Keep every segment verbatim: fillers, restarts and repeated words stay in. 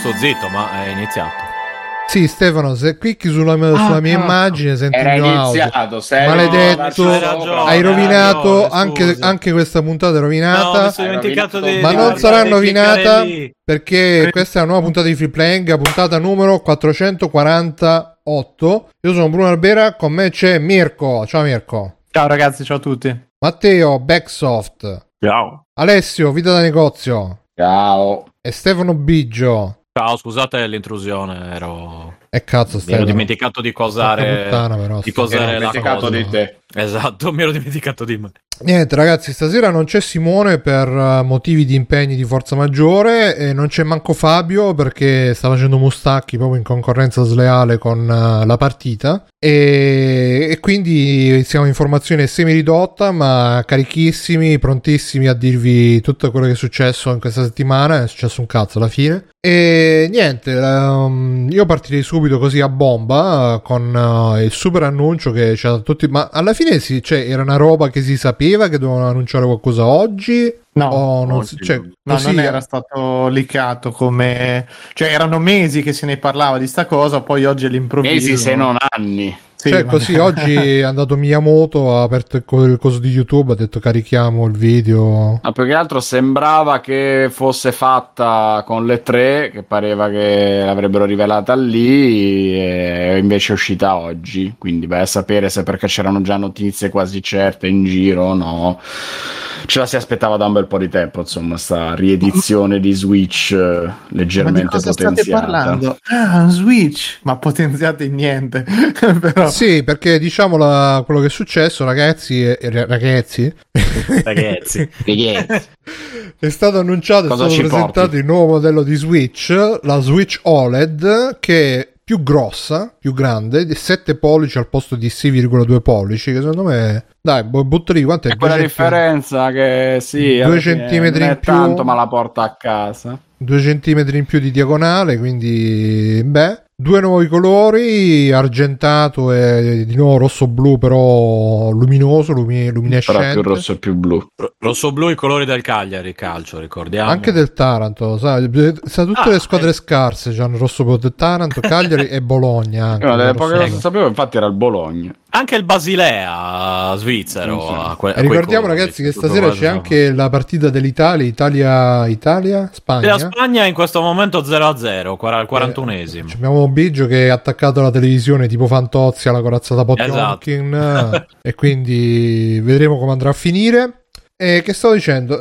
sto zitto, ma è iniziato. Sì, Stefano, se clicchi sulla mia, sulla ah, mia no. immagine senti Era il mio iniziato, audio. sei Maledetto, no, hai ragione, rovinato hai ragione, anche, scusa. anche questa puntata è No, rovinata. mi sono dimenticato di, Ma di non sarà di rovinata lì. perché questa è una nuova puntata di Free Playing, puntata numero quattrocentoquarantotto. Io sono Bruno Albera, con me c'è Mirko. Ciao Mirko. Ciao ragazzi, ciao a tutti. Matteo, Backsoft. Ciao. Alessio, Vita da Negozio. Ciao. E Stefano Biggio. Ciao, scusate l'intrusione, ero... E cazzo mi Stefano. ero dimenticato di cosare, Puttana, però, di sto- cosare Ero la dimenticato cosa. di te. Esatto, mi ero dimenticato di me. Niente ragazzi, stasera non c'è Simone per uh, motivi di impegni di forza maggiore e non c'è manco Fabio perché sta facendo mustacchi proprio in concorrenza sleale con uh, la partita e, e quindi siamo in formazione semi ridotta ma carichissimi, prontissimi a dirvi tutto quello che è successo in questa settimana. È successo un cazzo alla fine e niente, um, io partirei subito così a bomba uh, con uh, il super annuncio che c'è da tutti, ma alla fine si, cioè, era una roba che si sapeva che dovevano annunciare qualcosa oggi? No, o non, oggi si- cioè, no, così, non era stato leakato come... Cioè erano mesi che se ne parlava di sta cosa, poi oggi all'improvviso... Mesi se non anni. Sì, cioè ma- così oggi è andato Miyamoto, ha aperto il co- il coso di YouTube, ha detto carichiamo il video. Ma più che altro sembrava che fosse fatta con le tre, che pareva che l'avrebbero rivelata lì, e invece è uscita oggi. Quindi vai a sapere se perché c'erano già notizie quasi certe in giro o no. Ce la si aspettava da un bel po' di tempo, insomma, sta riedizione di Switch eh, leggermente Ma di cosa potenziata. state parlando? Ah, un Switch! Ma potenziate in niente. Però... Sì, perché diciamo la- quello che è successo, ragazzi, e- e ragazzi, Ragazzi. è stato annunciato, è Cosa stato ci presentato porti? il nuovo modello di Switch, la Switch O L E D, che è più grossa, più grande, di sette pollici al posto di sei virgola due pollici, che secondo me, dai, bu- butto lì, quanto è? È quella Due differenza che sì, Due alla fine centimetri non è in più. tanto, ma la porta a casa. due centimetri in più di diagonale, quindi beh, due nuovi colori, argentato e di nuovo rosso-blu però luminoso, lumi- luminescente. Però più rosso e più blu. Rosso blu i colori del Cagliari, calcio, ricordiamo. Anche del Taranto, sai, sa tutte Ah, le squadre eh. scarse, c'hanno rosso blu del Taranto, Cagliari e Bologna anche. Una delle rosso poche blu. cose che sapevo infatti era il Bologna. Anche il Basilea svizzero. Sì, sì. a que- a E quei ricordiamo colori, ragazzi che tutto stasera quello c'è che anche la partita dell'Italia, Italia, Italia, Spagna. La Spagna in questo momento zero a zero, quar- al quarantunesimo. Eh, abbiamo Biggio che è attaccato alla televisione tipo Fantozzi alla corazzata Esatto. Potemkin e quindi vedremo come andrà a finire. E che stavo dicendo?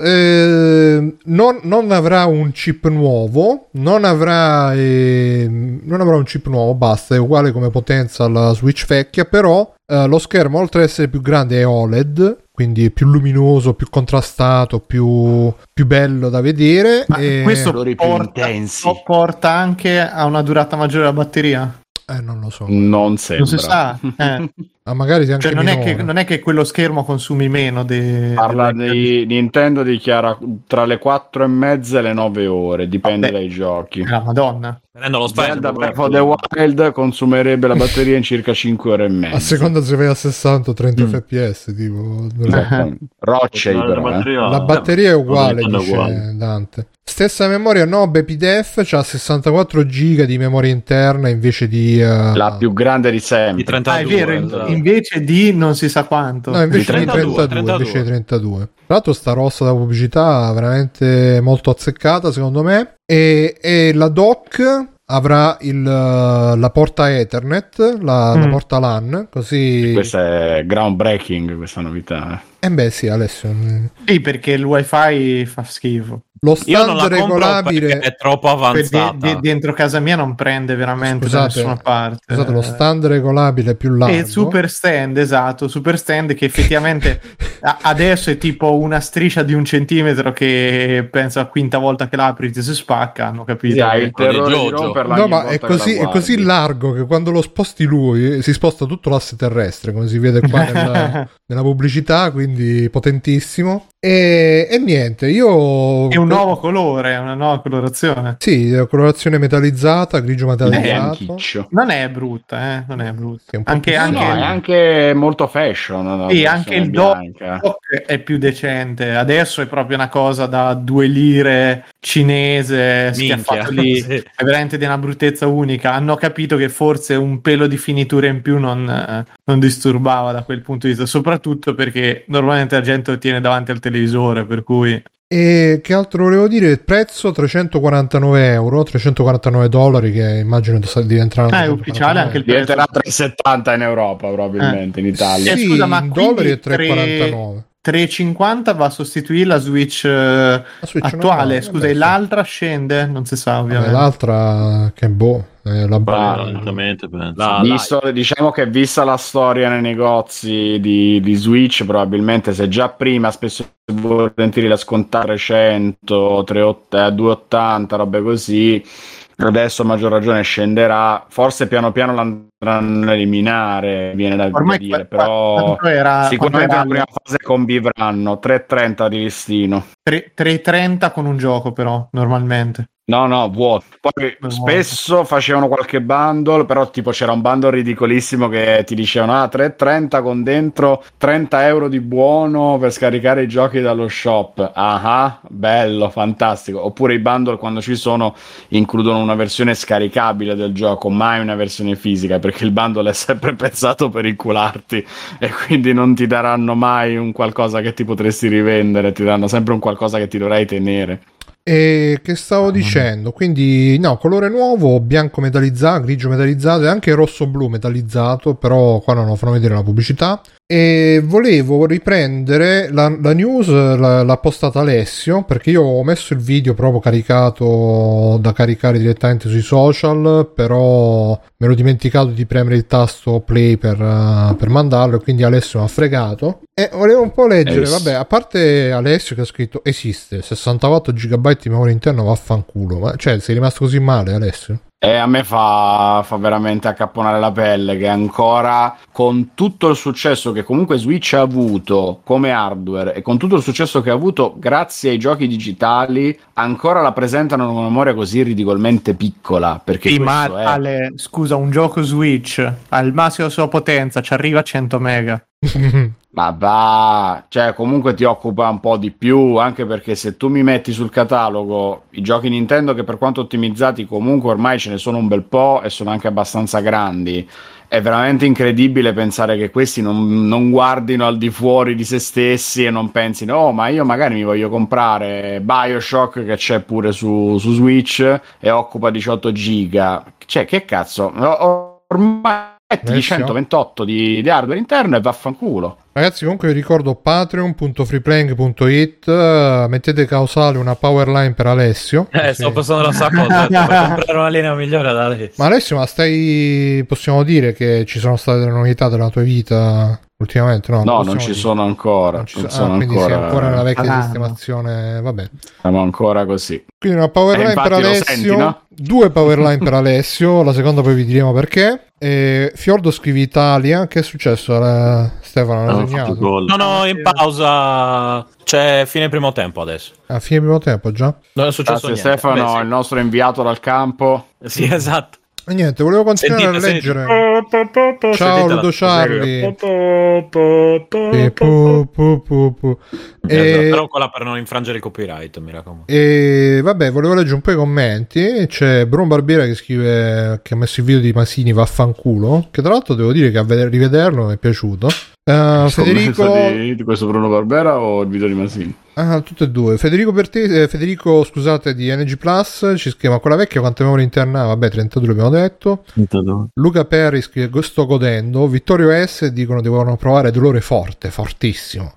Eh, non, non avrà un chip nuovo, non avrà, eh, non avrà un chip nuovo, basta, è uguale come potenza alla Switch vecchia, però eh, lo schermo oltre ad essere più grande è O L E D, quindi è più luminoso, più contrastato, più, più bello da vedere. Ma e... questo colori più porta, intensi. o porta anche a una durata maggiore della batteria? Eh, non lo so. Non sembra. Non si sa. Eh. Ah, magari sia anche Cioè, non è, minore. che, non è che quello schermo consumi meno de... Parla delle- di Nintendo, dichiara tra le quattro e mezza e le nove ore, dipende Vabbè. dai giochi. La Madonna. Prendo lo Zelda spazio. Breath of the Wild consumerebbe la batteria in circa cinque ore e mezza. A seconda se vai a sessanta o trenta Mm. fps, tipo. Esattamente. Rocce La però, eh. batteria, La batteria è uguale, non è dice uguale. Dante. Stessa memoria no, BepiDef c'ha sessantaquattro giga di memoria interna invece di uh, La più grande di Di sempre. trentadue, Ah, è vero, in- esatto. invece di non si sa quanto. no, invece Di di trentadue, trentadue, invece di trentadue. Tra l'altro sta rossa da pubblicità veramente molto azzeccata secondo me e, e la dock avrà il, la porta Ethernet, la, la Mm. porta LAN, così. Questa è groundbreaking, questa novità. Eh beh sì, Alessio. Sì, perché il wifi fa schifo. Lo Io non stand la compro regolabile. perché è troppo Per avanzata. de- de- dentro casa mia non prende veramente da Scusate, nessuna parte. Scusate, lo stand regolabile più largo. È il super stand, esatto, super stand che effettivamente a- adesso è tipo una striscia di un centimetro che penso a quinta volta che l'apri ti si spacca, hanno capito? Sì, hai il Quello di terrore di Jojo. romperla No, ogni ma volta è che così, la è così guardi. largo che quando lo sposti lui si sposta tutto l'asse terrestre, come si vede qua nella, nella pubblicità, quindi potentissimo. E, e niente, io È un un nuovo colore, una nuova colorazione. Sì, colorazione metallizzata, grigio metallizzato. Non è brutta, eh? Non è brutta. È anche, no, anche, no, è anche molto fashion. No? Sì, anche il dock è più decente. Adesso è proprio una cosa da due lire cinese schiaffato lì. Sì. È veramente di una bruttezza unica. Hanno capito che forse un pelo di finitura in più non, eh, non disturbava da quel punto di vista, soprattutto perché normalmente la gente lo tiene davanti al televisore, per cui... E che altro volevo dire? Il prezzo trecentoquarantanove euro, trecentoquarantanove dollari, che immagino diventeranno ah, è ufficiale anche il prezzo. Diventerà trecentosettanta in Europa probabilmente, eh. in Italia. Sì, scusa, ma in dollari è tre virgola quarantanove. tre virgola cinquanta va a sostituire la Switch, la Switch attuale, normale, scusa, e l'altra scende? Non si sa ovviamente. Vabbè, l'altra che boh, eh, la ah, la, visto, diciamo che vista la storia nei negozi di, di Switch, probabilmente se già prima spesso volentieri la scontare trecento, trecentottanta, duecentottanta, robe così, adesso a maggior ragione scenderà, forse piano piano l'andranno a eliminare, viene da ormai dire, qua, però era, sicuramente la prima fase convivranno tre virgola trenta di listino, tre virgola trenta con un gioco però normalmente. No, no, vuoto. Poi vuoto. Spesso facevano qualche bundle, però tipo c'era un bundle ridicolissimo che ti dicevano ah, tre virgola trenta con dentro trenta euro di buono per scaricare i giochi dallo shop. Ah, bello, fantastico. Oppure i bundle, quando ci sono, includono una versione scaricabile del gioco, mai una versione fisica, perché il bundle è sempre pensato per incularti e quindi non ti daranno mai un qualcosa che ti potresti rivendere, ti daranno sempre un qualcosa che ti dovrai tenere. E che stavo dicendo, quindi no, colore nuovo, bianco metallizzato, grigio metallizzato e anche rosso-blu metallizzato, però qua non lo fanno vedere la pubblicità. E volevo riprendere la, la news, la, l'ha postata Alessio, perché io ho messo il video proprio caricato da caricare direttamente sui social, però mi ero dimenticato di premere il tasto play per, uh, per mandarlo, e quindi Alessio mi ha fregato. E volevo un po' leggere, es- vabbè, a parte Alessio che ha scritto esiste sessantaquattro giga di memoria interna, vaffanculo, ma cioè sei rimasto così male, Alessio? E a me fa, fa veramente accapponare la pelle che ancora, con tutto il successo che comunque Switch ha avuto come hardware e con tutto il successo che ha avuto grazie ai giochi digitali, ancora la presentano con una memoria così ridicolmente piccola. Perché sì, ma è... Ale, scusa, un gioco Switch al massimo della sua potenza ci arriva a cento mega. Ma va, cioè comunque ti occupa un po' di più, anche perché se tu mi metti sul catalogo i giochi Nintendo, che per quanto ottimizzati comunque ormai ce ne sono un bel po' e sono anche abbastanza grandi, è veramente incredibile pensare che questi non, non guardino al di fuori di se stessi e non pensino oh ma io magari mi voglio comprare BioShock che c'è pure su, su Switch e occupa diciotto giga, cioè che cazzo, ormai metti centoventotto di, di hardware interno e vaffanculo. Ragazzi, comunque vi ricordo patreon punto freeplaying punto it, uh, mettete causale una powerline per Alessio. Eh, sto passando la stessa cosa, per comprare una linea migliore ad Alessio. Ma Alessio, ma stai, possiamo dire che ci sono state delle novità della tua vita ultimamente? No, no non, non ci dire. sono ancora. Non ci non sono ah, quindi ancora... sei ancora nella vecchia ah, sistemazione, vabbè. Siamo ancora così. Quindi una powerline per Alessio, senti, no? Due powerline per Alessio, la seconda poi vi diremo perché. E Fiordo scrive Italia, che è successo? Eh, Stefano, l'ha no, segnato? No, no, in pausa, c'è fine primo tempo adesso. A fine primo tempo già? Non è successo Grazie niente. Stefano, Beh, sì. Il nostro inviato dal campo. Sì, esatto. E niente, volevo continuare sentite, a leggere. Sentite. Ciao Ludo Charlie. E pu, pu, pu, pu. E... Però quella per non infrangere il copyright, mi raccomando. E vabbè, volevo leggere un po' i commenti. C'è Bruno Barbiera che scrive che ha messo il video di Masini vaffanculo, che tra l'altro devo dire che a rivederlo mi è piaciuto. Uh, Federico di, di questo Bruno Barbera o il video di Masini? Ah, tutte e due. Federico Bertese, eh, Federico, scusate, di N G Plus ci scrive: ma quella vecchia quanta memoria interna? Vabbè, trentadue abbiamo detto. trentadue. Luca Perri scrive: sto godendo. Vittorio S dicono devono provare dolore forte, fortissimo.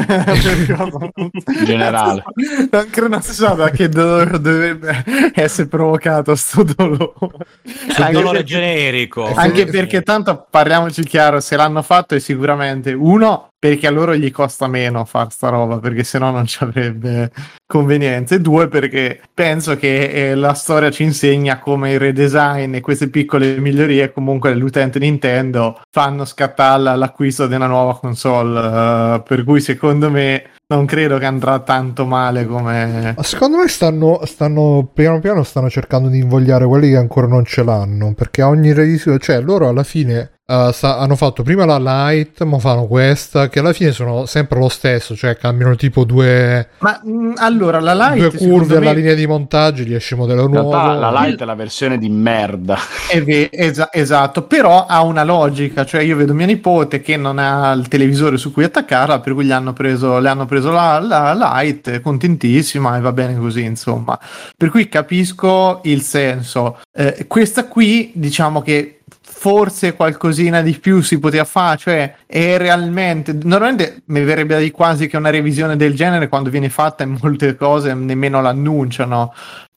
In generale ancora non si sa da che dolore dovrebbe essere provocato sto dolore. Un dolore generico, anche perché tanto parliamoci chiaro, se l'hanno fatto è sicuramente uno perché a loro gli costa meno far sta roba, perché sennò non ci avrebbe convenienza, e due perché penso che eh, la storia ci insegna come il redesign e queste piccole migliorie comunque l'utente Nintendo fanno scattare l'acquisto di una nuova console, uh, per cui secondo me non credo che andrà tanto male come... Secondo me stanno, stanno piano piano stanno cercando di invogliare quelli che ancora non ce l'hanno, perché ogni revisione, cioè loro alla fine uh, sta, hanno fatto prima la Lite, ma fanno questa, che alla fine sono sempre lo stesso, cioè cambiano tipo due... Ma mh, allora la Lite... Due curve alla me... linea di montaggio, gli esce modello nuovo. La Lite è la versione di merda. È ve- es- esatto, però ha una logica, cioè io vedo mio nipote che non ha il televisore su cui attaccarla, per cui gli hanno preso, le hanno preso la, la Lite, contentissima, e va bene così, insomma. Per cui capisco il senso. Eh, questa qui, diciamo che forse qualcosina di più si poteva fare, cioè è realmente, normalmente mi verrebbe da dire quasi che una revisione del genere quando viene fatta in molte cose nemmeno l'annunciano,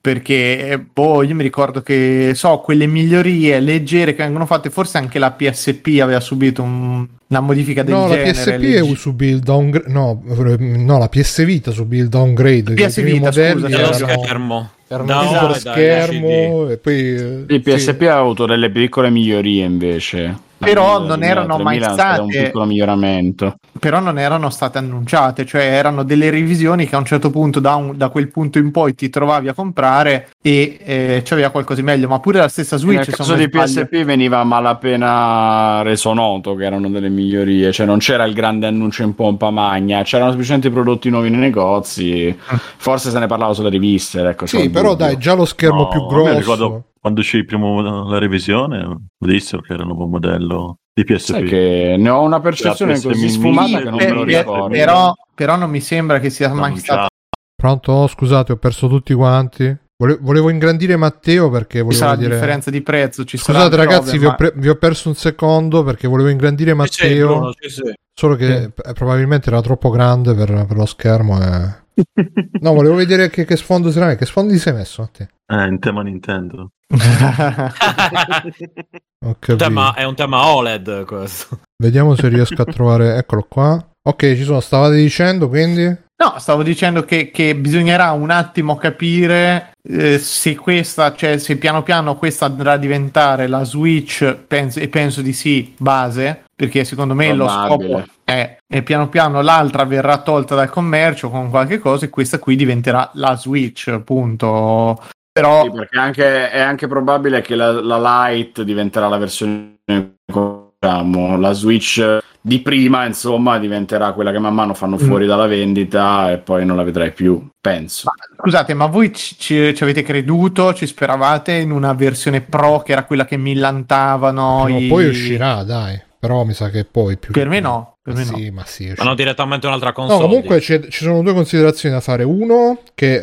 perché boh, io mi ricordo che so quelle migliorie leggere che vengono fatte, forse anche la P S P aveva subito un, una modifica del no, genere. No, la P S P legge... subì il downgrade, no, no, la P S Vita subì il downgrade. P S Vita, scusa, dello schermo. No, lo schermo e poi il P S P sì. Ha avuto delle piccole migliorie invece, però non erano mai state un piccolo miglioramento, però non erano state annunciate, cioè erano delle revisioni che a un certo punto da, un, da quel punto in poi ti trovavi a comprare e eh, c'aveva qualcosa di meglio, ma pure la stessa Switch. Nel caso di P S P veniva malapena reso noto che erano delle migliorie, cioè non c'era il grande annuncio in pompa magna, c'erano semplicemente prodotti nuovi nei negozi, forse se ne parlava sulle riviste, ecco. Sì, però dubbio. Dai, già lo schermo no, più grosso. Ricordo quando uscì il primo la revisione, ho visto che era un nuovo modello di P S P. Sai che ne ho una percezione così sfumata che non me lo ricordo. Però, però non mi sembra che sia mai stato. Pronto? Oh, scusate, ho perso tutti quanti. Vole- volevo ingrandire Matteo perché volevo ci sarà dire... differenza di prezzo. Ci scusate sarà ragazzi, prove, vi, ma... ho pre- vi ho perso un secondo perché volevo ingrandire Matteo. Bruno, sì, sì. Solo che sì. probabilmente era troppo grande per, per lo schermo e... No, volevo vedere che, che sfondo sarà. Che sfondo ti sei messo a te? Eh, in tema Nintendo. un tema, è un tema O L E D questo. Vediamo se riesco a trovare. Eccolo qua. Ok, ci sono. Stavate dicendo quindi? No, stavo dicendo che, che bisognerà un attimo capire eh, se questa, cioè se piano piano questa andrà a diventare la Switch, penso, e penso di sì, base, perché secondo me probabile. Lo scopo è, e piano piano l'altra verrà tolta dal commercio con qualche cosa e questa qui diventerà la Switch, appunto. Però... Sì, perché anche, è anche probabile che la, la Lite diventerà la versione, diciamo, la Switch di prima, insomma, diventerà quella che man mano fanno fuori mm. dalla vendita e poi non la vedrai più, penso. Ma, scusate, ma voi ci, ci, ci avete creduto? Ci speravate in una versione Pro che era quella che millantavano? No, i... poi uscirà, dai. Però mi sa che poi più... Per me no. Per ma me sì, no. ma sì. Hanno direttamente un'altra console. No, comunque ci sono due considerazioni da fare. Uno, che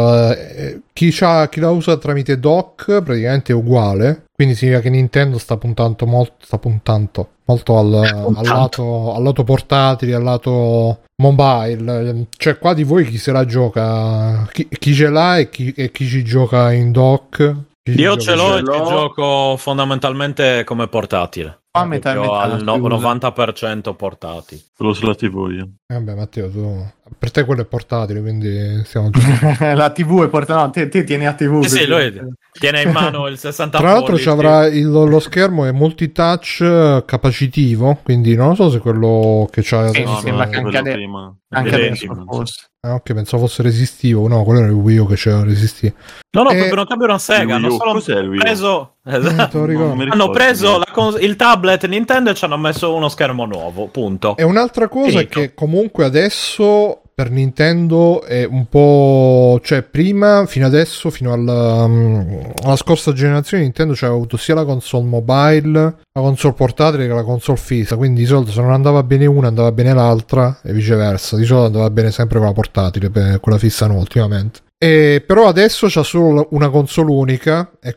uh, chi, chi la usa tramite dock praticamente è uguale. Quindi significa che Nintendo sta puntando molto, sta puntando molto al, al, lato, al lato portatile, al lato mobile. Cioè, qua di voi chi se la gioca? Chi, chi ce l'ha e chi, e chi ci gioca in dock? Io ce l'ho e ci gioco fondamentalmente come portatile. A metà, metà, al no, novanta per cento portatili. Solo sulla tivù io. Eh beh, Matteo, tu... per te quello è portatile, quindi stiamo la tivù è portatile. No, te, te tieni a tivù. Eh sì, lui tiene in mano il sessanta Tra l'altro ci avrà il, lo schermo è multitouch capacitivo, quindi non so se quello che c'ha sì, adesso... mi sembra che anche, ade- prima. anche adesso fosse. Ah, ok, pensavo fosse resistivo. No, quello era il Wii U che c'era resistivo. No, no, e... proprio non cambia una sega. Hanno solo preso, esatto. ricordo, hanno preso la cons- il tablet Nintendo e ci hanno messo uno schermo nuovo. Punto. E un'altra cosa Finito. è che comunque adesso per Nintendo è un po', cioè prima fino adesso fino alla, um, alla scorsa generazione Nintendo c'aveva avuto sia la console mobile, la console portatile che la console fissa, quindi di solito se non andava bene una andava bene l'altra e viceversa, di solito andava bene sempre quella portatile, quella fissa no ultimamente. E però adesso c'ha solo una console unica e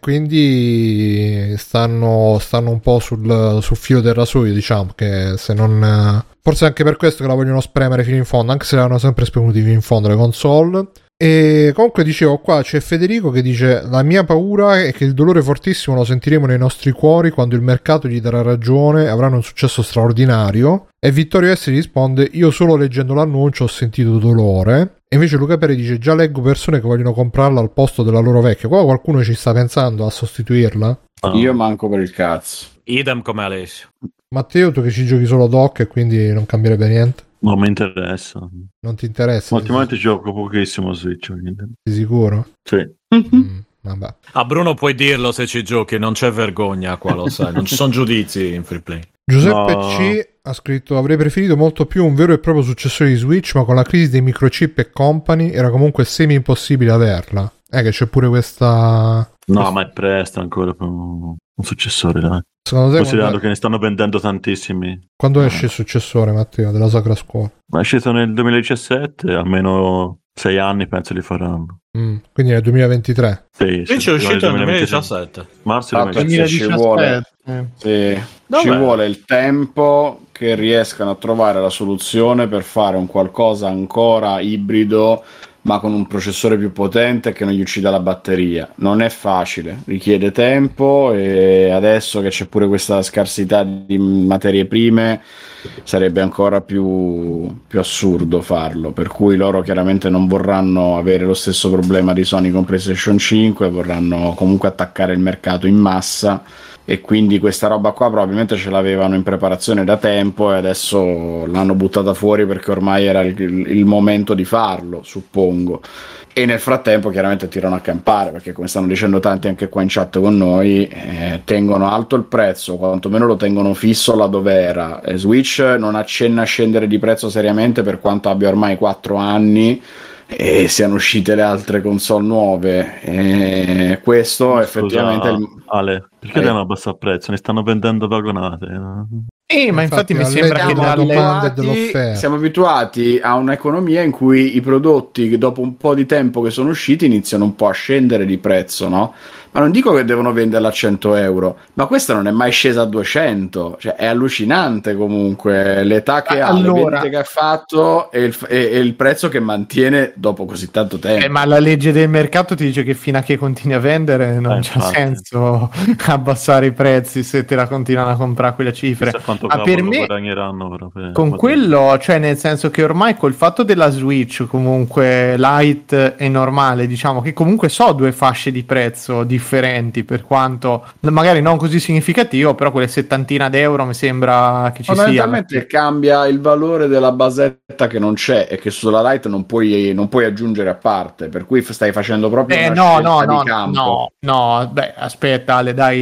quindi stanno, stanno un po' sul, sul filo del rasoio, diciamo, che se non... Forse anche per questo che la vogliono spremere fino in fondo, anche se l'hanno sempre spremuti fino in fondo le console. E comunque dicevo, qua c'è Federico che dice: la mia paura è che il dolore fortissimo lo sentiremo nei nostri cuori quando il mercato gli darà ragione e avranno un successo straordinario. E Vittorio S risponde: io solo leggendo l'annuncio ho sentito dolore. E invece Luca Pere dice: già leggo persone che vogliono comprarla al posto della loro vecchia. Qua qualcuno ci sta pensando a sostituirla? Oh. Io manco per il cazzo. Idem come Alessio. Matteo, tu che ci giochi solo dock e quindi non cambierebbe niente? Non mi interessa. Non ti interessa? Ultimamente gioco pochissimo Switch. Quindi. Di sicuro? Sì. Mm, vabbè. A Bruno puoi dirlo se ci giochi, non c'è vergogna qua, lo sai, non ci sono giudizi in free play. Giuseppe No. C ha scritto: avrei preferito molto più un vero e proprio successore di Switch, ma con la crisi dei microchip e company era comunque semi impossibile averla. Eh, che c'è pure questa... No, ma è presto ancora per un un successore, dai. Secondo te Considerando quando, che ne stanno vendendo tantissimi. quando esce il successore, Matteo, della Sacra Scuola? Ma è uscito nel duemiladiciassette, almeno sei anni penso li faranno. Mm, quindi nel duemilaventitré. Sì, Invece è uscito nel duemiladiciassette. Marzo Ah, duemiladiciassette. perché ci vuole, Eh. sì, ci vuole il tempo che riescano a trovare la soluzione per fare un qualcosa ancora ibrido ma con un processore più potente che non gli uccida la batteria. Non è facile, richiede tempo, e adesso che c'è pure questa scarsità di materie prime sarebbe ancora più, più assurdo farlo, per cui loro chiaramente non vorranno avere lo stesso problema di Sony con PlayStation cinque, vorranno comunque attaccare il mercato in massa, e quindi questa roba qua probabilmente ce l'avevano in preparazione da tempo e adesso l'hanno buttata fuori perché ormai era il, il momento di farlo, suppongo. E nel frattempo chiaramente tirano a campare, perché come stanno dicendo tanti anche qua in chat con noi, eh, tengono alto il prezzo, quantomeno lo tengono fisso là dove era. E Switch non accenna a scendere di prezzo seriamente, per quanto abbia ormai quattro anni e siano uscite le altre console nuove, e questo Scusa, effettivamente il... Ale, perché Eh. devono abbassare il prezzo? Ne stanno vendendo vagonate. No? Eh, ma infatti, Infatti, mi a sembra lei che diamo la dalle... domanda dell'offerta. siamo abituati a un'economia in cui i prodotti che dopo un po' di tempo che sono usciti iniziano un po' a scendere di prezzo, no? Ma non dico che devono venderla a cento euro, ma questa non è mai scesa a duecento, cioè è allucinante comunque l'età che ha, Allora... le vendite che ha fatto e il, e, e il prezzo che mantiene dopo così tanto tempo. Eh, ma la legge del mercato ti dice che fino a che continui a vendere non Eh, c'è infatti. senso abbassare i prezzi se te la continuano a comprare quelle cifre. Chissà quanto Ma per cavolo me, guadagneranno però per- con per- quello, cioè nel senso che ormai col fatto della Switch comunque light e normale, diciamo che comunque so due fasce di prezzo differenti, per quanto magari non così significativo, però quelle settantina d'euro mi sembra che ci sia. Fondamentalmente cambia il valore della basetta che non c'è e che sulla Lite non puoi, non puoi aggiungere a parte, per cui stai facendo proprio Eh, una no, scelta no, di no, campo. no, no, beh, aspetta, Ale, dai,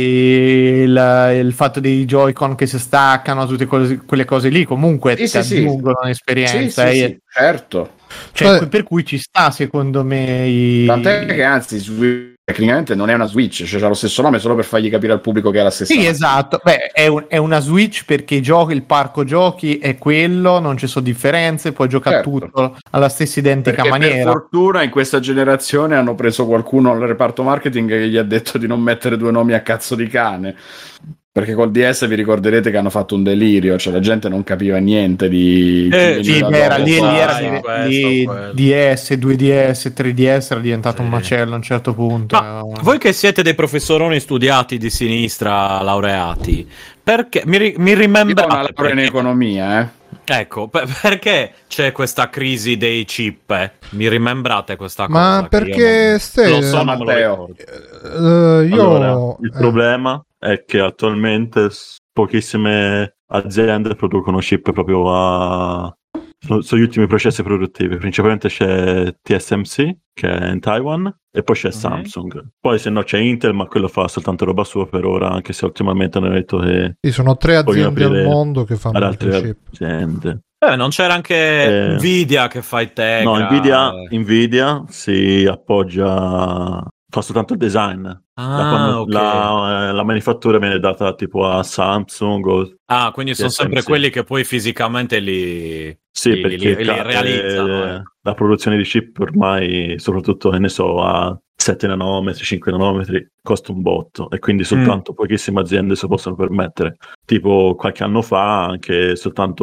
il, il fatto dei Joy-Con che si staccano, tutte cose, quelle cose lì, comunque Sì, ti sì, sì. aggiungono Sì, un'esperienza. sì, e- sì, certo. Cioè, Beh. per cui ci sta, secondo me, i... Tant'è che anzi Switch tecnicamente non è una Switch, cioè c'ha lo stesso nome solo per fargli capire al pubblico che è la stessa. Sì, esatto. Beh, è, un- è una Switch perché i giochi, il parco giochi è quello, non ci sono differenze, puoi giocare Certo. tutto alla stessa identica Perché maniera. per fortuna in questa generazione hanno preso qualcuno al reparto marketing che gli ha detto di non mettere due nomi a cazzo di cane. Perché col D S vi ricorderete che hanno fatto un delirio, cioè la gente non capiva niente di... Eh, chi Sì, veniva beh, era dopo, lì, lì sai. era sai, di- questo, lì quello. D S, due D S, tre D S era diventato Sì. un macello a un certo punto. Ma voi che siete dei professoroni studiati di sinistra, laureati, perché mi, ri- mi Io ho una rimembrate laurea in perché- economia, eh. Ecco, per- perché c'è questa crisi dei chip? eh? Mi rimembrate questa cosa? Ma che perché io non- ste- lo so, non me lo Matteo. ricordo. Eh, io... Allora, il eh, problema è che attualmente s- pochissime aziende producono chip proprio a... Sono, sono gli ultimi processi produttivi. Principalmente c'è T S M C, che è in Taiwan, e poi c'è Ok. Samsung. Poi se no c'è Intel, ma quello fa soltanto roba sua per ora, anche se ultimamente hanno detto che Sì, sono tre vogliono aziende al aprire mondo che ad fanno altre il chip. aziende. Eh, non c'era anche Eh. Nvidia che fa il Tegra? No, Nvidia, Nvidia si appoggia, fa soltanto il design. Ah, la, quando- ok. la, eh, la manifattura viene data tipo a Samsung o... Ah, quindi sono T S M C. sempre quelli che poi fisicamente li, Sì, li, perché li- li ca- realizzano. eh, eh. la produzione di chip ormai, soprattutto, che ne so, a sette nanometri, cinque nanometri, costa un botto e quindi soltanto pochissime aziende se lo possono permettere. Tipo qualche anno fa anche soltanto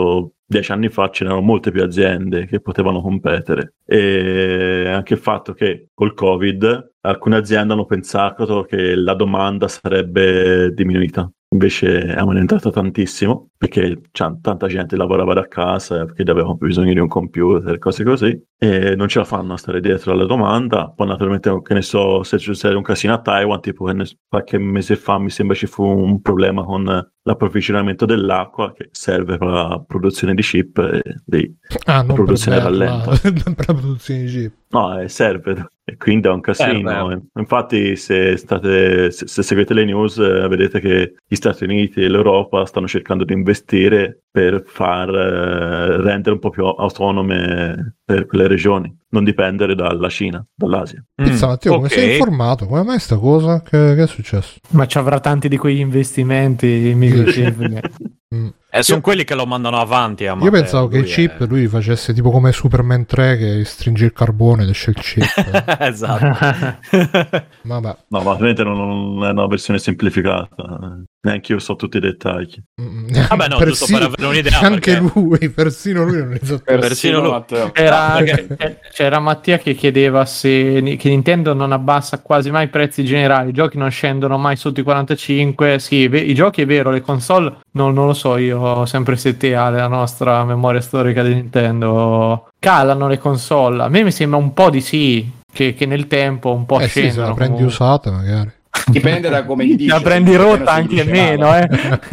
dieci anni fa c'erano molte più aziende che potevano competere, e anche il fatto che col Covid alcune aziende hanno pensato che la domanda sarebbe diminuita, invece è aumentata tantissimo perché c'è tanta gente che lavorava da casa, perché avevano bisogno di un computer, cose così, e non ce la fanno a stare dietro alla domanda. Poi naturalmente, che ne so, se c'è un casino a Taiwan, tipo che ne, qualche mese fa mi sembra ci fu un problema con l'approvvigionamento dell'acqua che serve per la produzione di chip e di ah, non produzione per rallenta. Per la produzione di chip. No, eh, serve, e quindi è un casino. Eh, Infatti se state se, se seguite le news eh, vedete che gli Stati Uniti e l'Europa stanno cercando di investire per far eh, rendere un po' più autonome per quelle regioni, non dipendere dalla Cina, dall'Asia. Pizza, Mm, Matteo, come ok. sei informato? Come mai sta cosa? Che, che è successo? Ma ci avrà tanti di quegli investimenti in microchip. Mm. E sono quelli che lo mandano avanti a Io Matteo, pensavo che il lui chip è- lui facesse tipo come Superman tre che stringe il carbone ed esce il chip. Esatto. Vabbè. No, ma ovviamente non, non è una versione semplificata, neanche io so tutti i dettagli. Mm, Vabbè, no, giusto per avere un'idea, Anche perché- lui, persino lui non ne sa. Persino lui. Matteo. C'era, No, perché- c'era Mattia che chiedeva se che Nintendo non abbassa quasi mai i prezzi generali, i giochi non scendono mai sotto i quarantacinque. Sì, ve- i giochi è vero, le console no, non lo so, io ho sempre settea la nostra memoria storica di Nintendo. Calano le console, a me mi sembra un po' di sì, che, che nel tempo un po' Eh sì, se scendono. la prendi comunque. usata magari. Dipende da come gli dici. La prendi rotta anche meno, eh.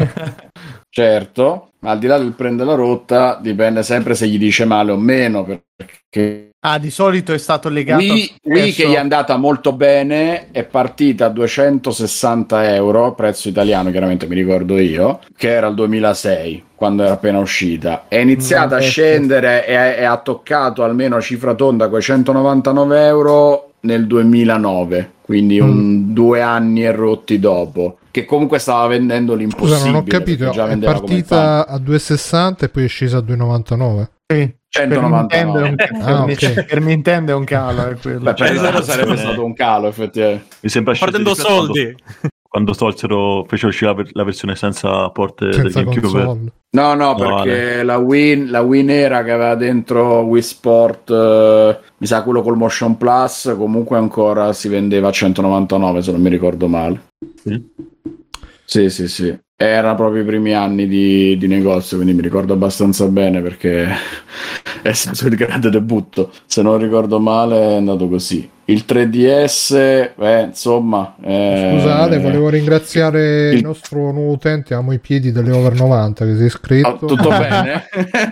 Certo, ma al di là del prendere la rotta dipende sempre se gli dice male o meno, perché Ah, di solito è stato legato Wii, a Wii che gli è andata molto bene è partita a duecentosessanta euro, prezzo italiano chiaramente mi ricordo io, che era il duemilasei quando era appena uscita, è iniziata Mm, a eh, scendere e, e ha toccato almeno cifra tonda con i centonovantanove euro nel duemilanove, quindi un due anni e rotti dopo, che comunque stava vendendo l'impossibile. Scusa, non ho capito, perché già è vendeva come partita a due e sessanta e poi è scesa a due e novantanove. Sì. centonovantanove. Per Nintendo, è un, Ah, per, ok. per Nintendo è un calo, è quello. Beh, per Esatto. loro sarebbe stato un calo effettivamente. Mi sembra sceso Perdendo di più quando- soldi. Quando tolsero, fecero uscire la, ver- la versione senza porte Senza del GameCube. console. No, no, perché la Wii, la Wii nera che aveva dentro Wii Sport, eh, mi sa quello col Motion Plus, comunque ancora si vendeva a centonovantanove, se non mi ricordo male. Sì. Sì, sì, sì. Era proprio i primi anni di, di negozio, quindi mi ricordo abbastanza bene perché è stato il grande debutto. Se non ricordo male è andato così. Il tre D S, eh, insomma... eh, Scusate, volevo ringraziare il il- nostro nuovo utente Amo i piedi delle over novanta che si è iscritto. Oh, tutto bene?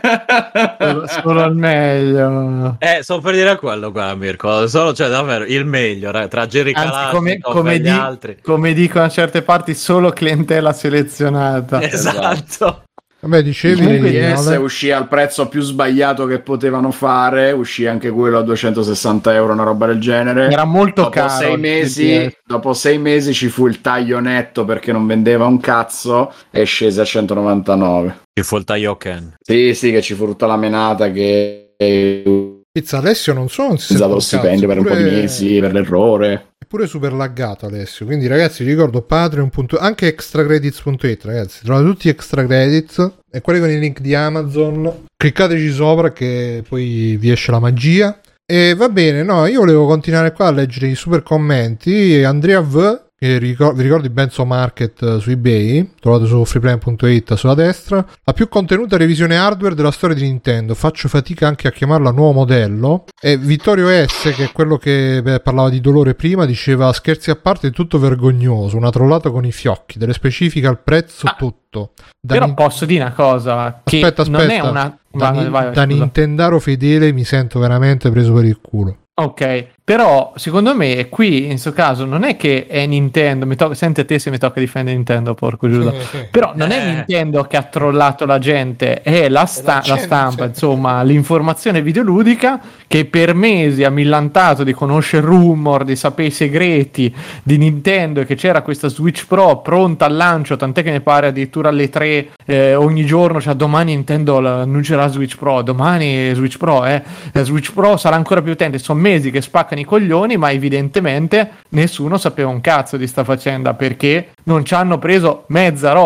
Solo, solo il meglio. Eh, sto per dire quello qua, Mirko. Solo, cioè, davvero, il meglio, ra- tra Jerry Anzi, Calastro come, come e gli di- altri. come dicono a certe parti, solo clientela selezionata. Esatto. Vabbè, dicevi Comunque lei, il D S Ale? uscì al prezzo più sbagliato che potevano fare, uscì anche quello a duecentosessanta euro, una roba del genere. Era molto dopo caro. sei il mesi, D S. dopo sei mesi ci fu il taglio netto perché non vendeva un cazzo e scese a centonovantanove. Ci fu il Taioken. Sì, sì, che ci fu tutta la menata che Pizza, Alessio non so, non si è sa stato lo stipendio per un po' di mesi per l'errore. È pure super laggato Alessio, quindi ragazzi vi ricordo Patreon. Anche extracredits punto it, ragazzi, trovate tutti gli extra credits e quelli con il link di Amazon, cliccateci sopra che poi vi esce la magia. E va bene, no, io volevo continuare qua a leggere i super commenti. Andrea V, che ricor- vi ricordi Benzo Market eh, su eBay, trovate su freeplane punto it sulla destra, la più contenuta revisione hardware della storia di Nintendo, faccio fatica anche a chiamarla nuovo modello. E Vittorio S, che è quello che beh, parlava di dolore prima, diceva scherzi a parte, è tutto vergognoso, una trollata con i fiocchi, delle specifiche al prezzo, Ah, tutto. Da Però Nin- posso dire una cosa, che aspetta, aspetta, non è una... da, vai, Nin- vai, da scusa. Nintendaro fedele mi sento veramente preso per il culo. Ok, però secondo me qui in questo caso non è che è Nintendo, mi to- senti a te se mi tocca difendere Nintendo, porco Giuda. Però non è Eh. Nintendo che ha trollato la gente, è la, sta- la la gente, stampa, cioè. insomma, l'informazione videoludica che per mesi ha millantato di conoscere rumor, di sapere i segreti di Nintendo e che c'era questa Switch Pro pronta al lancio, tant'è che mi pare addirittura alle tre eh, ogni giorno, cioè domani Nintendo la- annuncerà Switch Pro, domani Switch Pro, eh, la Switch Pro sarà ancora più utente, sono mesi che spaccano i coglioni, ma evidentemente nessuno sapeva un cazzo di sta faccenda perché non ci hanno preso mezza roba.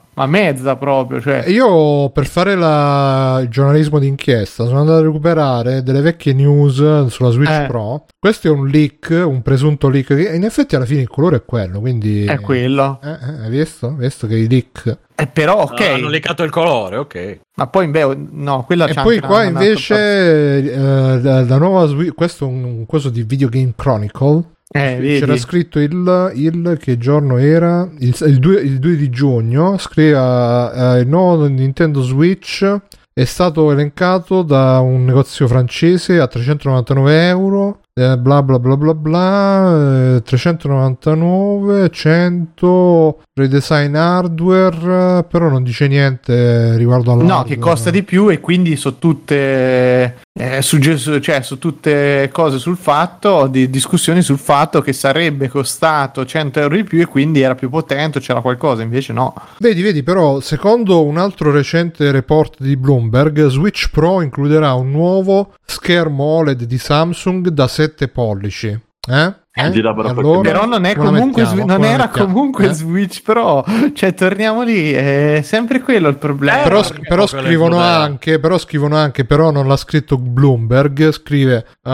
ma mezza proprio. Cioè. Io per fare la... il giornalismo d'inchiesta sono andato a recuperare delle vecchie news sulla Switch eh. Pro. Questo è un leak, un presunto leak, che in effetti alla fine il colore è quello, quindi... È quello. Eh, eh, hai visto? Hai visto che i leak... Eh, però ok, no, hanno leccato il colore, ok. Ma poi beh, no, quella e poi qua invece eh, la, la nuova Switch, questo è un coso di Video Game Chronicle. Eh, c'era scritto il, il che giorno era il, il, due, il due di giugno. Scriveva eh, il nuovo Nintendo Switch è stato elencato da un negozio francese a trecentonovantanove euro, eh, bla bla bla bla bla, eh, trecentonovantanove, cento redesign hardware, però non dice niente riguardo all'hardware. No, che costa di più, e quindi su tutte eh, sugge- cioè su tutte cose sul fatto, di discussioni sul fatto che sarebbe costato cento euro di più e quindi era più potente, c'era qualcosa, invece no. Vedi, vedi, però secondo un altro recente report di Bloomberg, Switch Pro includerà un nuovo schermo O L E D di Samsung da sette pollici. Eh? Eh? Allora, però non è comunque mettiamo, non era comunque eh? Switch Pro, cioè torniamo lì, è sempre quello il problema. Eh, però, però scrivono anche però scrivono anche però non l'ha scritto Bloomberg, scrive uh,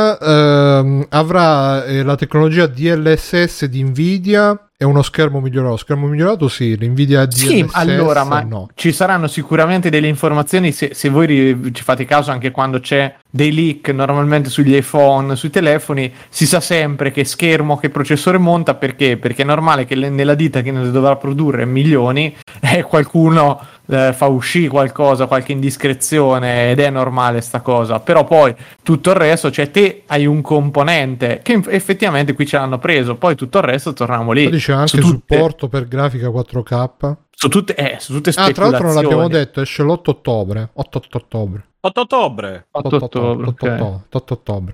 uh, avrà eh, la tecnologia D L S S di Nvidia e uno schermo migliorato. Schermo migliorato sì, l'Nvidia D L S S sì, allora, ma no. Ci saranno sicuramente delle informazioni, se, se voi ri- ci fate caso anche quando c'è dei leak normalmente sugli iPhone, sui telefoni, si sa sempre che schermo, che processore monta, perché? Perché è normale che le, nella ditta che ne dovrà produrre milioni eh, qualcuno eh, fa uscire qualcosa, qualche indiscrezione, ed è normale sta cosa. Però poi tutto il resto, cioè te hai un componente che effettivamente qui ce l'hanno preso, poi tutto il resto torniamo lì. Dice anche su tutte... supporto per grafica quattro K su tutte, eh, su tutte speculazioni. Ah, tra l'altro non l'abbiamo detto, esce l'otto ottobre. otto ottobre. otto ottobre. otto ottobre. otto ottobre.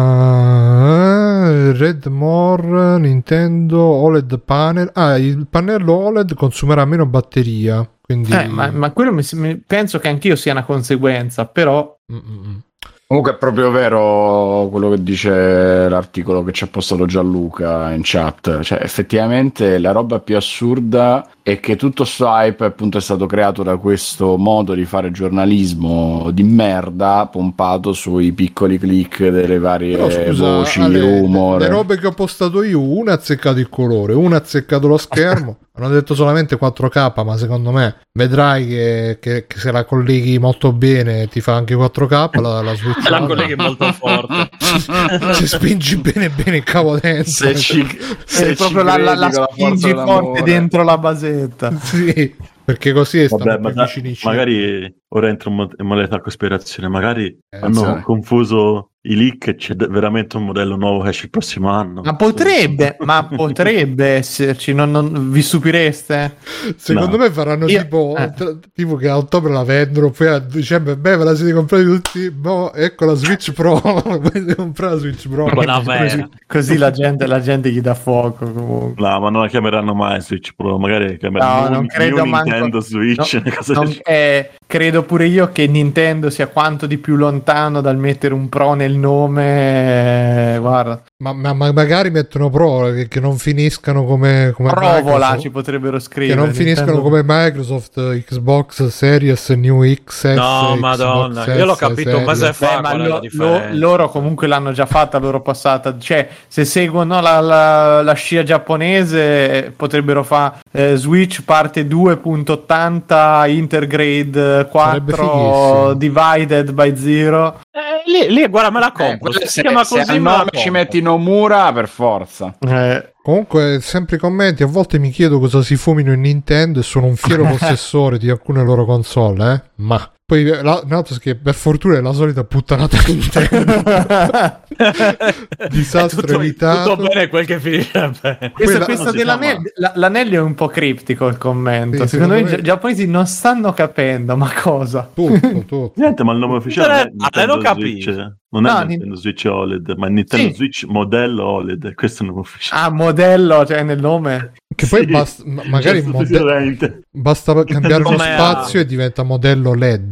Uh, Redmore Nintendo O L E D panel. Ah, il pannello O L E D consumerà meno batteria. Quindi... Eh, ma, ma quello mi, mi, penso che anch'io sia una conseguenza, però. Mm-mm. Comunque è proprio vero quello che dice l'articolo che ci ha postato Gianluca in chat, cioè effettivamente la roba più assurda è che tutto sto hype appunto è stato creato da questo modo di fare giornalismo di merda pompato sui piccoli click delle varie Però, scusa, voci, Ale, rumore. Le, le robe che ho postato io, una ha azzeccato il colore, una ha azzeccato lo schermo. Hanno detto solamente quattro K, ma secondo me vedrai che, che, che se la colleghi molto bene ti fa anche quattro K la, la Switch. La colleghi molto forte. Se spingi bene bene il cavo dentro. Se ci, se è proprio la, la, la spingi forte dentro la basetta. Sì, perché così è stato Vabbè, più ma vicini. Magari ora entro in modalità cospirazione, magari eh, hanno sai. confuso i leak e c'è veramente un modello nuovo che esce il prossimo anno. Ma potrebbe, ma potrebbe esserci, non, non vi stupireste? Secondo no. me faranno Io, tipo, eh. t- tipo che a ottobre la vendono, poi a dicembre, beh, ve la siete comprati tutti, boh, ecco la Switch Pro, potete comprare la Switch Pro. Così, così la gente, la gente gli dà fuoco comunque. No, ma non la chiameranno mai Switch Pro, magari chiameranno No, non New, credo New manco, Nintendo Switch. No, cose non, eh, credo pure io che Nintendo sia quanto di più lontano dal mettere un Pro nel nome, eh, guarda. Ma, ma, ma magari mettono Pro che, che non finiscano come, come Provola Microsoft, ci potrebbero scrivere. che non finiscano Nintendo... come Microsoft, Xbox Series, New X S. No, Xbox madonna, S, io l'ho capito un mese Series. fa. Beh, ma qual è lo, la differenza. lo, loro comunque l'hanno già fatta, loro passata. Cioè, se seguono la, la, la scia giapponese, potrebbero fare eh, Switch parte due punto ottanta Intergrade quattro Divided by Zero. Eh, lì, lì, guarda, me la compro. Eh, se se, si chiama se così, al me la nome ci compro. metti Nomura per forza. Eh. Comunque, sempre i commenti, a volte mi chiedo cosa si fumino in Nintendo e sono un fiero possessore di alcune loro console, eh? Ma poi la, noto che per fortuna è la solita puttanata Nintendo. Disastro tutto, evitato. tutto bene quel che finisce bene. Questa, Quella- questa non si dell'anello, la- l'anello è un po' criptico il commento. Sì, secondo, secondo me i me- gia- giapponesi non stanno capendo, ma cosa? Tutto, tutto. Niente, ma il nome ufficiale è Eh, Nintendo lo capisci. Switch. Non è No, Nintendo Switch O L E D, ma è Nintendo Sì. Switch modello O L E D. Questo è il nome ufficiale. Ah, modello, cioè nel nome. Che poi Sì. basta, ma- magari Cioè, mode- sinceramente. basta cambiare uno Come a- spazio e diventa modello L E D.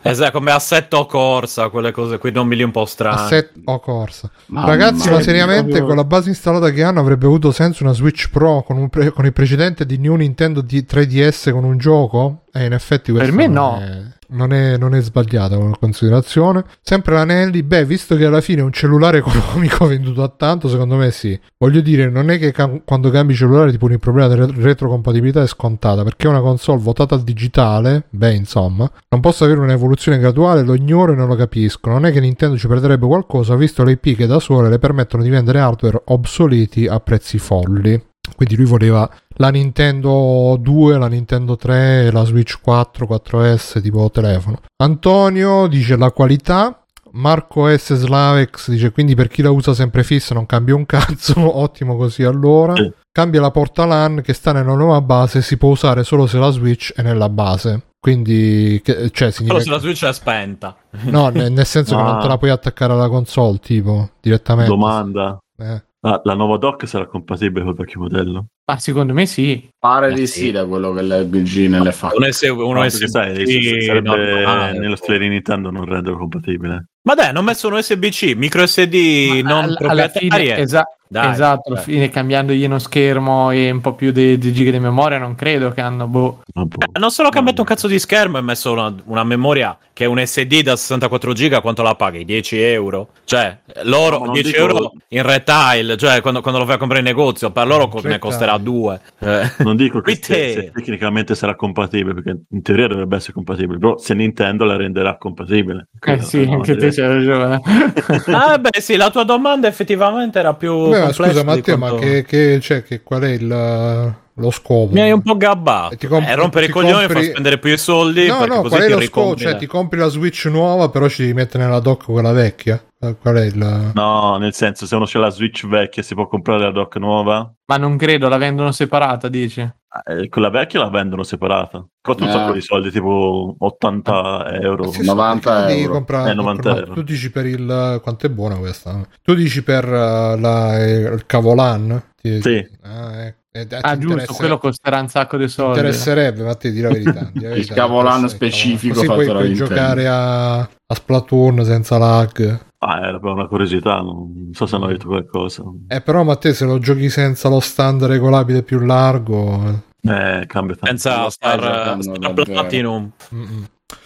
Esatto, come Assetto Corsa, quelle cose, quei nomi lì un po' strani. Assetto Corsa. Mamma Ragazzi, ma mia, seriamente proprio... con la base installata che hanno avrebbe avuto senso una Switch Pro con, un pre- con il precedente di New Nintendo D- tre D S con un gioco? Eh, in effetti questo per me non no. È... Non è, non è sbagliata come considerazione. Sempre l'Anelli, beh, visto che alla fine è un cellulare economico venduto a tanto, secondo me sì. Voglio dire, non è che ca- quando cambi cellulare ti poni il problema della re- retrocompatibilità è scontata, perché è una console votata al digitale, beh, insomma, non posso avere un'evoluzione graduale, lo ignoro e non lo capisco. Non è che Nintendo ci perderebbe qualcosa, visto le I P che da sole le permettono di vendere hardware obsoleti a prezzi folli. Quindi lui voleva la Nintendo due, la Nintendo tre, la Switch quattro, quattro S tipo telefono. Antonio dice la qualità. Marco S. Slavex dice quindi per chi la usa sempre fissa non cambia un cazzo. Ottimo così allora. Sì. Cambia la porta LAN che sta nella nuova base, si può usare solo se la Switch è nella base. Quindi che, cioè significa... Solo se la Switch è spenta. No, nel, nel senso Ma... che non te la puoi attaccare alla console tipo direttamente. Domanda. Eh. Ah, la nuova dock sarà compatibile col vecchio modello? Ma secondo me sì. Pare Ma di sì. sì, da quello che l'L G nelle fa. Un S- un No, S- perché sai, sì, sarebbe normale, nello poi. stile di Nintendo non renderlo compatibile. Ma dai, hanno messo un U S B C, micro S D Ma non all- alla proprietarie. fine, esa- Dai, esatto, alla dai. fine cambiandogli uno schermo e un po' più di, di giga di memoria, non credo che hanno boh. Ah, boh. Eh, non solo che ha messo un cazzo di schermo e messo una, una memoria che è un S D da sessantaquattro giga, quanto la paghi? dieci euro? Cioè, loro No, ma non dieci dico- euro in retail, cioè quando, quando lo vai a comprare in negozio, per loro co- ne Retail. costerà due. Eh. Non dico che Qui se, te- se tecnicamente sarà compatibile, perché in teoria dovrebbe essere compatibile, però se Nintendo la renderà compatibile. Eh sì, No, anche te deve- c'hai ragione. Ah, beh, sì, la tua domanda effettivamente era più Beh, ma complessa scusa di Matteo, ma quanto- che, che, cioè, che qual è il, lo scopo? Mi hai un po' gabbato. E ti comp- eh, rompere i ti coglioni compri- e far spendere più i soldi. No, perché no, così qual è ti lo scopo? ricompri Cioè, la- ti compri la Switch nuova, però ci devi mettere nella dock quella vecchia? Qual è il... No, nel senso, se uno c'è la Switch vecchia si può comprare la dock nuova. Ma non credo, la vendono separata, dici? Eh, quella vecchia la vendono separata. Costa un Eh. sacco di soldi, tipo ottanta euro. Sì, sì, novanta perché devi euro. comprare- Eh, novanta ma euro. Tu dici per il... quanto è buona questa? Tu dici per uh, la, il cavolan? Ti- Sì. Ah, ecco. Eh, ti Ah, giusto, interessa- quello costerà un sacco di ti soldi. interesserebbe, ma ti di la verità. Di la Il verità, cavolan ti interessa il specifico cavolan. Così fatto puoi, da puoi Nintendo. giocare a, a Splatoon senza lag. Ah, era per una curiosità, non so se hanno detto qualcosa. Eh, però Matteo, se lo giochi senza lo stand regolabile più largo... Eh, cambia tanto. Senza Lo stai Star, giocando Star davvero. Platinum. Mm-mm.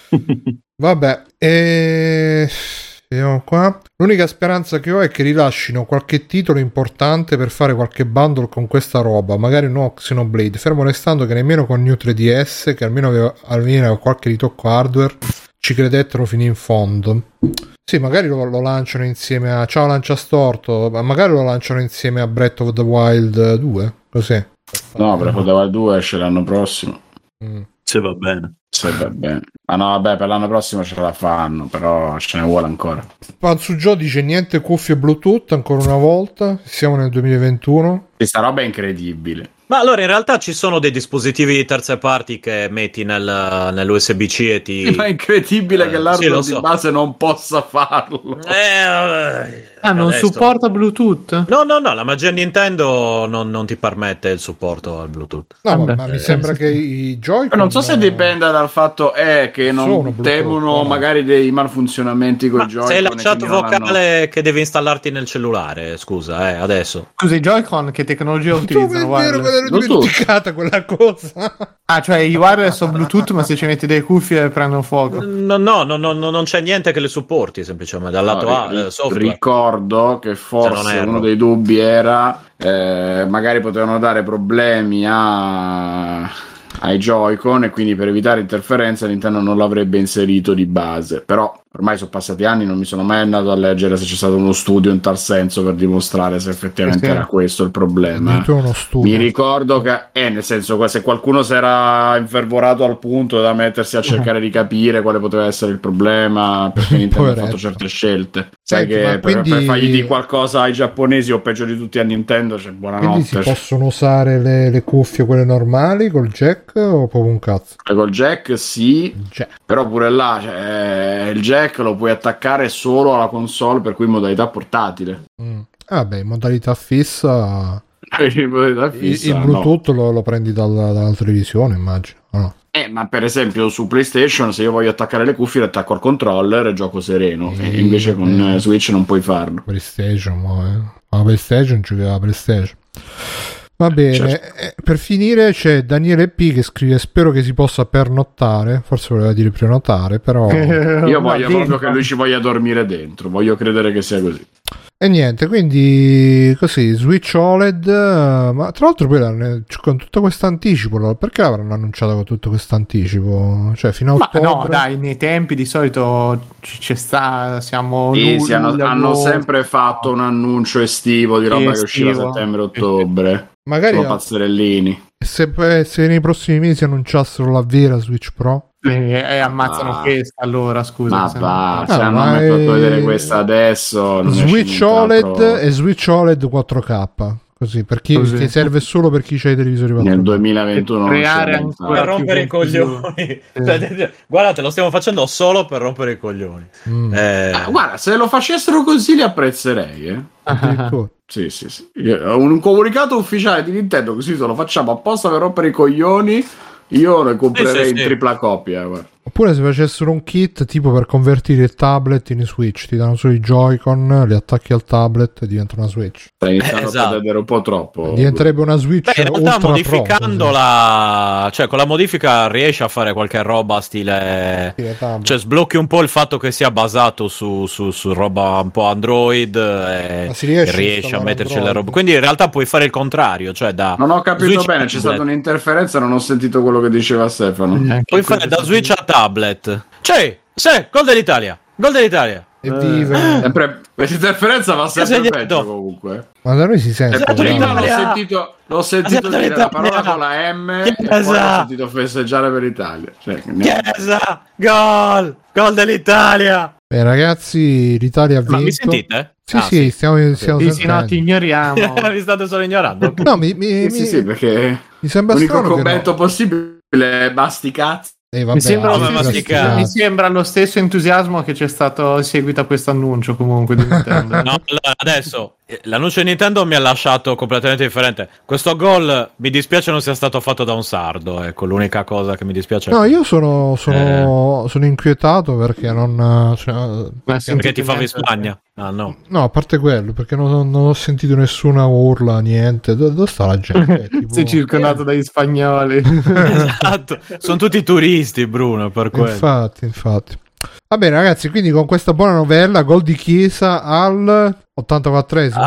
Vabbè, e... vediamo qua. L'unica speranza che ho è che rilascino qualche titolo importante per fare qualche bundle con questa roba, magari un nuovo Xenoblade, fermo restando che nemmeno con New tre D S, che almeno aveva, almeno aveva qualche ritocco hardware, ci credettero fino in fondo. Sì, magari lo, lo lanciano insieme a Ciao Lancia Storto, ma magari lo lanciano insieme a Breath of the Wild due, così. No, Breath of the Wild due esce l'anno prossimo. Mm. Se va bene. Se va bene. Ah no, vabbè, per l'anno prossimo ce la fanno, però ce ne vuole ancora. Panzugio dice niente cuffie Bluetooth ancora una volta, siamo nel duemilaventuno. Questa roba è incredibile. Ma allora in realtà ci sono dei dispositivi di terze parti che metti nel, nell'U S B C e ti... Ma è incredibile Eh, che l'hardware sì, lo di so. base non possa farlo. Eh, Ah, non adesso- supporta Bluetooth? No, no, no, la magia Nintendo non, non ti permette il supporto al Bluetooth. No, ma, Vabbè. ma mi sembra che i Joy-Con... Non so se dipenda dal fatto è che Sono non Bluetooth, temono no? magari dei malfunzionamenti con Ma i Joy-Con. sei la e chat quindi non hanno- vocale che devi installarti nel cellulare, scusa, eh, adesso. Scusa, i Joy-Con che tecnologia Dove utilizzano? è vero, me wireless? l'ero Bluetooth. dimenticata quella cosa. Ah, cioè i wireless sono Bluetooth, ma se ci metti delle cuffie prendono fuoco. No, no, no, no, no, non c'è niente che le supporti, semplicemente dal lato No, A, ri- eh, software. ricordo che non forse erro. uno dei dubbi era eh, magari potevano dare problemi a ai Joy-Con e quindi per evitare interferenze Nintendo non l'avrebbe inserito di base, però ormai sono passati anni, non mi sono mai andato a leggere se c'è stato uno studio in tal senso per dimostrare se effettivamente Sì, sì. era questo il problema. Addirittura uno studio. Mi ricordo che, eh, nel senso, se qualcuno si era infervorato al punto da mettersi a cercare di capire quale poteva essere il problema, perché Nintendo ha Poveretto. fatto certe scelte. Sai Senti, che ma per, quindi- per fargli di qualcosa ai giapponesi o peggio di tutti a Nintendo c'è Quindi si buonanotte. possono usare le, le cuffie quelle normali col jack o proprio un cazzo? E col jack sì, Jack. però pure là cioè, il jack lo puoi attaccare solo alla console, per cui in modalità portatile. Mm. Ah beh, in modalità fissa... il, fissa, il Bluetooth no. lo, lo prendi dalla, dalla televisione, immagino. No. Eh, ma per esempio su PlayStation, se io voglio attaccare le cuffie, le attacco al controller e gioco sereno. E, e invece eh, con eh, Switch non puoi farlo. PlayStation, ma eh. la PlayStation gioca la PlayStation. Va bene, certo. eh, per finire c'è Daniele P che scrive: spero che si possa pernottare, forse voleva dire prenotare, però io voglio proprio che lui ci voglia dormire dentro, voglio credere che sia così. E niente, quindi così Switch O L E D, ma tra l'altro poi con tutto questo anticipo, perché l'avranno annunciato con tutto questo anticipo? Cioè fino a ottobre? No, dai, nei tempi di solito c'è sta, siamo sì, sì, hanno, hanno sempre fatto un annuncio estivo di roba estivo. Che usciva a settembre-ottobre. Magari sono pazzerellini. Se, se nei prossimi mesi annunciassero la vera Switch Pro e eh, ammazzano ah, questa allora scusa ma se va, no, se hanno fatto vedere questa adesso non Switch O L E D e Switch O L E D quattro K così per chi che serve solo per chi c'ha i televisori quattro K nel duemilaventuno creare ancora per rompere i coglioni eh. Guardate, lo stiamo facendo solo per rompere i coglioni mm. eh. ah, guarda, se lo facessero così li apprezzerei eh. Sì, sì, sì. Un comunicato ufficiale di Nintendo così se lo facciamo apposta per rompere i coglioni, io ne comprerei sì, sì, in sì. tripla coppia. Guarda. Oppure se facessero un kit tipo per convertire il tablet in Switch, ti danno solo i Joy-Con, li attacchi al tablet e diventa una Switch. Stai iniziando esatto. a vedere un po' troppo. Diventerebbe una Switch. Beh, in realtà modificandola, cioè con la modifica riesci a fare qualche roba stile, sì, cioè sblocchi un po' il fatto che sia basato su, su, su roba un po' Android e, e riesci a metterci Android. Le robe. Quindi in realtà puoi fare il contrario, cioè da non ho capito Switch bene, c'è stata un'interferenza, non ho sentito quello che diceva Stefano. Eh, puoi fare da Switch a tablet. Cioè, sì, gol dell'Italia. Gol dell'Italia. Evviva. Sempre questa interferenza va sempre peggio comunque. Ma da noi si sente. Prima l'ho sentito, l'ho sentito dire la parola con la M Chiesa. E poi l'ho sentito festeggiare per l'Italia. Cioè, Chiesa, gol, gol dell'Italia. Beh, ragazzi, l'Italia ha vinto. Ma mi sentite? Sì, ah, sì, sì, stiamo, stiamo sì, sì, no, ti ignoriamo. Mi state solo ignorando. No, mi, mi, sì, mi, sì, perché mi sembra l'unico strano commento no. possibile è basti cazzi. Eh, vabbè, mi, sembra no, stesso, mi sembra lo stesso entusiasmo che c'è stato seguito a questo annuncio comunque di Nintendo. No, allora, adesso l'annuncio di Nintendo mi ha lasciato completamente differente. Questo gol mi dispiace non sia stato fatto da un sardo, ecco l'unica cosa che mi dispiace. No, io sono sono, eh... sono inquietato perché non cioè, perché ti fava in Spagna. Ah, no. No, a parte quello, perché non, non ho sentito nessuna urla, niente. Dove, dove sta la gente? Tipo... Sei circondato dagli spagnoli. Esatto, sono tutti turisti, Bruno, per quello. Infatti, infatti. Va bene, ragazzi, quindi con questa buona novella, gol di Chiesa al ottantaquattresimo.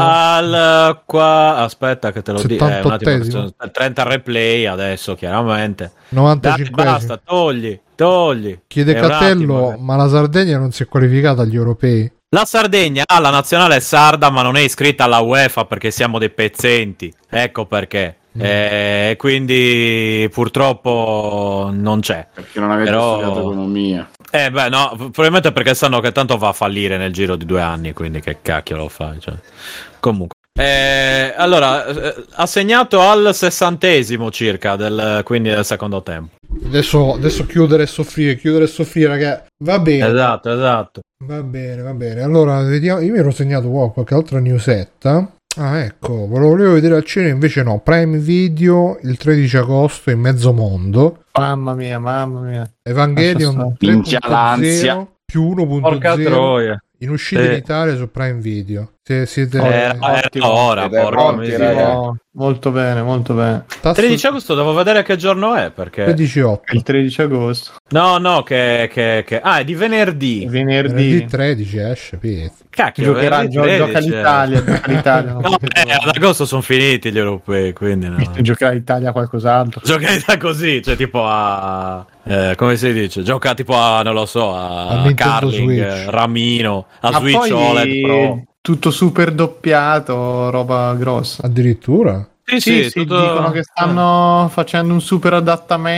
Al qua, aspetta che te lo dico. Eh, un attimo, trenta replay adesso, chiaramente. novantacinque. Dai, basta, togli, togli. Chiede è Cattello, ma la Sardegna non si è qualificata agli europei? La Sardegna ha la nazionale sarda, ma non è iscritta alla UEFA perché siamo dei pezzenti. Ecco perché. Mm. E quindi purtroppo non c'è. Perché non avete Però... studiato economia. Eh beh no, probabilmente perché sanno che tanto va a fallire nel giro di due anni, quindi che cacchio lo fai, cioè. Comunque eh, allora eh, ha segnato al sessantesimo circa del, quindi del secondo tempo. Adesso, adesso chiudere e soffrire, chiudere e soffrire, ragazzi. Va bene. Esatto, esatto. Va bene, va bene. Allora, vediamo. Io mi ero segnato wow, qualche altra newsetta. Ah, ecco, ve lo volevo vedere al cinema, invece no. Prime Video il tredici agosto in mezzo mondo. Mamma mia, mamma mia. Evangelion tre punto zero più uno punto zero in uscita sì. in Italia su Prime Video. Se siete eh, ottimo. Ora, porca miseria. Molto bene, molto bene. Tasso... tredici agosto devo vedere che giorno è perché tredici otto. Il tredici agosto. No, no, che, che, che... ah, è di venerdì. Venerdì, venerdì tredici esce, Pietro. Cacchio, giocherà, gioca l'Italia, gioca l'Italia. No, eh, ad agosto sono finiti gli europei, quindi no. Giocherà l'Italia qualcos'altro. Gioca l'Italia così, cioè tipo a eh, come si dice? Gioca tipo a non lo so, a, a Carling, Switch. Ramino, a Ma Switch O L E D Pro. Tutto super doppiato, roba grossa. Addirittura? Sì, sì, sì, sì tutto... dicono che stanno eh. facendo un super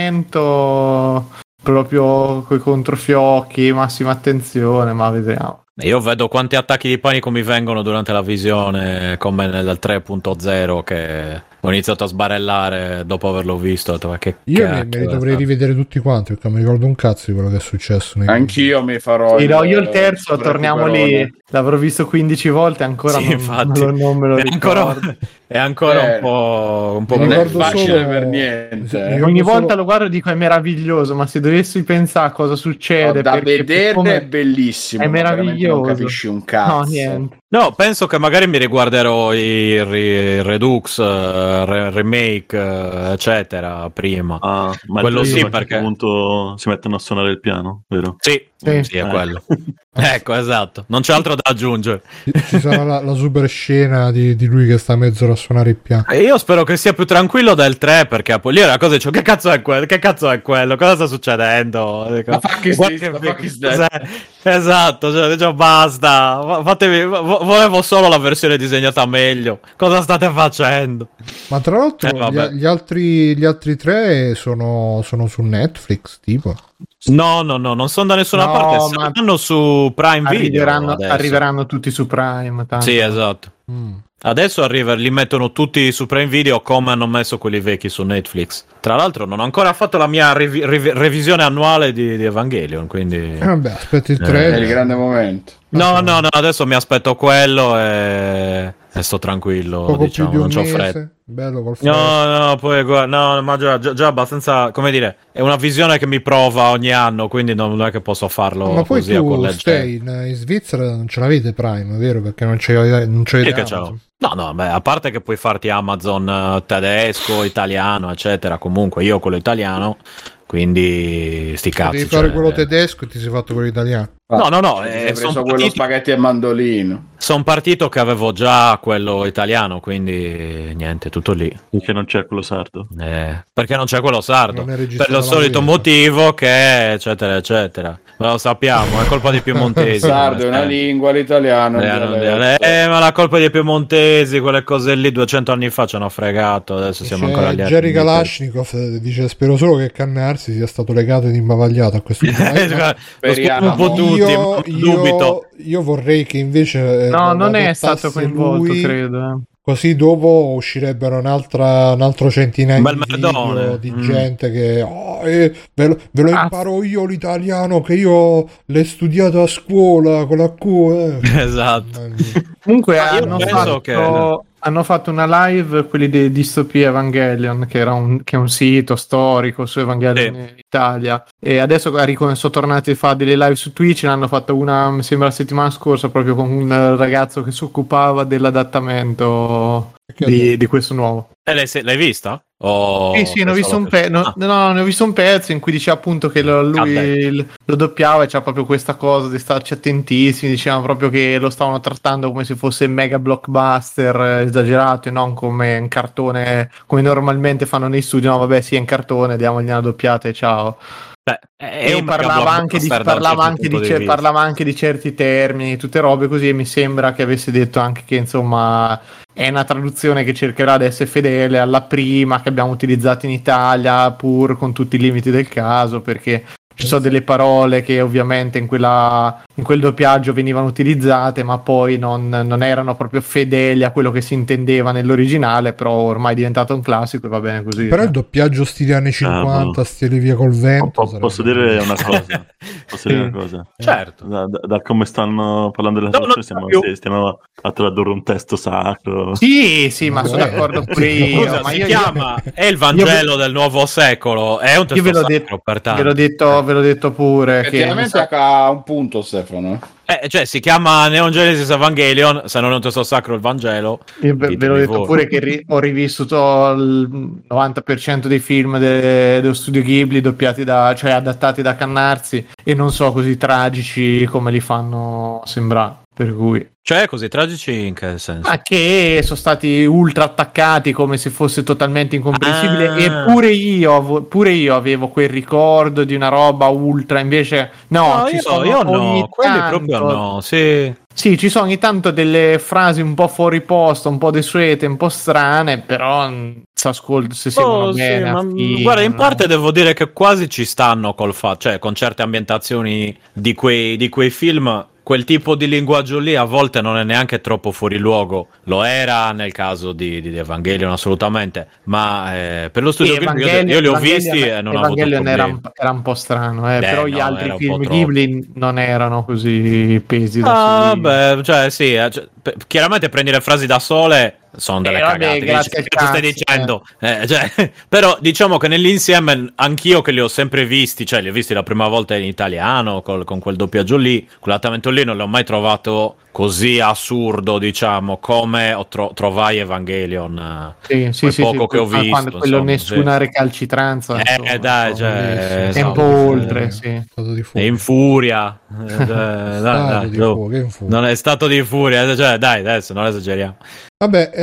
adattamento proprio coi controfiocchi, massima attenzione, ma vediamo. Io vedo quanti attacchi di panico mi vengono durante la visione, come nel tre punto zero, che ho iniziato a sbarellare dopo averlo visto. Ma che io me, me li dovrei rivedere tutti quanti, perché mi ricordo un cazzo di quello che è successo. Anch'io mi farò. Sì, no, io il terzo, torniamo lì. L'avrò visto quindici volte, ancora sì, non, infatti, non, non me lo è ancora, è ancora eh, un po', un po' non è facile solo, per niente. Eh. Ogni volta solo... lo guardo e dico è meraviglioso, ma se dovessi pensare a cosa succede, no, da vedere è bellissimo, è meraviglioso. Non capisci un cazzo. No, niente. No, penso che magari mi riguarderò il re- Redux, uh, re- remake, uh, eccetera, prima. Ah, ma quello sì, perché appunto si mettono a suonare il piano, vero? Sì, sì, sì è eh. quello. Ecco, esatto, non c'è altro da aggiungere. Ci sarà la, la super scena di, di lui che sta a mezz'ora a suonare il piano. E io spero che sia più tranquillo del tre, perché poi lì era cosa dicevo, che cazzo è quello? Che cazzo è quello? Cosa sta succedendo? La fuck is this? La fuck is that? Esatto, cioè, dicevo, basta, fatevi, vo- volevo solo la versione disegnata meglio. Cosa state facendo? Ma tra l'altro eh, gli, gli, altri, gli altri tre sono, sono su Netflix, tipo? No, no, no, non sono da nessuna no, parte, stanno su Prime arriveranno, Video. Arriveranno tutti su Prime. Tanto. Sì, esatto. Mm. Adesso arriva, li mettono tutti su Prime Video come hanno messo quelli vecchi su Netflix. Tra l'altro non ho ancora fatto la mia revi- revi- revisione annuale di, di Evangelion, quindi... Eh, vabbè, aspetti il tre. Eh, è il grande momento. No, no, no, adesso mi aspetto quello e, e sto tranquillo, poco diciamo, più di non un c'ho fretta. Bello col no, no, poi guarda, no, ma già, già, già abbastanza, come dire, è una visione che mi prova ogni anno, quindi non è che posso farlo ma poi così tu a colleggere. stai in, in Svizzera, non ce l'avete Prime, vero? Perché non c'è, non c'è che c'ho. No, no, beh, a parte che puoi farti Amazon uh, tedesco, italiano, eccetera, comunque io quello italiano, quindi sti cazzi. Devi fare cioè, quello tedesco e ti sei fatto quello italiano. No, no, no, eh, sono quello partito... spaghetti e mandolino. Sono partito che avevo già quello italiano, quindi niente, tutto lì. Perché non c'è quello sardo? Eh, perché non c'è quello sardo? Per lo solito vita. motivo che eccetera eccetera. Ma lo sappiamo, è colpa dei piemontesi. Sardo è una lingua, l'italiano è eh, ma la colpa dei piemontesi, quelle cose lì duecento anni fa ci hanno fregato, adesso siamo c'è ancora lì. Jerry Kalashnikov dice spero solo che Cannarsi sia stato legato ed imbavagliato a questo punto. Speriamo un po' tutti, io, io, io vorrei che invece no, non è stato coinvolto, lui, credo. Così dopo uscirebbero un'altra, un altro centinaio Bel di video di mm. gente che oh, eh, ve lo, ve lo imparo io l'italiano che io l'ho studiato a scuola con la Q. Eh. Esatto. Comunque hanno fatto, che... hanno fatto una live quelli di Dystopia Evangelion, che era un, che è un sito storico su Evangelion in Italia, e adesso sono tornati a fare delle live su Twitch. Ne hanno fatto una, mi sembra la settimana scorsa, proprio con un ragazzo che si occupava dell'adattamento di, di questo nuovo. E l'hai, l'hai vista? Oh, sì, sì, ne ho visto un pe- no, ah. no, ne ho visto un pezzo in cui diceva appunto che lo, lui lo, lo doppiava e c'ha proprio questa cosa di starci attentissimi. Dicevano proprio che lo stavano trattando come se fosse mega blockbuster esagerato e non come un cartone come normalmente fanno nei studi. No, vabbè, sì, è un cartone, diamogli una doppiata e ciao. Beh, e parlava anche, di, parlava, anche di, di parlava anche di certi termini, tutte robe così, e mi sembra che avesse detto anche che insomma è una traduzione che cercherà di essere fedele alla prima che abbiamo utilizzato in Italia, pur con tutti i limiti del caso, perché ci sono delle parole che ovviamente in quella in quel doppiaggio venivano utilizzate, ma poi non, non erano proprio fedeli a quello che si intendeva nell'originale, però ormai è diventato un classico e va bene così. Però il doppiaggio stile anni cinquanta, ah, stile Via col vento. Po- posso dire una cosa? Posso dire una cosa? Certo. Da, da, da come stanno parlando della no, situazione, stiamo, stiamo, stiamo a tradurre un testo sacro. Sì, sì, ma sono d'accordo pure io. Scusa, ma si io, chiama io... è il Vangelo io... del nuovo secolo. È un testo io ve l'ho sacro, detto, pertanto. Ve l'ho detto, ve l'ho detto pure. Effettivamente che ha un punto, Stefano. Eh, cioè si chiama Neon Genesis Evangelion, se non è un testo sacro il Vangelo. Io ve, ve l'ho detto voi. Pure che ri- ho rivissuto il novanta per cento dei film de- dello studio Ghibli doppiati da, cioè adattati da Cannarsi, e non so così tragici come li fanno sembrare, per cui cioè così tragici in che senso? Ah, che sono stati ultra attaccati come se fosse totalmente incomprensibile, ah. eppure io pure io avevo quel ricordo di una roba ultra, invece no, no ci io, sono io no, quelli tanto... proprio no, sì. Sì, ci sono ogni tanto delle frasi un po' fuori posto, un po' desuete, un po' strane, però si ascolta, se seguono oh, bene. Sì, ma, fine, guarda, in no? parte devo dire che quasi ci stanno col fa- cioè con certe ambientazioni di quei, di quei film. quel tipo di linguaggio lì a volte non è neanche troppo fuori luogo. Lo era nel caso di, di Evangelion assolutamente, ma eh, per lo studio sì, Ghibli io, io li ho visti e non ho avuto problemi. Era un, era un po' strano, eh, eh, però no, gli altri film Ghibli non erano così pesi da ah, beh, cioè sì, eh, cioè, p- chiaramente prendi le frasi da sole sono delle eh, cagate, vabbè, grazie che tu stai dicendo eh. Eh, cioè, però diciamo che nell'insieme anch'io che li ho sempre visti, cioè li ho visti la prima volta in italiano col, con quel doppiaggio lì, quell'adattamento lì non l'ho mai trovato così assurdo, diciamo, come ho tro- trovai Evangelion sì, sì, sì, poco sì, che ho visto, quando quello insomma, nessuna sì. recalcitranza eh insomma, dai, cioè, è un po' oltre, sì. È in furia eh, dai, dai, di no. furia, in furia. Non è stato di furia, cioè dai, adesso non esageriamo. Vabbè,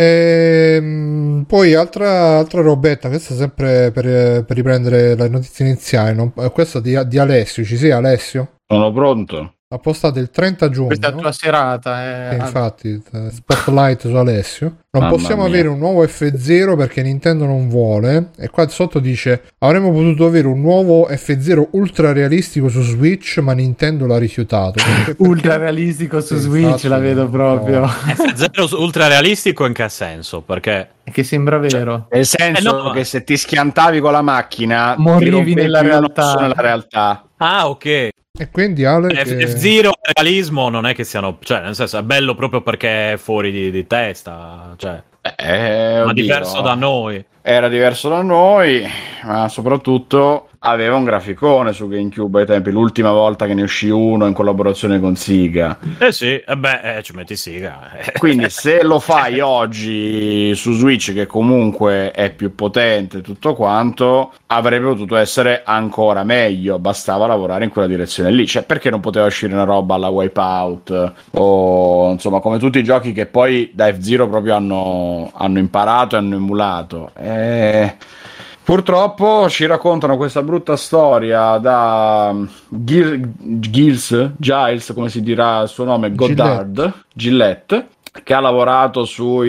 ehm, poi altra, altra robetta, questa sempre per, per riprendere le notizie iniziali, non, questa di, di Alessio, ci sei Alessio? Sono pronto. Ha postato il trenta giugno. Questa tua serata, eh, infatti, spotlight su Alessio. Non Mamma possiamo mia. avere un nuovo F zero perché Nintendo non vuole. E qua sotto dice: avremmo potuto avere un nuovo F zero ultra realistico su Switch, ma Nintendo l'ha rifiutato. Perché, perché... ultra realistico su sì, Switch, infatti, la vedo proprio. No. F zero ultra realistico in che senso? Perché che sembra vero. Nel senso eh no, che se ti schiantavi con la macchina morivi nella realtà. nella realtà. Ah, ok. E quindi Ale F- che... F-Zero realismo non è che siano, cioè nel senso è bello proprio perché è fuori di, di testa, cioè Eh, ma oddio. diverso da noi. Era diverso da noi, ma soprattutto aveva un graficone su GameCube ai tempi, l'ultima volta che ne uscì uno in collaborazione con Sega. Eh sì, e eh beh, eh, ci metti Sega. Quindi se lo fai oggi su Switch, che comunque è più potente tutto quanto, avrebbe potuto essere ancora meglio, bastava lavorare in quella direzione lì. Cioè, perché non poteva uscire una roba alla Wipeout o insomma come tutti i giochi che poi da F-Zero proprio hanno, hanno imparato e hanno emulato. Eh... Purtroppo ci raccontano questa brutta storia da Gil- Giles, Giles, come si dirà il suo nome, Goddard, Gillette, che ha lavorato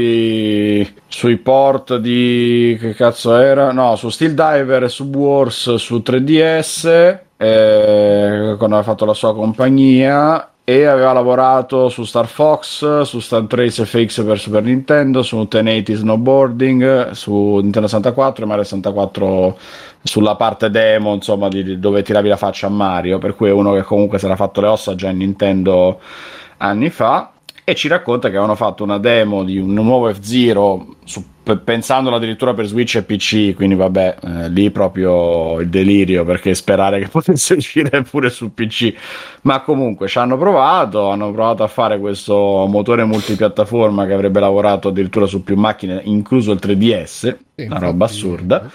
sui, sui port di, che cazzo era? No, su Steel Diver e Subwars su tre D S, eh, quando ha fatto la sua compagnia, e aveva lavorato su Star Fox, su Star Trace F X per Super Nintendo, su ten eighty Snowboarding, su Nintendo sessantaquattro e Mario sessantaquattro sulla parte demo, insomma, di dove tiravi la faccia a Mario, per cui è uno che comunque si era fatto le ossa già in Nintendo anni fa, e ci racconta che avevano fatto una demo di un nuovo F-Zero su, pensandolo addirittura per Switch e P C, quindi vabbè, eh, lì proprio il delirio, perché sperare che potesse uscire pure su P C, ma comunque ci hanno provato, hanno provato a fare questo motore multipiattaforma che avrebbe lavorato addirittura su più macchine, incluso il tre D S, sì, una roba assurda,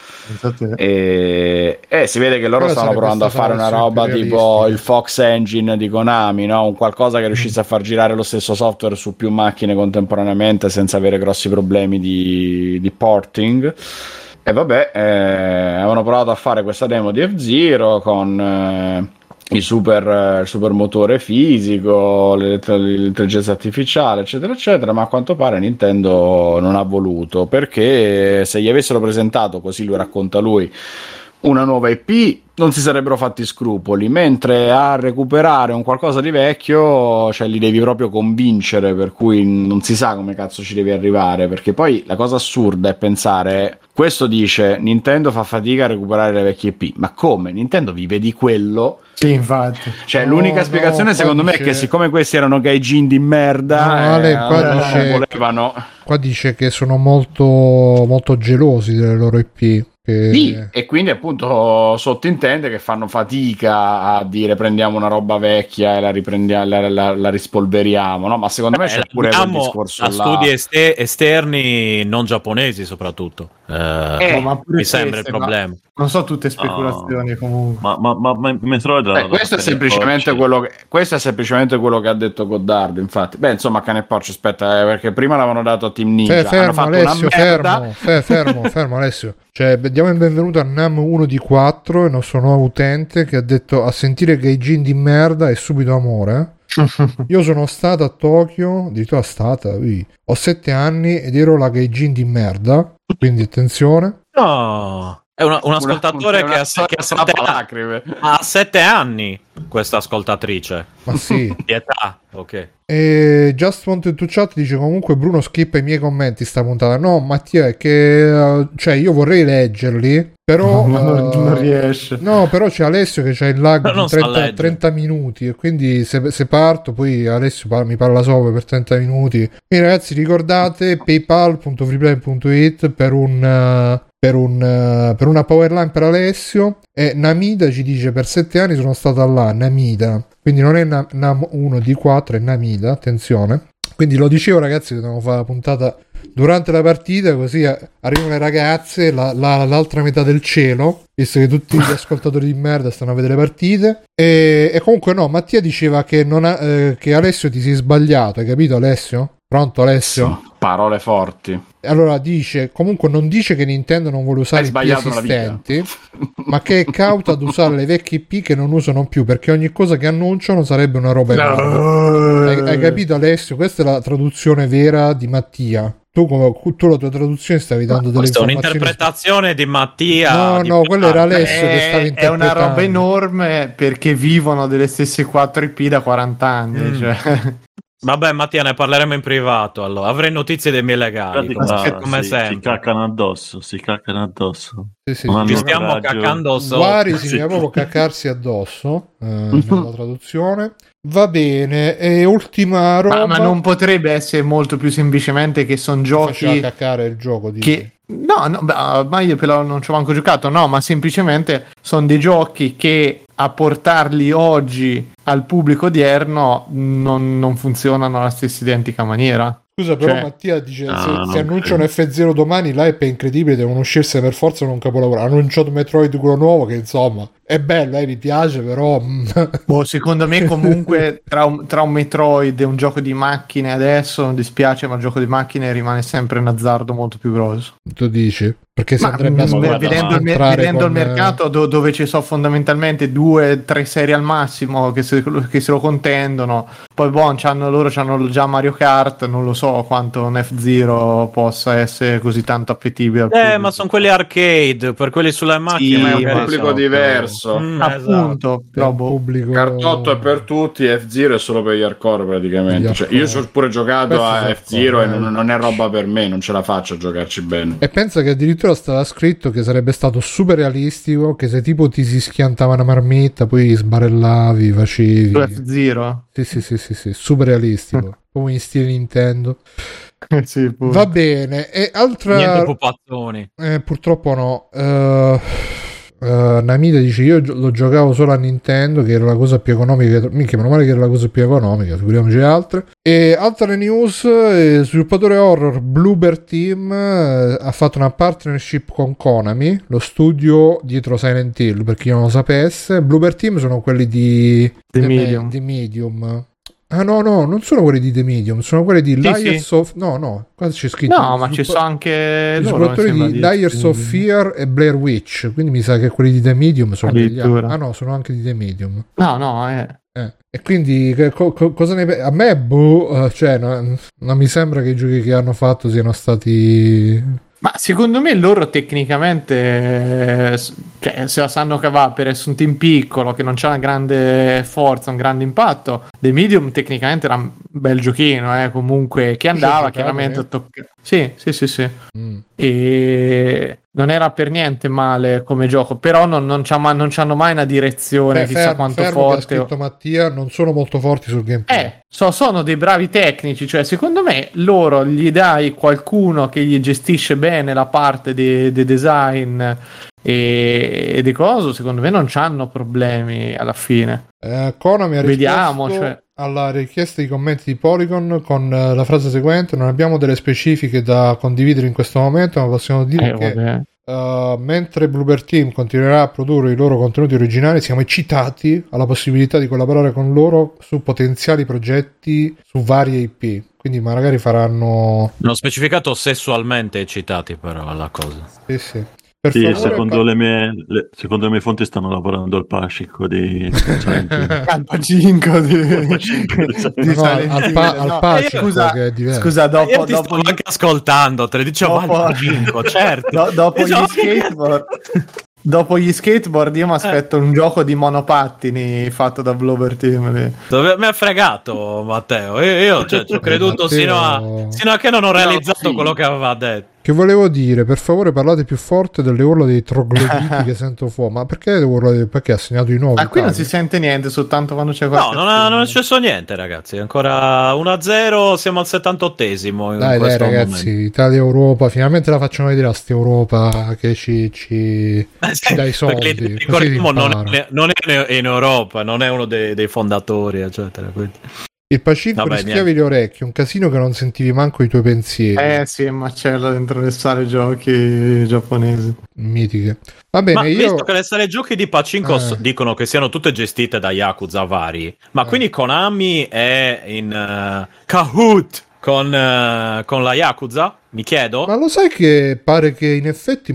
e, e si vede che loro stanno provando a fare una roba tipo il Fox Engine di Konami, no? Un qualcosa che riuscisse a far girare lo stesso software su più macchine contemporaneamente senza avere grossi problemi di, di porting. E vabbè, eh, avevano provato a fare questa demo di F-Zero con eh, il super, il super motore fisico, l'intelligenza artificiale, eccetera, eccetera, ma a quanto pare Nintendo non ha voluto, perché se gli avessero presentato, così lo racconta lui, una nuova I P, non si sarebbero fatti scrupoli, mentre a recuperare un qualcosa di vecchio, cioè li devi proprio convincere, per cui non si sa come cazzo ci devi arrivare, perché poi la cosa assurda è pensare, questo dice Nintendo fa fatica a recuperare le vecchie I P, ma come? Nintendo vive di quello? Sì, infatti. Cioè, no, l'unica spiegazione no, secondo dice... me è che siccome questi erano gaijin di merda, no, Ale, eh, qua, allora dice volevano... che, qua dice che sono molto, molto gelosi delle loro I P. Che... Sì, e quindi appunto sottintende che fanno fatica a dire prendiamo una roba vecchia e la riprendiamo, la, la, la rispolveriamo, no? Ma secondo me eh, c'è pure quel discorso a là. studi este- esterni non giapponesi soprattutto. Eh, eh, no, ma pure mi sembra il queste, problema. Non so tutte speculazioni no. comunque. Ma, ma, ma, ma Metroid Beh, questo, è semplicemente quello che, questo è semplicemente quello che ha detto Goddard, infatti. Beh, insomma, cane e porci, aspetta, eh, perché prima l'avevano dato a Team Ninja. Fe, fermo, hanno fatto Alessio, una merda. fermo, fe, fermo, fermo, Alessio. Cioè, diamo il benvenuto a Nam uno di quattro, il nostro nuovo utente, che ha detto a sentire gaijin di merda è subito amore. Io sono stato a Tokyo, addirittura stata, ui. Ho sette anni ed ero la gaijin di merda, quindi attenzione. No, è una, un ascoltatore una, che, ha, che ha, sette lacrime. ha sette anni, questa ascoltatrice. Ma sì. Di età. ok. E Just Wanted to Chat dice comunque Bruno skippa i miei commenti sta puntata. No Mattia, è che uh, cioè io vorrei leggerli, però no, uh, non riesce. No, però c'è Alessio che c'ha il lag di trenta, trenta minuti, e quindi se, se parto poi Alessio parla, mi parla sopra per trenta minuti. Quindi ragazzi ricordate paypal punto freeplay punto it per un uh, per un uh, per una powerline per Alessio. E Namida ci dice per sette anni sono stata là, Namida, quindi non è Nam, Nam uno di quattro, è Namida, attenzione. Quindi lo dicevo ragazzi, dobbiamo fare la puntata durante la partita, così arrivano le ragazze, la, la, l'altra metà del cielo, visto che tutti gli ascoltatori di merda stanno a vedere le partite. E, e comunque no, Mattia diceva che, non ha, eh, che Alessio ti sei sbagliato, hai capito Alessio? Pronto Alessio? Sì, parole forti. Allora dice, comunque non dice che Nintendo non vuole usare i P esistenti, ma che è cauta ad usare le vecchie I P che non usano più, perché ogni cosa che annunciano sarebbe una roba enorme. No. Hai, hai capito Alessio? Questa è la traduzione vera di Mattia. Tu, come, tu la tua traduzione stavi dando delle questa informazioni. Questa è un'interpretazione di Mattia. No, di no, quello era Alessio è, che stava interpretando. È una roba enorme perché vivono delle stesse quattro I P da quaranta anni. Mm. Cioè. Vabbè Mattia, ne parleremo in privato, allora avrei notizie dei miei legali come, ah, come sì, sempre. Si caccano addosso, si caccano addosso. Sì, sì, ci stiamo coraggio. Caccando sotto. Guari significa proprio caccarsi addosso eh, nella traduzione. Va bene, e ultima roba. Ma, ma non potrebbe essere molto più semplicemente che sono giochi. Faceva caccare il gioco di che... No, no, beh, ma io però non ci ho manco giocato, no, ma semplicemente sono dei giochi che a portarli oggi al pubblico odierno non, non funzionano alla stessa identica maniera. Scusa, però cioè... Mattia dice no, se, no, se annunciano F zero domani l'hype è incredibile, devono uscirsi per forza con un capolavoro. Hanno annunciato Metroid quello nuovo che insomma è bello, eh, mi piace, però boh, secondo me comunque tra un, tra un Metroid e un gioco di macchine adesso non dispiace, ma il gioco di macchine rimane sempre un azzardo molto più grosso. Tu dici? Perché si ma, andrebbe a vedendo, vedendo, il, vedendo con... il mercato do, dove ci sono fondamentalmente due tre serie al massimo che se, che se lo contendono, poi boh, c'hanno, loro hanno già Mario Kart, non lo so quanto un F zero possa essere così tanto appetibile. Eh, ma sono quelli arcade, per quelli sulle macchine. Sì, è un pubblico diverso. Mm, appunto, esatto. però boh. Pubblico... Cartotto è per tutti, F zero è solo per gli hardcore praticamente. Cioè, io ci ho pure giocato Questo a F zero e non, non è roba per me, non ce la faccio a giocarci bene. E pensa che addirittura stava scritto che sarebbe stato super realistico, che se tipo ti si schiantava una marmetta poi sbarellavi, facevi F zero? Sì, sì, sì, sì, sì, super realistico, come in stile Nintendo. Sì, va bene. E altra... Niente pupazzoni. Eh, purtroppo no. Uh... Uh, Namida dice io lo giocavo solo a Nintendo, che era la cosa più economica. Minchia, meno male che era la cosa più economica, figuriamoci altre. E altre news, eh, sviluppatore horror Bloober Team eh, ha fatto una partnership con Konami, lo studio dietro Silent Hill, per chi non lo sapesse. Bloober Team sono quelli di The, The Medium. di Medium. Ah no, no, non sono quelli di The Medium, sono quelli di sì, Liars sì. of... No, no, qua c'è scritto... No, ma ci sono anche... I sviluppatori di Liars of Fear e Blair Witch, quindi mi sa che quelli di The Medium sono degli altri. Ah no, sono anche di The Medium. No, no, eh... Eh. E quindi co- co- cosa ne pe- a me boh, cioè no, non mi sembra che i giochi che hanno fatto siano stati... Ma secondo me loro tecnicamente cioè, se la sanno cavare per essere un team piccolo che non c'ha una grande forza, un grande impatto. The Medium tecnicamente era un bel giochino, eh, comunque che andava chiaramente a toccare. Sì, sì, sì, sì. Mm. E non era per niente male come gioco, però non, non, c'ha mai, non c'hanno mai una direzione. Beh, chissà fermo, quanto fermo forte. Che ha scritto Mattia, non sono molto forti sul gameplay. Eh, so, sono dei bravi tecnici, cioè secondo me loro gli dai qualcuno che gli gestisce bene la parte di de design e, e di cose, secondo me non c'hanno problemi alla fine. Eh, Konami ha Vediamo, risposto cioè... alla richiesta di commenti di Polygon con uh, la frase seguente: non abbiamo delle specifiche da condividere in questo momento, ma possiamo dire eh, che uh, mentre Bloober Team continuerà a produrre i loro contenuti originali, siamo eccitati alla possibilità di collaborare con loro su potenziali progetti su varie I P. Quindi magari faranno... Non specificato sessualmente eccitati però alla cosa. Sì, sì. Per sì, favore, secondo, pa- le mie, le, secondo le mie fonti stanno lavorando al Pacico di al Pacinco di, di no, al, pa- al no, Pacico, scusa, che è diverso. scusa dopo, io ti dopo sto gli... anche ascoltando, te le dicevo dopo... al Pacinco, certo. Do, dopo gli skateboard dopo gli skateboard io mi aspetto eh. un gioco di monopattini fatto da Blover Team. Dove mi ha fregato Matteo, io, io cioè, ci ho creduto Matteo... sino, a, sino a che non ho realizzato no, sì. quello che aveva detto. Che volevo dire, per favore parlate più forte delle urla dei trogloditi che sento fuori. Ma perché devo urlare? Perché ha segnato di nuovo? Ma qui non si sente niente, soltanto quando c'è qualche... No, non, ha, non è successo niente, ragazzi. Ancora uno a zero, siamo al settantottesimo. Dai, dai, ragazzi, momento. Italia-Europa. Finalmente la facciamo vedere a sta Europa che ci, ci, eh, sì, ci dà i soldi. Ricordiamo, non è, non è in Europa, non è uno dei, dei fondatori, eccetera. Quindi. Il Pacinco rischiavi le orecchie, un casino che non sentivi manco i tuoi pensieri. Eh sì, macello dentro le sale giochi giapponesi. Mitiche. Va bene, ma io... visto che le sale giochi di Pacinco eh. dicono che siano tutte gestite da Yakuza vari, ma eh. quindi Konami è in uh, Kahoot con, uh, con la Yakuza? Mi chiedo. Ma lo sai che pare che in effetti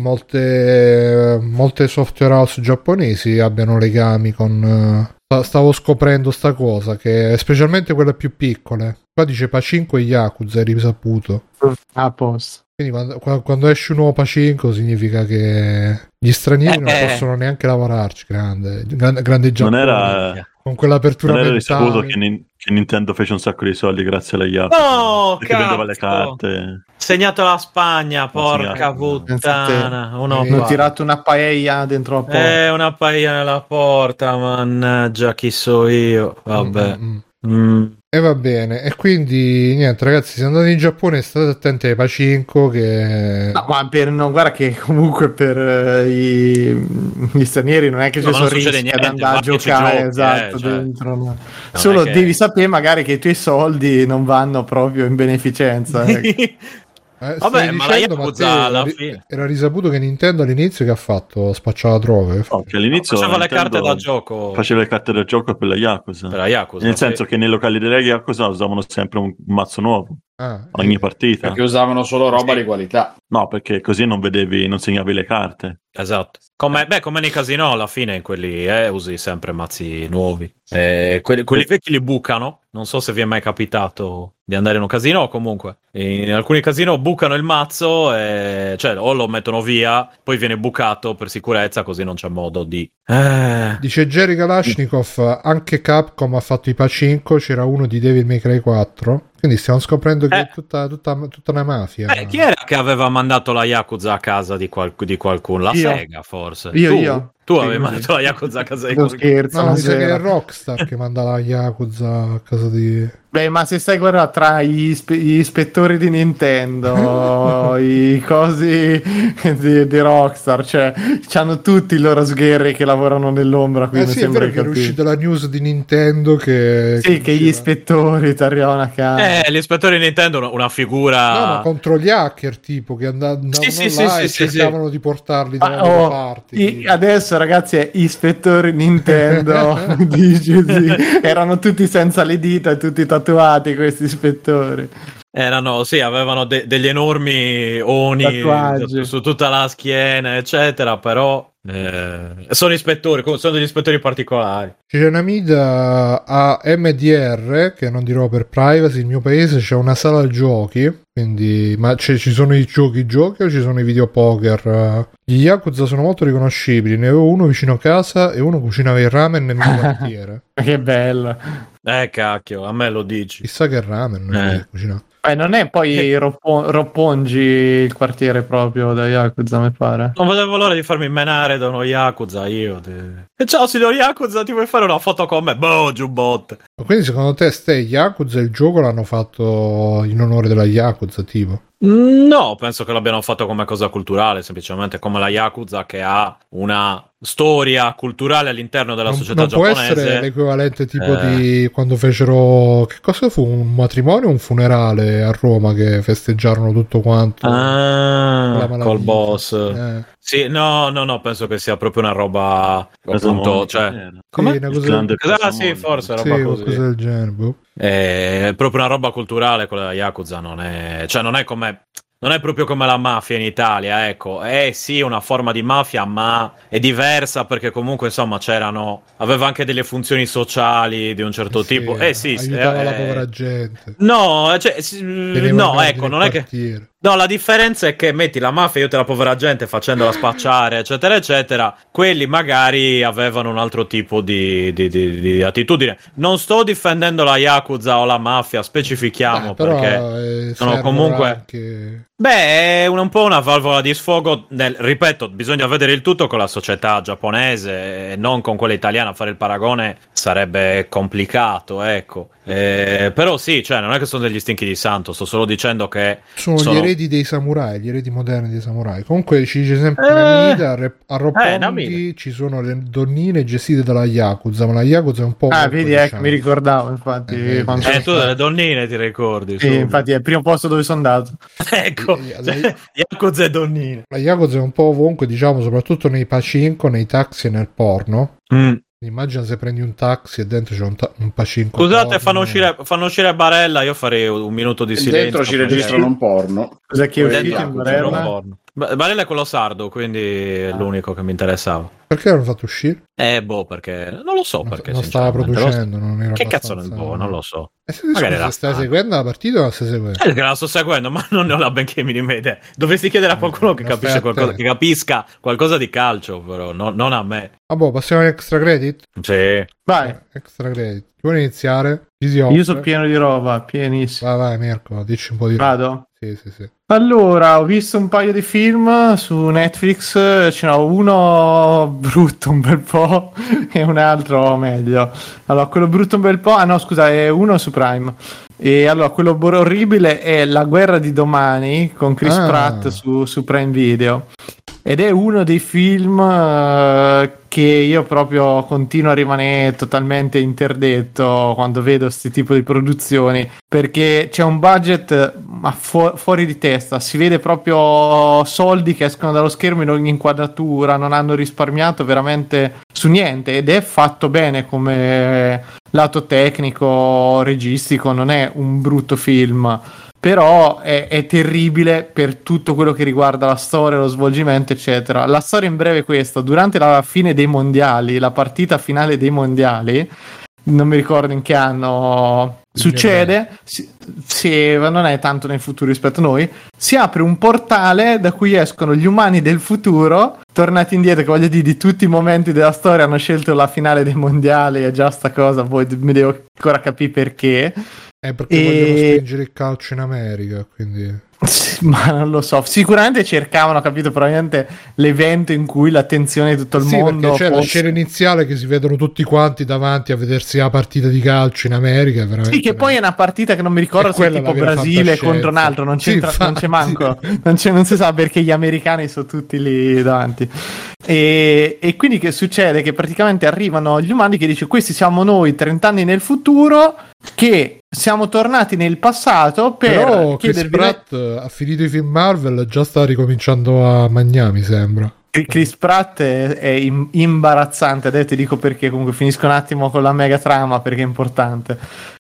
molte, molte software house giapponesi abbiano legami con... Uh... Stavo scoprendo sta cosa, che specialmente quelle più piccole. Qua dice Pacinco e Yakuza, è risaputo. A posto. Quindi quando, quando esce un nuovo Pacinco significa che gli stranieri eh, non eh. possono neanche lavorarci. Grande, grande, grande Giappone. Non era... Con quell'apertura non era mentale. risaputo che, ni- che Nintendo fece un sacco di soldi grazie alla Yakuza. No, perché vendeva le carte. Segnato la Spagna, porca puttana. Uno hanno tirato una paella dentro la porta. Eh, una paella nella porta, mannaggia, chi so io. Vabbè. Mm. Mm. E va bene, e quindi niente ragazzi, se andate in Giappone state attenti ai Pacinco che... No, ma per, no, guarda che comunque per uh, i, gli stranieri non è che no, ci sono rischi ad andare a giocare giochi, esatto, eh, cioè, dentro no. Solo che... devi sapere magari che i tuoi soldi non vanno proprio in beneficenza. Eh. Eh, Vabbè, ma dicendo, la Yakuza Matteo, alla fine era risaputo che Nintendo all'inizio che ha fatto? Spacciava droga. Oh, che all'inizio faceva Nintendo le carte da gioco. Faceva le carte da gioco per la Yakuza. Per la Yakuza Nel sì. senso che nei locali della Yakuza usavano sempre un mazzo nuovo. Ah, ogni sì. partita. Perché usavano solo roba sì. di qualità. No, perché così non vedevi, non segnavi le carte. Esatto. Come, beh, come nei casino alla fine in quelli eh, usi sempre mazzi nuovi. Eh, quelli, quelli vecchi li bucano. Non so se vi è mai capitato di andare in un casino o comunque. In alcuni casino bucano il mazzo, e, cioè o lo mettono via, poi viene bucato per sicurezza, così non c'è modo di... Eh. Dice Jerry Kalashnikov, anche Capcom ha fatto i Pacinco, c'era uno di Devil May Cry quattro. Quindi stiamo scoprendo che eh. è tutta, tutta, tutta una mafia. Eh, chi era che aveva mandato la Yakuza a casa di, qual- di qualcuno? La io. Sega, forse. Io, tu? io. Tu sì, avevi mandato la Yakuza a casa di qualcuno? Scherzo, no, mi sa che è Rockstar che manda la Yakuza a casa di... Beh, ma se stai guardando tra gli, ispe- gli ispettori di Nintendo, i cosi di, di Rockstar, cioè c'hanno tutti i loro sgherri che lavorano nell'ombra. Eh sì, è vero che era uscita la news di Nintendo che... Sì, che, che gli ispettori ti arrivano a casa. Eh, gli ispettori di Nintendo una figura... No, ma contro gli hacker, tipo, che andavano sì, sì, là sì, e sì, cercavano sì. di portarli da ah, una oh, parte. I, adesso, ragazzi, è ispettori Nintendo, dice sì. Erano tutti senza le dita e tutti tatuati questi ispettori. Erano, sì, avevano de- degli enormi oni su, su tutta la schiena, eccetera, però eh, sono ispettori, sono degli ispettori particolari. C'è una mida a M D R, che non dirò per privacy, il mio paese c'è una sala giochi, quindi ma ci sono i giochi giochi o ci sono i videopoker? Gli Yakuza sono molto riconoscibili, ne avevo uno vicino a casa e uno cucinava il ramen nel mio quartiere. Che bello. Eh cacchio, a me lo dici. Chissà che ramen non eh. è cucinato. Eh, non è poi eh. Roppo- Roppongi il quartiere proprio da Yakuza, mi pare. Non vedevo l'ora di farmi menare da uno Yakuza io. Te... E ciao signor Yakuza, ti vuoi fare una foto con me? Boh, giubbot. Quindi secondo te ste Yakuza il gioco l'hanno fatto in onore della Yakuza, tipo? No, penso che l'abbiano fatto come cosa culturale, semplicemente come la Yakuza che ha una storia culturale all'interno della non, società non giapponese. Non può essere l'equivalente tipo eh. di quando fecero... Che cosa fu? Un matrimonio o un funerale a Roma che festeggiarono tutto quanto? Ah, col boss. Eh. Sì, no, no, no, penso che sia proprio una roba appunto, cioè... Come? Sì, una cosa... Ah, sì, forse roba sì, così. Cosa del genere, boh. È proprio una roba culturale quella della Yakuza, non è... Cioè, non è come... Non è proprio come la mafia in Italia, ecco. È sì una forma di mafia, ma è diversa perché comunque, insomma, c'erano... Aveva anche delle funzioni sociali di un certo eh sì, tipo. Eh sì, aiutava eh, la povera gente. No, cioè... No, ecco, non è che... No, la differenza è che metti la mafia, aiuta la povera gente facendola spacciare, eccetera, eccetera. Quelli magari avevano un altro tipo di, di, di, di attitudine. Non sto difendendo la Yakuza o la mafia, specifichiamo, Beh, però, perché eh, sono comunque... Anche... Beh, è un, un po' una valvola di sfogo. Nel, ripeto, bisogna vedere il tutto con la società giapponese e non con quella italiana. Fare il paragone sarebbe complicato, ecco. Eh, però sì, cioè, non è che sono degli stinchi di santo, sto solo dicendo che sono, sono... gli eredi dei samurai, gli eredi moderni dei samurai. Comunque ci dice sempre eh... Namida, a, Re- a Roppongi eh, ci sono le donnine gestite dalla Yakuza, ma la Yakuza è un po'... Ah, molto, vedi, diciamo. ecco, mi ricordavo, infatti. Eh, quando eh, sono tu delle donnine ti ricordi? Sì, infatti è il primo posto dove sono andato. Ecco, la, cioè, Yakuza e donnine. La Yakuza è un po' ovunque, diciamo, soprattutto nei pacinco, nei taxi e nel porno. Mm. Immagina se prendi un taxi e dentro c'è un, ta- un pacinco. Scusate, porno. fanno uscire, fanno uscire Barella, io farei un minuto di e silenzio. dentro ci registrano un porno. Cos'è che è Poi uscito in Yakuza, Barella? Un porno. Ba- Barella è quello sardo, quindi è l'unico che mi interessava. Perché l'hanno fatto uscire? Eh, boh, perché non lo so Non, perché non stava sinceramente, producendo, lo... non era Che cazzo abbastanza... nel boh, non lo so. E se, Magari scusa, era stai stanco. seguendo la partita o la stai seguendo? Eh, che la sto seguendo, ma non ne ho la benché minima idea. Dovresti chiedere a qualcuno che Non capisce stai qualcosa, attento. che capisca qualcosa di calcio, però, no- non a me. Ah boh, passiamo all'extra credit? Sì. Vai, Eh, extra credit. Chi vuole iniziare? Chi si offre? io sono pieno di roba, pienissimo. Vai, vai, Mirko, dici un po' di roba. Vado? Sì, sì, sì. Allora, ho visto un paio di film su Netflix, ce n'ho uno brutto un bel po' e un altro meglio. Allora, quello brutto un bel po', ah no scusa, è uno su Prime. E allora, quello orribile è La guerra di domani con Chris Ah. Pratt su, su Prime Video. Ed è uno dei film uh, che io proprio continuo a rimanere totalmente interdetto quando vedo questi tipo di produzioni, perché c'è un budget ma fu- fuori di testa, si vede proprio soldi che escono dallo schermo in ogni inquadratura, non hanno risparmiato veramente su niente ed è fatto bene come lato tecnico, registico, non è un brutto film. Però è, è terribile per tutto quello che riguarda la storia, lo svolgimento, eccetera. La storia in breve è questa: durante la fine dei mondiali, la partita finale dei mondiali, non mi ricordo in che anno succede, si, si, non è tanto nel futuro rispetto a noi, si apre un portale da cui escono gli umani del futuro, tornati indietro, che voglio dire, di tutti i momenti della storia hanno scelto la finale dei mondiali, è già sta cosa, poi mi devo ancora capire perché. Eh, perché E- vogliono spingere il calcio in America, quindi... Ma non lo so, sicuramente cercavano, capito, probabilmente l'evento in cui l'attenzione di tutto il sì, mondo perché c'è la fosse- scena iniziale che si vedono tutti quanti davanti a vedersi la partita di calcio in America, è veramente... Sì, che poi è una partita che non mi ricordo E se è quella tipo è la vera Brasile fantascienza. contro un altro, non, Sì, c'entra, non c'è infatti. manco, non, c'è, non si sa perché gli americani sono tutti lì davanti. E, e quindi che succede? Che praticamente arrivano gli umani che dice questi siamo noi trent'anni nel futuro che siamo tornati nel passato per Però Chris chiedervi... Pratt ha finito i film Marvel, già sta ricominciando a Magnà, mi sembra. Chris Pratt è, è im- imbarazzante, adesso ti dico perché, comunque finisco un attimo con la mega trama perché è importante.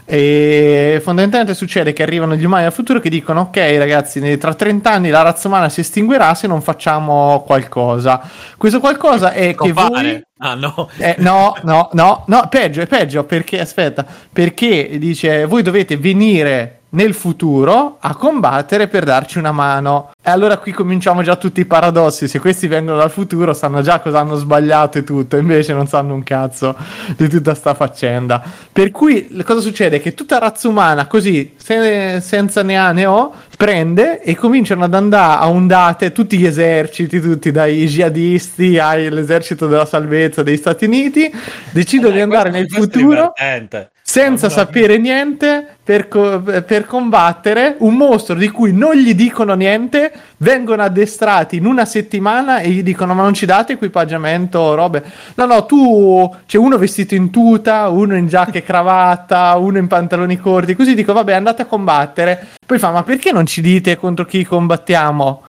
E fondamentalmente succede che arrivano gli umani al futuro che dicono ok ragazzi, ne- tra trenta anni la razza umana si estinguerà se non facciamo qualcosa. Questo qualcosa è che voi... Ah no. Eh, no, no, no, no, peggio, è peggio perché, aspetta, perché dice voi dovete venire nel futuro a combattere per darci una mano. E allora qui cominciamo già tutti i paradossi: se questi vengono dal futuro sanno già cosa hanno sbagliato e tutto, invece non sanno un cazzo di tutta sta faccenda. Per cui cosa succede? Che tutta razza umana così, se- senza ne ha né ho, prende e cominciano ad andare a ondate tutti gli eserciti, tutti dai jihadisti all'esercito della salvezza degli Stati Uniti, decidono Eh, di andare questo- nel questo è futuro divertente. senza No, no. sapere niente per, co- per combattere un mostro di cui non gli dicono niente, vengono addestrati in una settimana e gli dicono ma non ci date equipaggiamento, robe. No, no, tu c'è uno vestito in tuta, uno in giacca e cravatta, uno in pantaloni corti, così dico vabbè andate a combattere. Poi fa ma perché non ci dite contro chi combattiamo?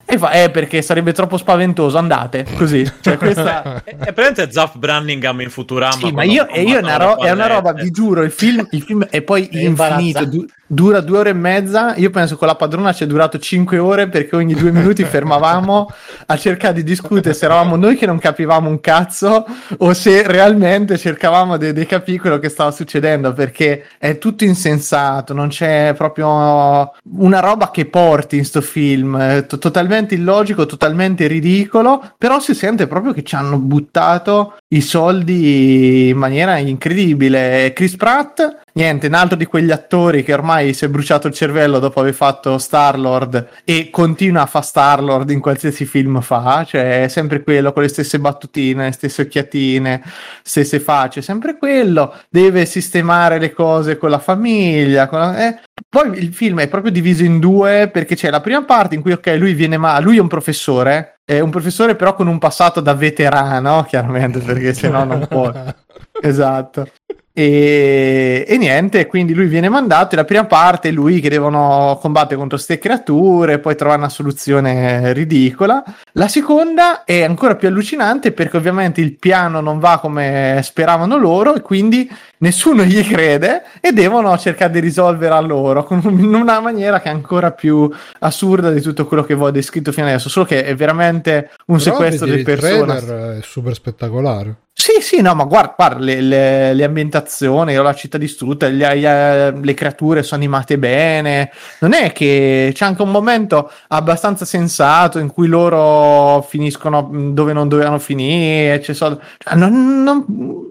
E fa, eh, perché sarebbe troppo spaventoso, andate, così. Cioè, questa... è, è praticamente Zaf Branningham in Futurama. Sì, ma io, e io è, una ro- è una roba, vi giuro, il film, il film è poi è infinito, du- dura due ore e mezza, io penso che con la padrona ci è durato cinque ore, perché ogni due minuti fermavamo a cercare di discutere se eravamo noi che non capivamo un cazzo o se realmente cercavamo di de- capire quello che stava succedendo, perché è tutto insensato, non c'è proprio una roba che porti in sto film, è t- totalmente illogico, totalmente ridicolo, però si sente proprio che ci hanno buttato i soldi in maniera incredibile. Chris Pratt, niente, un altro di quegli attori che ormai si è bruciato il cervello dopo aver fatto Star-Lord e continua a fare Star-Lord in qualsiasi film fa, cioè è sempre quello con le stesse battutine, le stesse occhiatine, stesse facce, sempre quello, deve sistemare le cose con la famiglia, con la... Eh. Poi il film è proprio diviso in due, perché c'è la prima parte in cui ok, lui viene ma lui è un professore, è un professore però con un passato da veterano, chiaramente, perché sennò non può. Esatto. E, e niente, quindi lui viene mandato e la prima parte è lui che devono combattere contro queste creature, poi trovare una soluzione ridicola. La seconda è ancora più allucinante, perché ovviamente il piano non va come speravano loro e quindi nessuno gli crede e devono cercare di risolvere a loro con in una maniera che è ancora più assurda di tutto quello che vi ho descritto fino adesso, solo che è veramente un Però sequestro di persona. Il trailer è super spettacolare. Sì, sì, no, ma guarda, guarda le, le, le ambientazioni, la città distrutta, le, le, le creature sono animate bene. Non è che c'è anche un momento abbastanza sensato in cui loro finiscono dove non dovevano finire. Cioè, so, non, non,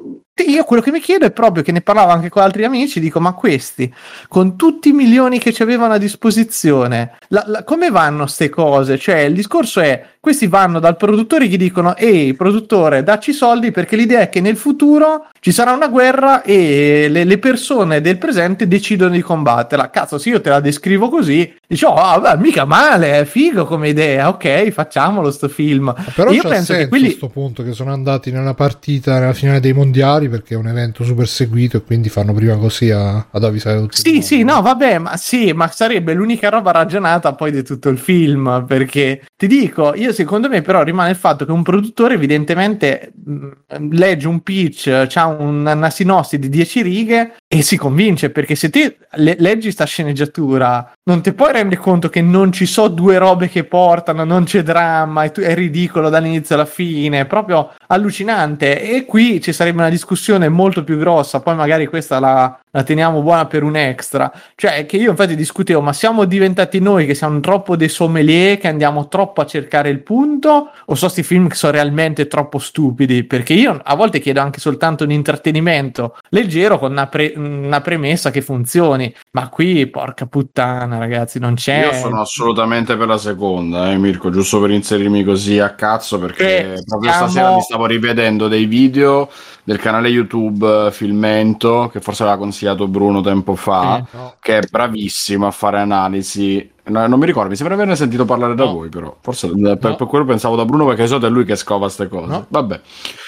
io quello che mi chiedo è proprio, che ne parlavo anche con altri amici, dico, ma questi, con tutti i milioni che ci avevano a disposizione, la, la, come vanno ste cose? Cioè, il discorso è, questi vanno dal produttore che dicono, ehi, produttore, dacci soldi, perché l'idea è che nel futuro ci sarà una guerra e le, le persone del presente decidono di combatterla. Cazzo, se io te la descrivo così, dico, oh, beh, mica male, è figo come idea, ok, facciamolo sto film. Ma però io c'ha penso senso che quelli... a questo punto che sono andati nella partita, nella finale dei mondiali, perché è un evento super seguito e quindi fanno prima così a, ad avvisare tutti. Sì, sì, no, vabbè, ma sì, ma sarebbe l'unica roba ragionata poi di tutto il film, perché ti dico, io secondo me però rimane il fatto che un produttore evidentemente mh, legge un pitch, c'ha un, una sinossi di dieci righe e si convince, perché se te le, leggi sta sceneggiatura non ti puoi rendere conto che non ci sono due robe che portano, non c'è dramma, è, è ridicolo dall'inizio alla fine, è proprio allucinante. E qui ci sarebbe una discussione molto più grossa, poi magari questa la, la teniamo buona per un extra, cioè che io infatti discutevo, ma siamo diventati noi che siamo troppo dei sommelier, che andiamo troppo a cercare il punto, o so sti film che sono realmente troppo stupidi? Perché io a volte chiedo anche soltanto un intrattenimento leggero con una, pre- una premessa che funzioni, ma qui porca puttana ragazzi, non c'è. Io sono assolutamente per la seconda, eh, Mirko, giusto per inserirmi così a cazzo, perché che proprio siamo... stasera mi stavo rivedendo dei video del canale YouTube Filmento, che forse aveva consigliato Bruno tempo fa, eh, no. che è bravissimo a fare analisi. No, non mi ricordo, mi sembra averne sentito parlare da no. voi, però forse per, no. per quello pensavo da Bruno, perché so che è lui che scova queste cose. No. Vabbè.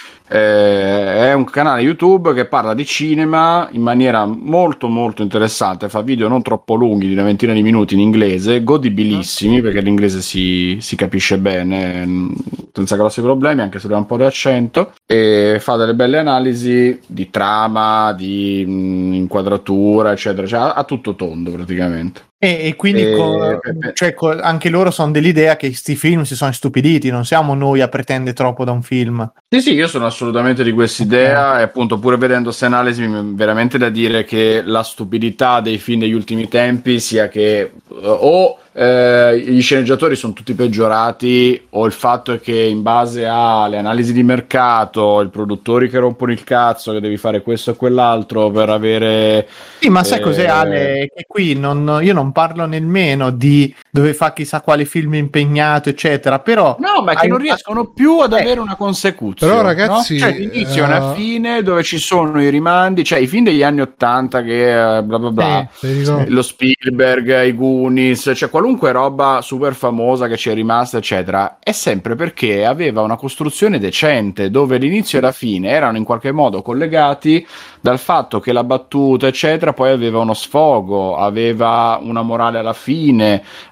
Eh, è un canale YouTube che parla di cinema in maniera molto molto interessante, fa video non troppo lunghi, di una ventina di minuti in inglese, godibilissimi, perché l'inglese si, si capisce bene senza grossi problemi, anche se lui ha un po' di accento, e fa delle belle analisi di trama, di mh, inquadratura, eccetera, cioè a, a tutto tondo praticamente. E, e quindi e... con, cioè, con, anche loro sono dell'idea che sti film si sono stupiditi, non siamo noi a pretendere troppo da un film. Sì, sì, io sono assolutamente di questa idea, okay. E appunto pure vedendo queste analisi mi viene veramente da dire che la stupidità dei film degli ultimi tempi sia che uh, o eh, gli sceneggiatori sono tutti peggiorati, o il fatto è che in base alle analisi di mercato, i produttori che rompono il cazzo, che devi fare questo e quell'altro per avere... Sì, ma sai eh... cos'è, Ale? Che qui non, io non parlo nemmeno di dove fa chissà quale film impegnato, eccetera, però... No, ma è che hai... non riescono più ad eh. avere una consecuzione. Però ragazzi, no? Cioè l'inizio e uh... una fine dove ci sono i rimandi, cioè i film degli anni ottanta che uh, bla bla bla, eh, lo Spielberg, i Goonies, cioè qualunque roba super famosa che ci è rimasta eccetera, è sempre perché aveva una costruzione decente, dove l'inizio e la fine erano in qualche modo collegati dal fatto che la battuta eccetera poi aveva uno sfogo, aveva una morale alla fine,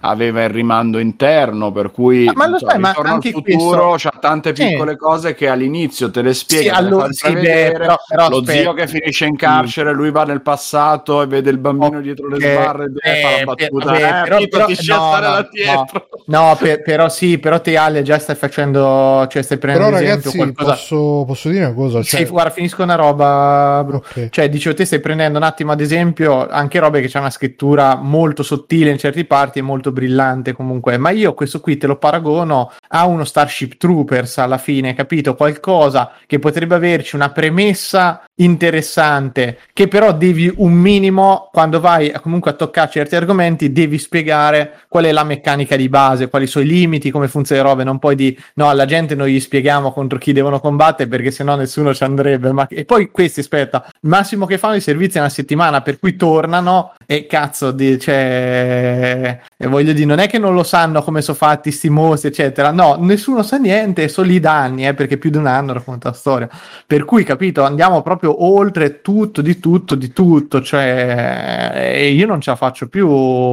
aveva il rimando interno, per cui ma, ma lo sai, ma anche al futuro questo... c'ha tante piccole sì. cose che all'inizio te le spiega, sì, allora, sì, beh, però, però, lo aspetta. zio che finisce in carcere, lui va nel passato e vede il bambino oh, dietro le sbarre e deve fare la battuta, beh, eh, però, però, ti no, stare no, là dietro. no, no per, però sì, però te Ale già stai facendo, cioè stai prendendo però esempio ragazzi qualcosa... posso, posso dire una cosa, cioè... sì, guarda, finisco una roba, bro. Okay. Cioè dicevo, te stai prendendo un attimo ad esempio anche robe che c'è una scrittura molto sottile in certi parti e molto brillante comunque, ma io questo qui te lo paragono a uno Starship Troopers alla fine, capito? Qualcosa che potrebbe averci una premessa interessante, che però devi un minimo, quando vai comunque a toccare certi argomenti, devi spiegare qual è la meccanica di base, quali sono i limiti, come funziona le robe, non puoi di no, alla gente noi gli spieghiamo contro chi devono combattere perché sennò nessuno ci andrebbe, ma e poi questi, aspetta, il massimo che fanno i servizi è una settimana, per cui tornano e cazzo, di, cioè, e voglio dire, non è che non lo sanno come sono fatti sti mostri, eccetera, no, nessuno sa niente, sono lì da anni, eh, perché più di un anno racconta la storia, per cui, capito, andiamo proprio oltre tutto, di tutto, di tutto, cioè, e io non ce la faccio più,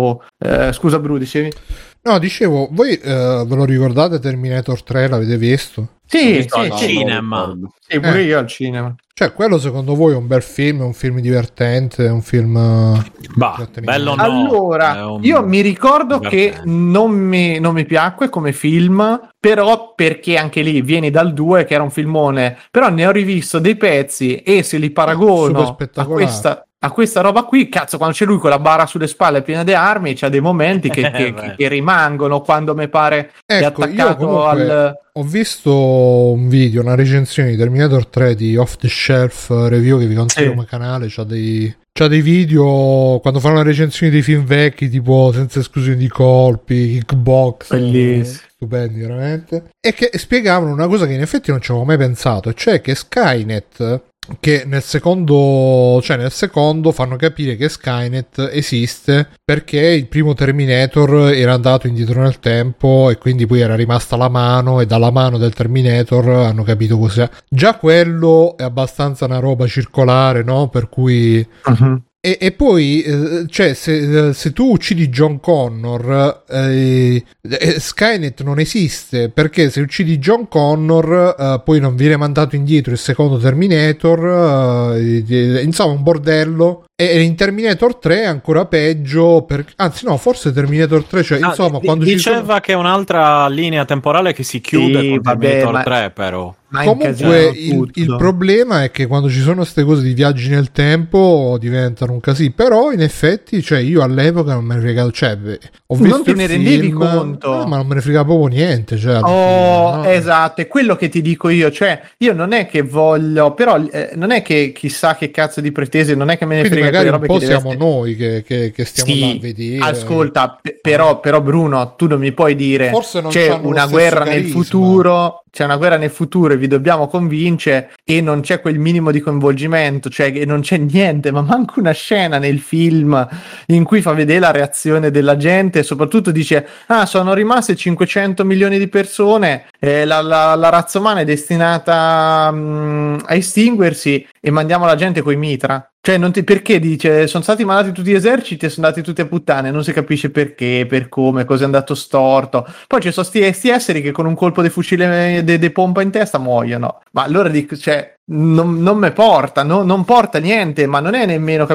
eh, scusa Bru, dicevi? No, dicevo, voi eh, ve lo ricordate Terminator tre, l'avete visto? Sì, visto sì, al sì, cinema. Sì, pure eh. io al cinema. Cioè, quello secondo voi è un bel film, è un film divertente, è un film... Bah, bello no. Allora, un... io mi ricordo divertente. che non mi, non mi piacque come film, però perché anche lì vieni dal due, che era un filmone, però ne ho rivisto dei pezzi e se li paragono a questa... a questa roba qui, cazzo, quando c'è lui con la bara sulle spalle piena di armi, c'ha dei momenti che, che, che, che rimangono quando mi pare ecco, è attaccato io al... ho visto un video, una recensione di Terminator tre di Off the Shelf Review che vi consiglio come sì. canale, c'ha dei, c'ha dei video quando fanno le recensioni dei film vecchi tipo Senza esclusione di colpi, Kickbox, bellissimo, stupendi veramente, e che spiegavano una cosa che in effetti non ci avevo mai pensato, cioè che Skynet, che nel secondo cioè nel secondo fanno capire che Skynet esiste perché il primo Terminator era andato indietro nel tempo e quindi poi era rimasta la mano e dalla mano del Terminator hanno capito cos'è. Già quello è abbastanza una roba circolare, no? Per cui uh-huh. E, e poi, eh, cioè, se, se tu uccidi John Connor, eh, eh, Skynet non esiste, perché se uccidi John Connor, eh, poi non viene mandato indietro il secondo Terminator, eh, insomma un bordello. E in Terminator tre è ancora peggio, per... anzi no, forse Terminator tre, cioè, no, insomma, d- quando diceva ci sono... che è un'altra linea temporale che si chiude sì, con vabbè, Terminator ma... tre, però. Comunque il, il problema è che quando ci sono queste cose di viaggi nel tempo diventano un casino, però in effetti, cioè, io all'epoca non me ne fregavo, cioè, ho visto non te ne film, rendevi conto, eh, ma non me ne fregava proprio niente, cioè, oh film, no? Esatto, è quello che ti dico io, cioè io non è che voglio, però eh, non è che chissà che cazzo di pretese, non è che me ne quindi frega magari robe un po' che siamo essere... noi che, che, che stiamo sì, là a vedere. Ascolta, p- però, però Bruno, tu non mi puoi dire forse non c'è una guerra carisma. nel futuro, c'è una guerra nel futuro e vi dobbiamo convincere e non c'è quel minimo di coinvolgimento, cioè che non c'è niente, ma manco una scena nel film in cui fa vedere la reazione della gente e soprattutto dice ah sono rimaste cinquecento milioni di persone, eh, la, la, la razza umana è destinata um, a estinguersi e mandiamo la gente coi mitra. Cioè, non ti, perché dice, sono stati mandati tutti gli eserciti e sono andati tutti a puttane, non si capisce perché, per come, cosa è andato storto. Poi ci sono sti, sti esseri che con un colpo di fucile de, de pompa in testa muoiono. Ma allora dico, cioè, non, non me porta, no, non porta niente, ma non è nemmeno,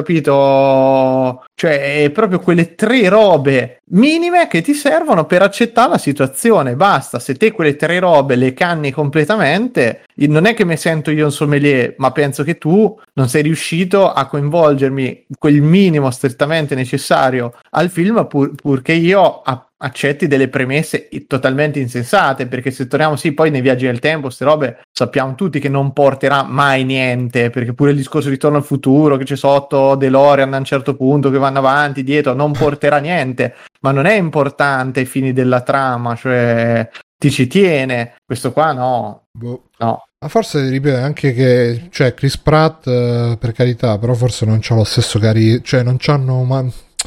capito? Cioè, è proprio quelle tre robe minime che ti servono per accettare la situazione, basta. Se te quelle tre robe le canni completamente, non è che mi sento io un sommelier, ma penso che tu non sei riuscito a coinvolgermi quel minimo strettamente necessario al film pur, purché io a, accetti delle premesse totalmente insensate, perché se torniamo sì poi nei viaggi del tempo queste robe sappiamo tutti che non porterà mai niente, perché pure il discorso di Ritorno al futuro che c'è sotto DeLorean a un certo punto che vanno avanti dietro non porterà niente, ma non è importante ai fini della trama, cioè ti ci tiene, questo qua no, boh. no. Ma forse ripeto anche che, cioè, Chris Pratt, eh, per carità, però forse non c'ha lo stesso cari, cioè non c'hanno ma...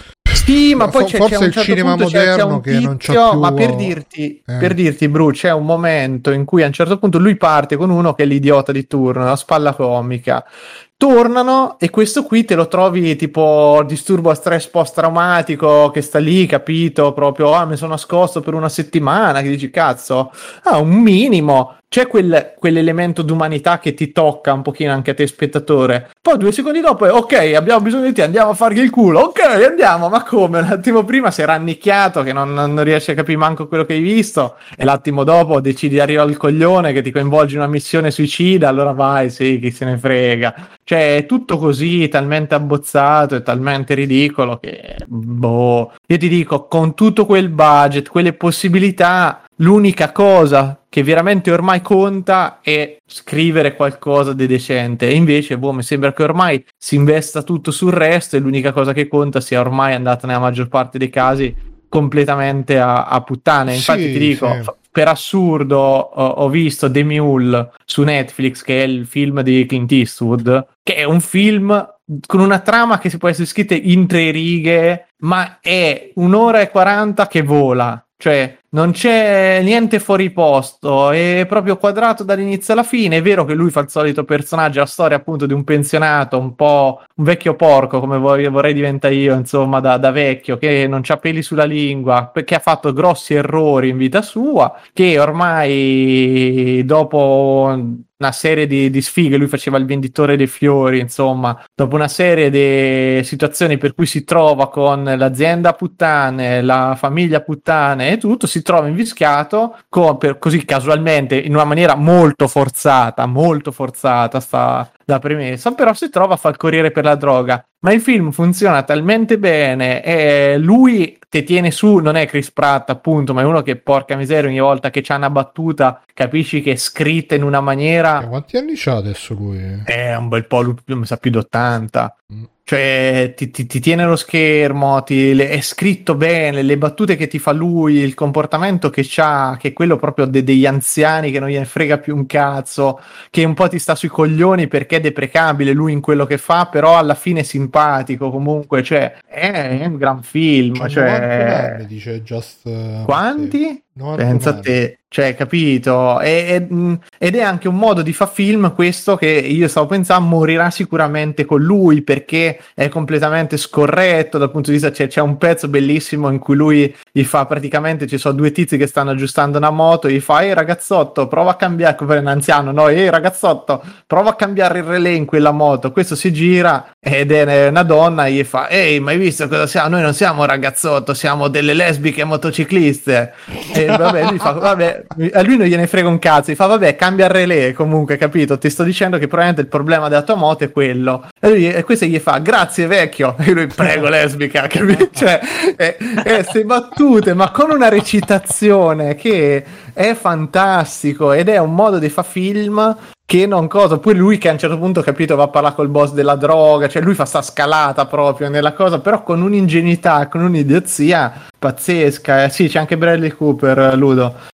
Sì, ma poi c'è, forse c'è un il certo cinema punto, moderno c'è, c'è un che tizio, non c'ha più... ma per dirti, eh. per dirti Bru, c'è un momento in cui a un certo punto lui parte con uno che è l'idiota di turno, la spalla comica, tornano e questo qui te lo trovi tipo disturbo a stress post-traumatico che sta lì, capito? Proprio, ah, mi sono nascosto per una settimana, che dici, cazzo, ah, un minimo. C'è quel, quell'elemento d'umanità che ti tocca un pochino anche a te spettatore. Poi due secondi dopo è ok, abbiamo bisogno di te, andiamo a fargli il culo. Ok, andiamo, ma come? Un attimo prima si era annicchiato che non, non riesci a capire manco quello che hai visto e l'attimo dopo decidi di arrivare al coglione che ti coinvolge in una missione suicida, allora vai, sì, chi se ne frega. Cioè è tutto così, talmente abbozzato e talmente ridicolo che, boh, io ti dico, con tutto quel budget, quelle possibilità, l'unica cosa che veramente ormai conta è scrivere qualcosa di decente e invece boh, mi sembra che ormai si investa tutto sul resto e l'unica cosa che conta sia ormai andata nella maggior parte dei casi completamente a, a puttane. Infatti sì, ti dico, sì. Per assurdo ho, ho visto The Mule su Netflix, che è il film di Clint Eastwood, che è un film con una trama che si può essere scritta in tre righe, ma è un'ora e quaranta che vola. Cioè, non c'è niente fuori posto, è proprio quadrato dall'inizio alla fine. È vero che lui fa il solito personaggio, la storia appunto di un pensionato, un po' un vecchio porco, come vorrei, vorrei diventare io, insomma, da, da vecchio, che non c'ha peli sulla lingua, perché ha fatto grossi errori in vita sua, che ormai dopo una serie di, di sfighe, lui faceva il venditore dei fiori, insomma, dopo una serie di situazioni per cui si trova con l'azienda a puttane, la famiglia a puttane e tutto, si trova invischiato con, per, così casualmente, in una maniera molto forzata, molto forzata sta la premessa, però si trova a fare il corriere per la droga. Ma il film funziona talmente bene e lui ti tiene su, non è Chris Pratt appunto, ma è uno che porca miseria ogni volta che c'ha una battuta capisci che è scritta in una maniera... E quanti anni c'ha adesso lui? È un bel po', lui mi sa più di ottanta. Mm. Cioè ti, ti, ti tiene lo schermo, ti, le, è scritto bene, le battute che ti fa lui, il comportamento che c'ha, che è quello proprio de, degli anziani che non gliene frega più un cazzo, che un po' ti sta sui coglioni perché è deprecabile lui in quello che fa, però alla fine è simpatico comunque, cioè è, è un gran film. C'è cioè anni, dice Just uh, quanti? Pensa a anni. te, cioè capito, e, e, ed è anche un modo di far film questo che io stavo pensando morirà sicuramente con lui perché è completamente scorretto dal punto di vista, cioè, c'è un pezzo bellissimo in cui lui gli fa praticamente, ci sono due tizi che stanno aggiustando una moto, gli fa ehi ragazzotto prova a cambiare, come un anziano, no, ehi ragazzotto prova a cambiare il relè in quella moto, questo si gira ed è una donna e gli fa ehi ma hai visto cosa siamo, noi non siamo ragazzotto, siamo delle lesbiche motocicliste. E vabbè, lui fa, vabbè, a lui non gliene frega un cazzo, gli fa vabbè cambia il relè comunque, capito, ti sto dicendo che probabilmente il problema della tua moto è quello, e, lui, e questo gli fa grazie vecchio, e lui prego lesbica, capito? Cioè e, e ste battute ma con una recitazione che è fantastico ed è un modo di far film che non cosa, poi lui che a un certo punto capito va a parlare col boss della droga, cioè lui fa sta scalata proprio nella cosa, però con un'ingenuità, con un'idiozia pazzesca. Eh, sì, c'è anche Bradley Cooper, Ludo.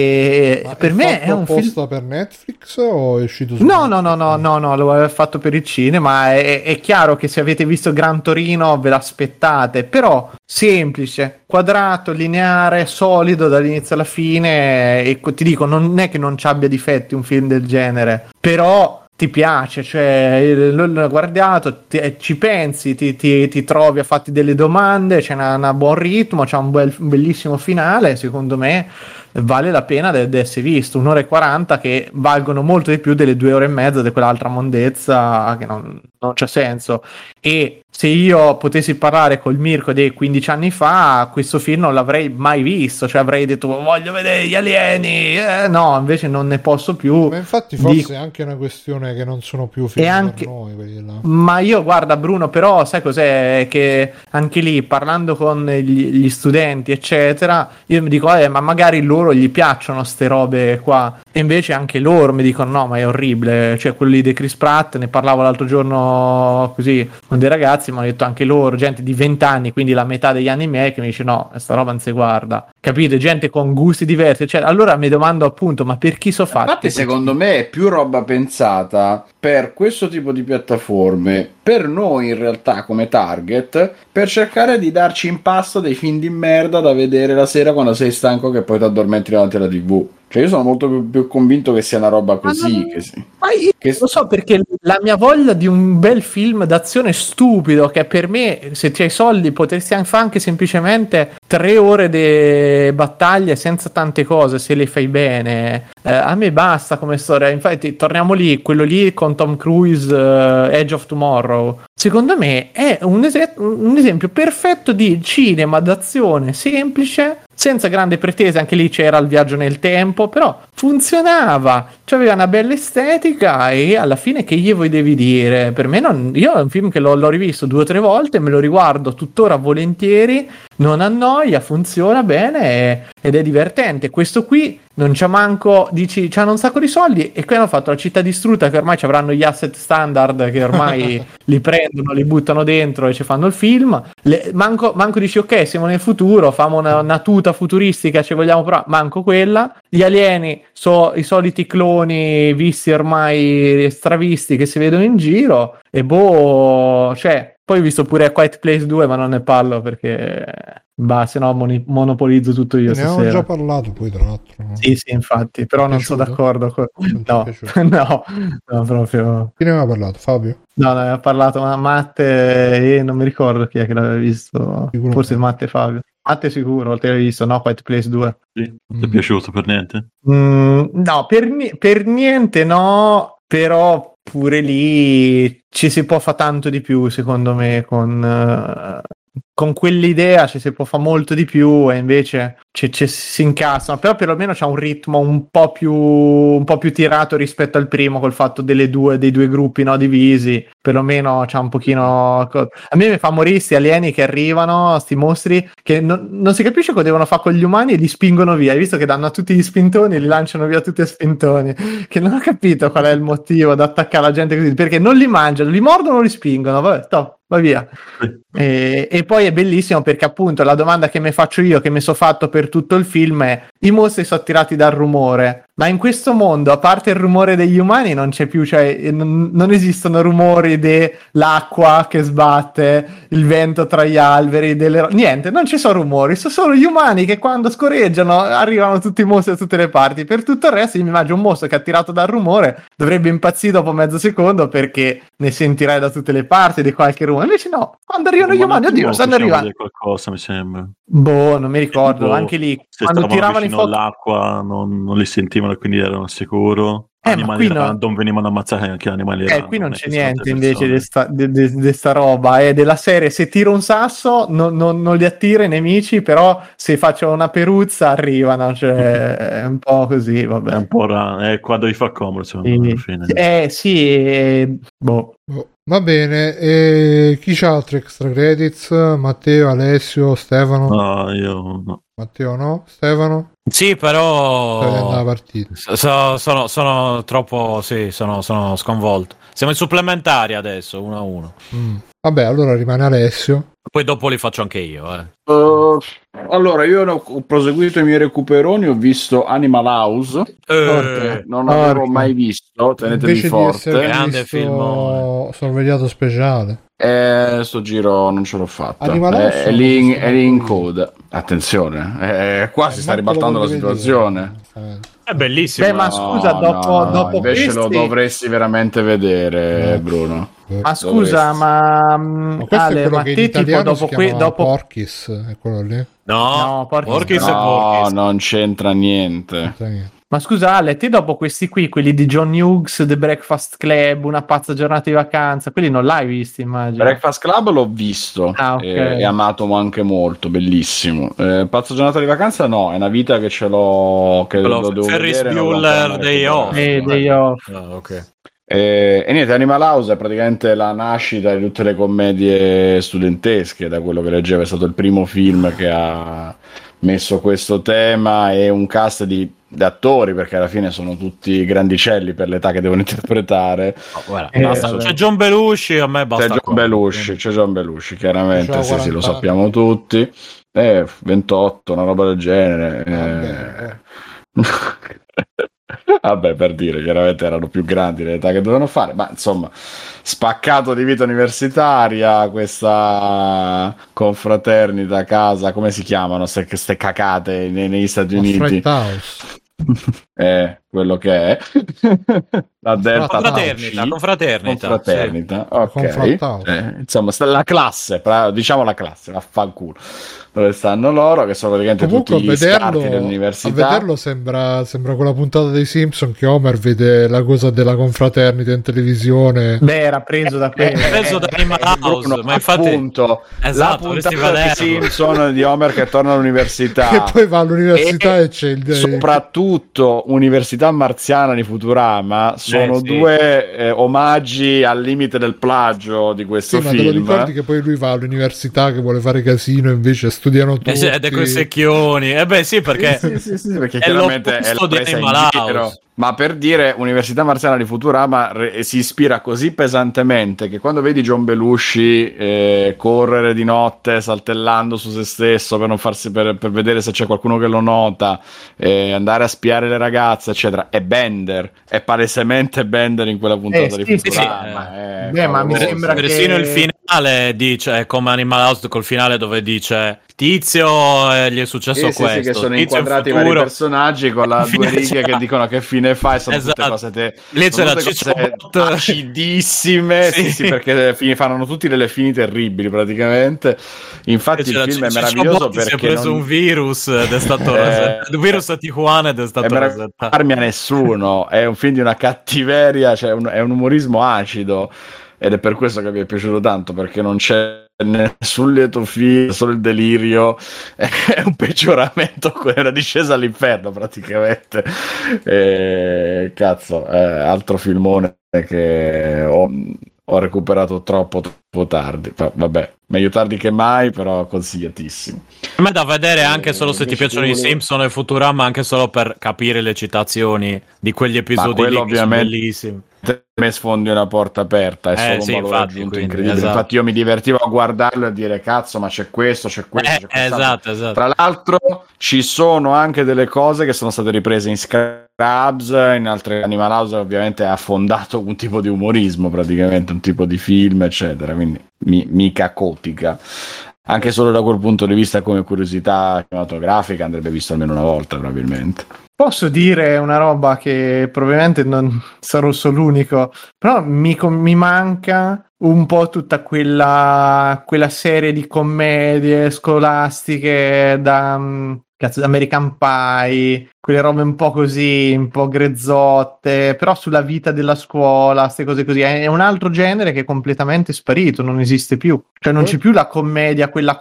E ma per è me è un apposta film per Netflix o è uscito su no, Netflix? no, no, no, no, no, lo aveva fatto per il cinema. È, è chiaro che se avete visto Gran Torino ve l'aspettate, però semplice, quadrato, lineare, solido dall'inizio alla fine. E ti dico, non è che non ci abbia difetti un film del genere, però ti piace, cioè l'ho guardato, ti, ci pensi, ti, ti, ti trovi a farti delle domande, c'è un buon ritmo, c'è un, bel, un bellissimo finale, secondo me vale la pena di essere visto. Un'ora e quaranta che valgono molto di più delle due ore e mezza di quell'altra mondezza che non, non c'è senso. E se io potessi parlare col Mirko dei quindici anni fa, questo film non l'avrei mai visto, cioè avrei detto voglio vedere gli alieni, eh, no, invece non ne posso più. Ma infatti forse Dico... è anche una questione che non sono più film anche... per noi quelli là. Ma io guarda Bruno, però sai cos'è, che anche lì parlando con gli, gli studenti eccetera, io mi dico eh, ma magari loro gli piacciono ste robe qua, e invece anche loro mi dicono no ma è orribile, cioè quello lì di Chris Pratt, ne parlavo l'altro giorno così con dei ragazzi, mi hanno detto anche loro, gente di venti anni, quindi la metà degli anni miei, che mi dice no, sta roba non si guarda, capite, gente con gusti diversi, cioè allora mi domando appunto ma per chi so fatti? Infatti secondo me è più roba pensata per questo tipo di piattaforme, per noi in realtà come target, per cercare di darci in pasto dei film di merda da vedere la sera quando sei stanco che poi ti addormenti davanti alla tivù. Cioè io sono molto più, più convinto che sia una roba così. Ma, che sì. ma io che... lo so, perché la mia voglia di un bel film d'azione stupido, che per me, se ti hai soldi, potresti anche fare anche semplicemente tre ore di battaglie senza tante cose, se le fai bene. Eh, a me basta come storia. Infatti, torniamo lì, quello lì con Tom Cruise, uh, Edge of Tomorrow. Secondo me è un, es- un esempio perfetto di cinema d'azione semplice, senza grande pretese. Anche lì c'era il viaggio nel tempo, però funzionava, cioè aveva una bella estetica, e alla fine che gli volevi dire? Per me non, io è un film che l'ho, l'ho rivisto due o tre volte, me lo riguardo tuttora volentieri, non annoia, funziona bene e, ed è divertente. Questo qui non c'ha manco, dici, c'hanno un sacco di soldi, e qui hanno fatto La città distrutta, che ormai ci avranno gli asset standard, che ormai li prendono, li buttano dentro e ci fanno il film. Le, manco, manco dici ok, siamo nel futuro, famo una, una tuta futuristica, ci vogliamo provare, manco quella. Gli alieni sono i soliti cloni visti ormai stravisti che si vedono in giro, e boh, cioè, poi ho visto pure Quiet Place due, ma non ne parlo perché bah, se no moni- monopolizzo tutto io. Ne avevo già parlato poi, tra l'altro. Sì, sì, infatti, però non sono d'accordo con... no, no, no, proprio. Chi ne aveva parlato? Fabio? No, ne aveva parlato Matte e non mi ricordo chi è che l'aveva visto. Sicuro forse Matte e Fabio. Matte sicuro, te l'hai visto, no? Quiet Place due. Sì, non ti è mm. piaciuto per niente? Mm, no, per, ni- per niente no, però pure lì ci si può fare tanto di più, secondo me, con... Uh, con quell'idea ci si può fare molto di più, e invece ci, ci si incassano, però perlomeno c'ha un ritmo un po' più un po' più tirato rispetto al primo, col fatto delle due dei due gruppi, no, divisi. Perlomeno c'ha un pochino, a me mi fa morire sti alieni che arrivano, sti mostri che non, non si capisce cosa devono fare con gli umani, e li spingono via. Hai visto che danno a tutti gli spintoni e li lanciano via tutti a spintoni, che non ho capito qual è il motivo da attaccare la gente così, perché non li mangiano, li mordono o li spingono, vabbè, stop, va via. E, e poi è bellissimo perché appunto la domanda che mi faccio io, che mi sono fatto per tutto il film, è: i mostri sono attirati dal rumore, ma in questo mondo, a parte il rumore degli umani, non c'è più, cioè non, non esistono rumori dell'acqua che sbatte, il vento tra gli alberi, delle... niente, non ci sono rumori, sono solo gli umani che quando scorreggiano arrivano tutti i mostri da tutte le parti. Per tutto il resto io mi immagino un mostro che è attirato dal rumore dovrebbe impazzire dopo mezzo secondo, perché ne sentirai da tutte le parti di qualche rumore. Invece no, quando arrivano gli umani, oddio, stanno arrivando qualcosa, mi sembra. Boh, non mi ricordo, tipo, anche lì se quando tiravano i fuochi all'acqua non, non li sentivano, e quindi erano sicuro. Eh, animali ma qui random no. venivano ammazzati anche animali eh, random. Qui non c'è niente invece di sta, de, de, de sta roba, è eh, della serie: se tiro un sasso non, non, non li attira i nemici, però se faccio una peruzza arrivano, cioè è un po' così, vabbè. È un po' raro, è quando gli fa comodo, secondo me, alla fine. Eh sì, eh, boh. Oh, va bene, e chi c'ha altri extra credits? Matteo, Alessio, Stefano? No, io no. Matteo no? Stefano? Sì, però la partita. So, sono, sono troppo, sì, sono, sono sconvolto. Siamo in supplementari adesso, uno a uno. Mm. Vabbè, allora rimane Alessio. Poi dopo li faccio anche io. Eh. Uh, allora, io ho proseguito i miei recuperoni, ho visto Animal House, eh, non l'avevo mai visto, tenetevi invece forte. Di grande film sorvegliato speciale. Eh, sto giro non ce l'ho fatta. Animal è, House è, lì, è lì in code. Attenzione, è, qua eh, si sta ribaltando la situazione. Vedere. È bellissimo. Beh, ma scusa, no, dopo, no, no, dopo invece questi... lo dovresti veramente vedere, no. Bruno. Ma scusa, dovresti. ma, ma questo Ale, è quello ma che te tipo dopo que... dopo Porky's è quello lì? No, no, Porky's, Porky's no, è Porky's. non c'entra niente. Non c'entra niente. Ma scusa Ale, te dopo questi qui, quelli di John Hughes, The Breakfast Club, Una pazza giornata di vacanza, quelli non l'hai visti, immagino? Breakfast Club l'ho visto, ah, okay. e, e amato anche molto, bellissimo. Eh, pazza giornata di vacanza no, è una vita che ce l'ho, che Quello lo devo Ferris vedere. Bueller Day Off. Eh, Day Off. Oh, ok. E, e niente, Animal House è praticamente la nascita di tutte le commedie studentesche, da quello che leggevo. È stato il primo film che ha messo questo tema, e un cast di, di attori, perché alla fine sono tutti grandicelli per l'età che devono interpretare. Oh, guarda, eh, basta, c'è John Belushi, a me basta. C'è John Belushi, c'è John Belushi, chiaramente, sì, sì, lo sappiamo tutti. Eh, ventotto, una roba del genere. Eh. Vabbè, per dire, chiaramente erano più grandi l'età che dovevano fare, ma insomma, spaccato di vita universitaria, questa confraternita a casa, come si chiamano queste cacate nei, negli Stati Uniti? House. è quello che è. La Delta confraternita, confraternita, confraternita. Sì. Ok, eh, insomma la classe, diciamo la classe, vaffanculo, dove stanno loro, che sono praticamente comunque tutti gli scarti dell'università. A vederlo sembra, sembra quella puntata dei Simpson che Homer vede la cosa della confraternita in televisione. Beh, era preso da quello, è preso da Animal House, Bruno, ma infatti appunto, esatto, la puntata dei Simpson di Homer che torna all'università e poi va all'università e, e c'è il soprattutto Università Marziana di Futurama sono eh, sì. due eh, omaggi al limite del plagio di questo sì, film. Ma te lo ricordi che poi lui va all'università che vuole fare casino e invece studiano tutti ed è coi secchioni, eh beh sì perché, sì, sì, sì, sì, perché è chiaramente è la presa in giro. Ma per dire, Università Marziana di Futurama re- si ispira così pesantemente che quando vedi John Belushi eh, correre di notte saltellando su se stesso per non farsi per, per vedere se c'è qualcuno che lo nota, eh, andare a spiare le ragazze eccetera, è Bender, è palesemente Bender in quella puntata eh, di sì, Futurama. Sì, eh, Beh, ma mi sembra che persino il finale dice, come Animal House col finale dove dice Tizio eh, gli è successo sì, questo, sì, sì, che sono Tizio inquadrati i vari personaggi con la due righe che dicono che fine fai, sono esatto. tutte cose te, lì sono c'è tutte cose acidissime, sì. Sì, sì, perché fanno tutti delle fini terribili praticamente. Infatti il film è meraviglioso perché si è preso non... un virus ed è stato eh, un virus a Tijuana ed è stato resettato. Non a nessuno, è un film di una cattiveria, cioè un, è un umorismo acido ed è per questo che mi è piaciuto tanto, perché non c'è nessun lieto fine, solo il delirio, è un peggioramento, è una discesa all'inferno praticamente. E, cazzo, è altro filmone che ho, ho recuperato troppo troppo tardi, vabbè, meglio tardi che mai, però consigliatissimo. A me da vedere anche solo se ti piacciono i Simpson e Futurama, anche solo per capire le citazioni di quegli episodi lì, che sono bellissimi. Me sfondi una porta aperta, è eh, solo sì, un valore infatti, aggiunto quindi, incredibile. Esatto. Infatti io mi divertivo a guardarlo e a dire cazzo, ma c'è questo, c'è questo, eh, c'è questo. Esatto, esatto. Tra l'altro ci sono anche delle cose che sono state riprese in Scrubs, in altre. Animal House ovviamente ha fondato un tipo di umorismo, praticamente un tipo di film, eccetera, quindi mi, mica copica. Anche solo da quel punto di vista, come curiosità cinematografica, andrebbe visto almeno una volta probabilmente. Posso dire una roba che probabilmente non sarò solo l'unico, però mi, mi manca un po' tutta quella, quella serie di commedie scolastiche da cazzo, American Pie, quelle robe un po' così, un po' grezzotte, però sulla vita della scuola, queste cose così. È un altro genere che è completamente sparito, non esiste più. Cioè non c'è più la commedia, quella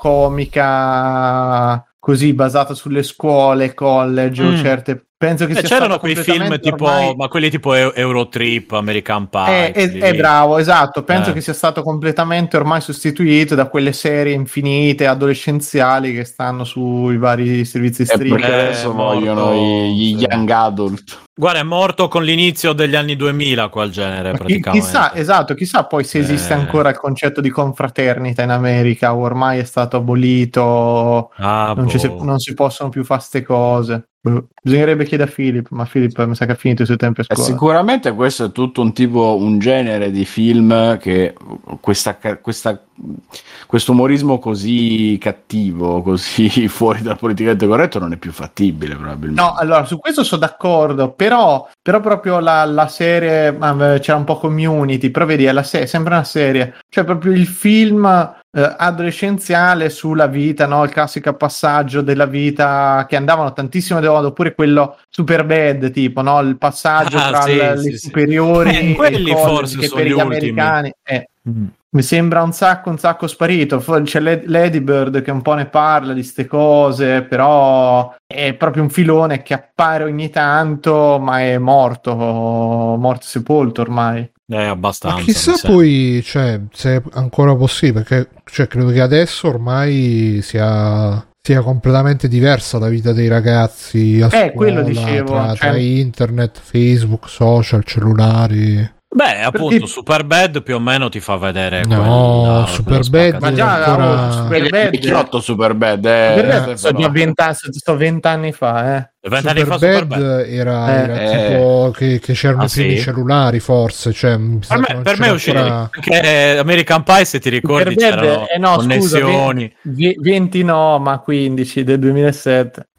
comica così basata sulle scuole, college mm. o certe. Penso che eh, sia c'erano quei film tipo ormai... ma quelli tipo Eurotrip, American Pie. È, è, è bravo, esatto. Penso eh. che sia stato completamente ormai sostituito da quelle serie infinite adolescenziali che stanno sui vari servizi streaming. Perché adesso vogliono gli sì. young adult. Guarda, è morto con l'inizio degli anni duemila quel genere, praticamente. Chissà, esatto, chissà poi se esiste eh. ancora il concetto di confraternita in America, o ormai è stato abolito, ah, non, boh. ci si, non si possono più fare ste cose. Bisognerebbe chiedere a Philip, ma Philip mi sa che ha finito il suo tempo a scuola. Sicuramente questo è tutto un tipo, un genere di film che questa, questa, questo umorismo così cattivo, così fuori dal politicamente corretto non è più fattibile probabilmente. No, allora su questo sono d'accordo, però, però proprio la, la serie, c'era un po' Community, però vedi, è la serie, sembra una serie, cioè proprio il film eh, adolescenziale sulla vita, no? Il classico passaggio della vita che andavano tantissimo di moda, oppure quello Superbad, tipo, no? Il passaggio ah, tra sì, le sì, superiori sì. Eh, quelli e forse che sono per gli gli ultimi. americani eh. mm. Mi sembra un sacco un sacco sparito. C'è Lady Bird che un po' ne parla di ste cose, però è proprio un filone che appare ogni tanto, ma è morto morto sepolto ormai. Eh, abbastanza. Ma chissà poi, cioè, se è ancora possibile, perché cioè, credo che adesso ormai sia sia completamente diversa la vita dei ragazzi a scuola, eh, quello dicevo, tra, cioè... tra internet, Facebook, social, cellulari. Beh, appunto, perché... Superbad più o meno ti fa vedere no, Superbad ma già ancora... oh, Superbad vecchiotto Superbad eh, sto già vent'anni fa eh vent'anni fa Superbad era, era eh, tipo eh. che, che c'erano ah, i primi sì? cellulari forse, cioè, per me, per me è uscito ancora... anche American Pie, se ti ricordi Superbad, c'erano eh, no, connessioni scusa, venti no ma quindici del duemilasette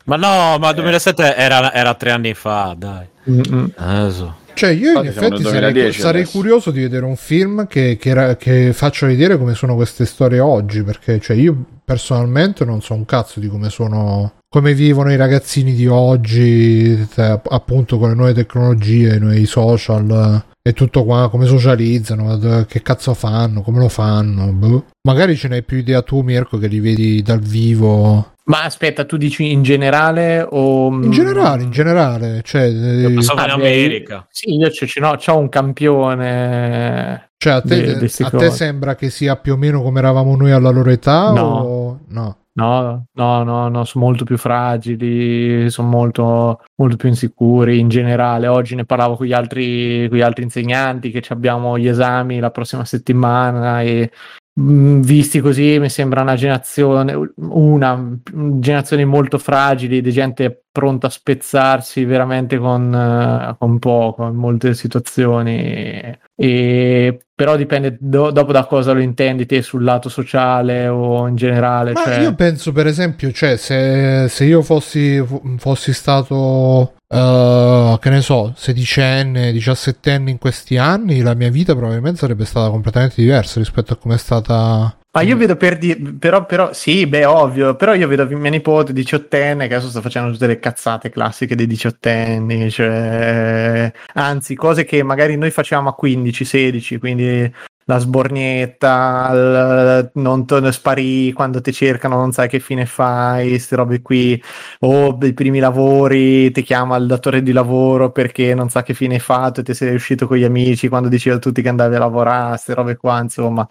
Ma no, ma duemilasette era, era tre anni fa, dai. Adesso. Cioè io in effetti sarei, sarei curioso di vedere un film che, che, era, che faccia vedere come sono queste storie oggi, perché cioè, io personalmente non so un cazzo di come sono, come vivono i ragazzini di oggi, appunto con le nuove tecnologie, i nuovi social e tutto qua, come socializzano, che cazzo fanno, come lo fanno. Boh. Magari ce n'hai più idea tu, Mirko, che li vedi dal vivo. Ma aspetta, tu dici in generale o... In generale, in generale. Cioè, in America. Sì, io c- c- no, c'ho un campione... Cioè, a te, de, a te sembra che sia più o meno come eravamo noi alla loro età? No. O... No. No, no, no, no, sono molto più fragili, sono molto, molto più insicuri in generale. Oggi ne parlavo con gli altri, con gli altri insegnanti che abbiamo gli esami la prossima settimana e mh, visti così mi sembra una generazione, una generazione molto fragile, di gente pronta a spezzarsi veramente con, uh, con poco in molte situazioni. E però dipende do- dopo da cosa lo intendi te, sul lato sociale o in generale. Ma cioè... io penso per esempio, cioè se, se io fossi, fossi stato uh, che ne so, sedicenne, diciassettenne in questi anni, la mia vita probabilmente sarebbe stata completamente diversa rispetto a come è stata. Ma io vedo per di- però, però sì, beh, ovvio, però io vedo mia nipote diciottenne che adesso sta facendo tutte le cazzate classiche dei diciottenni, cioè anzi, cose che magari noi facevamo a quindici sedici, quindi la sbornietta, il, non te spari quando ti cercano, non sai che fine fai, queste robe qui, o i primi lavori, ti chiama il datore di lavoro perché non sa che fine hai fatto e ti sei uscito con gli amici quando dicevi a tutti che andavi a lavorare, queste robe qua, insomma.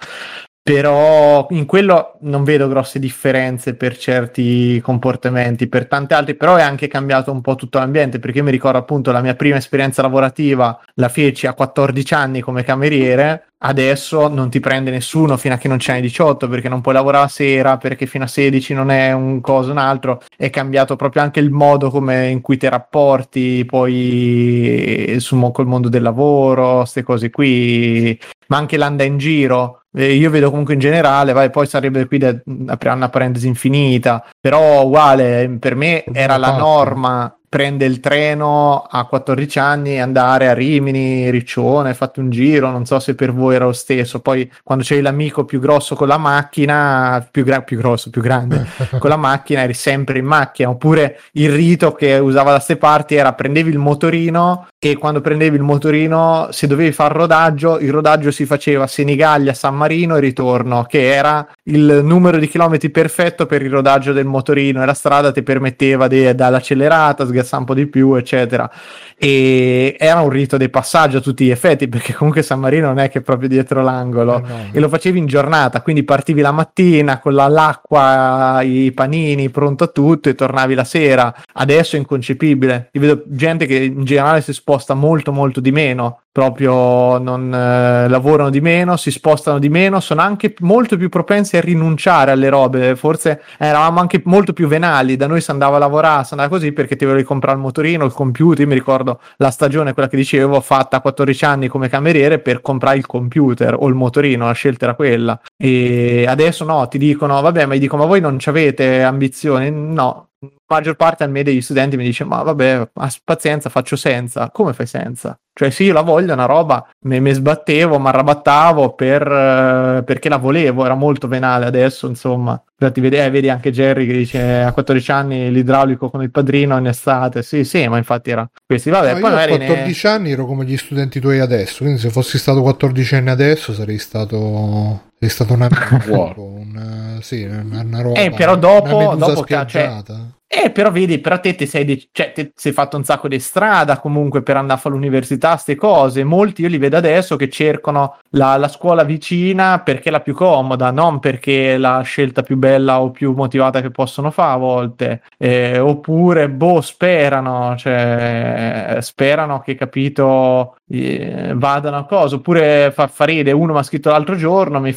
Però in quello non vedo grosse differenze per certi comportamenti, per tanti altri, però è anche cambiato un po' tutto l'ambiente, perché io mi ricordo appunto la mia prima esperienza lavorativa la feci a quattordici anni come cameriere. Adesso non ti prende nessuno fino a che non ce n'hai diciotto, perché non puoi lavorare a sera, perché fino a sedici non è un cosa un altro. È cambiato proprio anche il modo come in cui ti rapporti poi su, col mondo del lavoro, queste cose qui, ma anche l'anda in giro. Eh, io vedo comunque in generale, vai, poi sarebbe qui da aprire una parentesi infinita, però uguale, per me era la norma. Prende il treno a quattordici anni, andare a Rimini, Riccione, fate un giro, non so se per voi era lo stesso. Poi quando c'eri l'amico più grosso con la macchina, più, gra- più grosso, più grande, con la macchina eri sempre in macchina. Oppure il rito che usava da ste parti era prendevi il motorino e quando prendevi il motorino, se dovevi fare rodaggio, il rodaggio si faceva Senigallia, San Marino e ritorno, che era il numero di chilometri perfetto per il rodaggio del motorino, e la strada ti permetteva di dall'accelerata, sgassare un po' di più, eccetera. E era un rito di passaggio a tutti gli effetti, perché comunque San Marino non è che è proprio dietro l'angolo, eh no. E lo facevi in giornata, quindi partivi la mattina con la, l'acqua, i panini, pronto a tutto, e tornavi la sera. Adesso è inconcepibile. Io vedo gente che in generale si sposta molto molto di meno, proprio non eh, lavorano di meno, si spostano di meno, sono anche molto più propensi a rinunciare alle robe. Forse eravamo anche molto più venali, da noi si andava a lavorare, si andava così perché ti volevi comprare il motorino, il computer. Io mi ricordo la stagione, quella che dicevo, fatta a quattordici anni come cameriere per comprare il computer o il motorino, la scelta era quella. E adesso no, ti dicono vabbè, ma gli dico ma voi non avete ambizioni? No, la maggior parte almeno degli studenti mi dice ma vabbè, pazienza, faccio senza. Come fai senza? Cioè sì, io la voglio una roba, mi, mi sbattevo, mi arrabattavo per, uh, perché la volevo, era molto venale. Adesso insomma, ti vedi, eh, vedi anche Jerry che dice a quattordici anni l'idraulico con il padrino in estate. Sì, sì, ma infatti era questi, vabbè. No, poi io a quattordici ne... anni ero come gli studenti tuoi adesso, quindi se fossi stato quattordici anni adesso sarei stato... Sei stato una, un, sì, una, una roba, eh, però dopo, dopo spiaggiata. Cioè, eh, però vedi, però te ti sei, de- cioè, te sei fatto un sacco di strada comunque per andare a fare l'università, ste cose. Molti io li vedo adesso che cercano la, la scuola vicina perché è la più comoda, non perché è la scelta più bella o più motivata che possono fare a volte. Eh, oppure, boh, sperano, cioè, sperano che, capito, eh, vadano a cosa. Oppure fa, fa ride, uno mi ha scritto l'altro giorno, mi fa,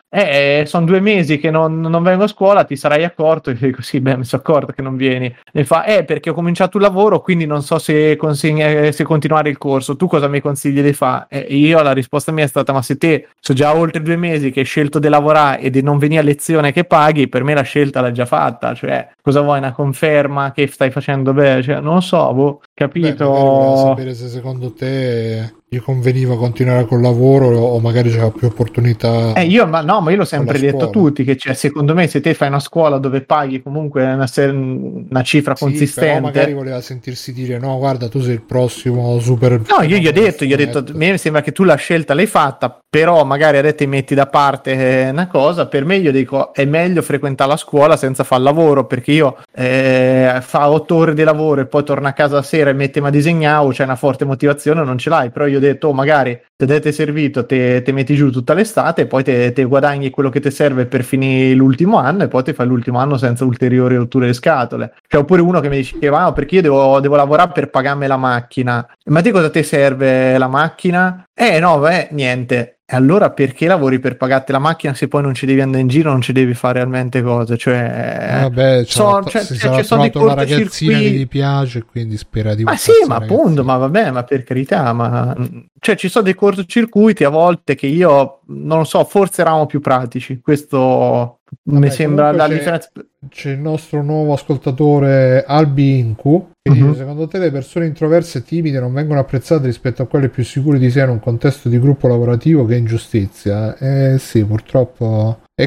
eh, sono due mesi che non, non vengo a scuola, ti sarai accorto? E io dico, sì, beh, mi sono accorto che non vieni. E fa, eh, perché ho cominciato il lavoro, quindi non so se, consegna, se continuare il corso. Tu cosa mi consigli di fare? E io la risposta mia è stata, ma se te sono già oltre due mesi che hai scelto di lavorare e di non venire a lezione che paghi, per me la scelta l'hai già fatta. Cioè, cosa vuoi, una conferma che stai facendo bene? Cioè, non lo so, boh, capito? Beh, magari volevo sapere se secondo te gli conveniva continuare col lavoro o magari c'era più opportunità. Eh, io, ma no, ma io l'ho sempre detto a tutti che, cioè, secondo me, se te fai una scuola dove paghi comunque una, una cifra sì, consistente, però magari voleva sentirsi dire no, guarda, tu sei il prossimo super. No, io gli ho detto, gli ho detto, mi sembra che tu la scelta l'hai fatta, però magari adesso ti metti da parte una cosa. Per me, io dico, è meglio frequentare la scuola senza fare lavoro, perché io eh, fa otto ore di lavoro e poi torna a casa a sera e metti ma disegnavo, c'è cioè una forte motivazione, non ce l'hai. Però io ho detto, oh, magari te dete servito, te, te metti giù tutta l'estate e poi te, te guadagni quello che ti serve per finire l'ultimo anno e poi ti fai l'ultimo anno senza ulteriori rotture di scatole. Cioè, oppure uno che mi diceva, ah, perché io devo, devo lavorare per pagarmi la macchina. Ma te cosa ti serve la macchina? Eh no, beh, niente. E allora perché lavori per pagarti la macchina se poi non ci devi andare in giro, non ci devi fare realmente cose? Cioè, vabbè, so, t- cioè, si cioè, sarà ci sono dei una ragazzina cortocircuiti. che gli piace, quindi spera di. Ma sì, ma appunto, ma vabbè, ma per carità, ma cioè ci sono dei cortocircuiti a volte che io non lo so, forse eravamo più pratici. Questo vabbè, mi sembra la c'è, differenza. C'è il nostro nuovo ascoltatore Albi Incu che uh-huh. dice: secondo te le persone introverse e timide non vengono apprezzate rispetto a quelle più sicure di sé in un contesto di gruppo lavorativo? Che ingiustizia. Eh sì, purtroppo è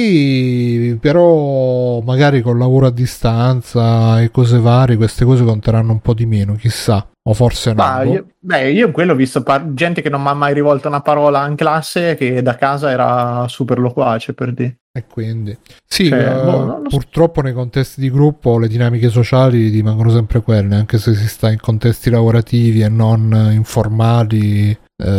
così, però magari col lavoro a distanza e cose varie queste cose conteranno un po' di meno, chissà. O forse no. Bah, io, beh, io in quello ho visto par- gente che non mi ha mai rivolto una parola in classe, che da casa era super loquace, per dire. E quindi sì, cioè, uh, boh, purtroppo so. nei contesti di gruppo le dinamiche sociali rimangono sempre quelle, anche se si sta in contesti lavorativi e non informali.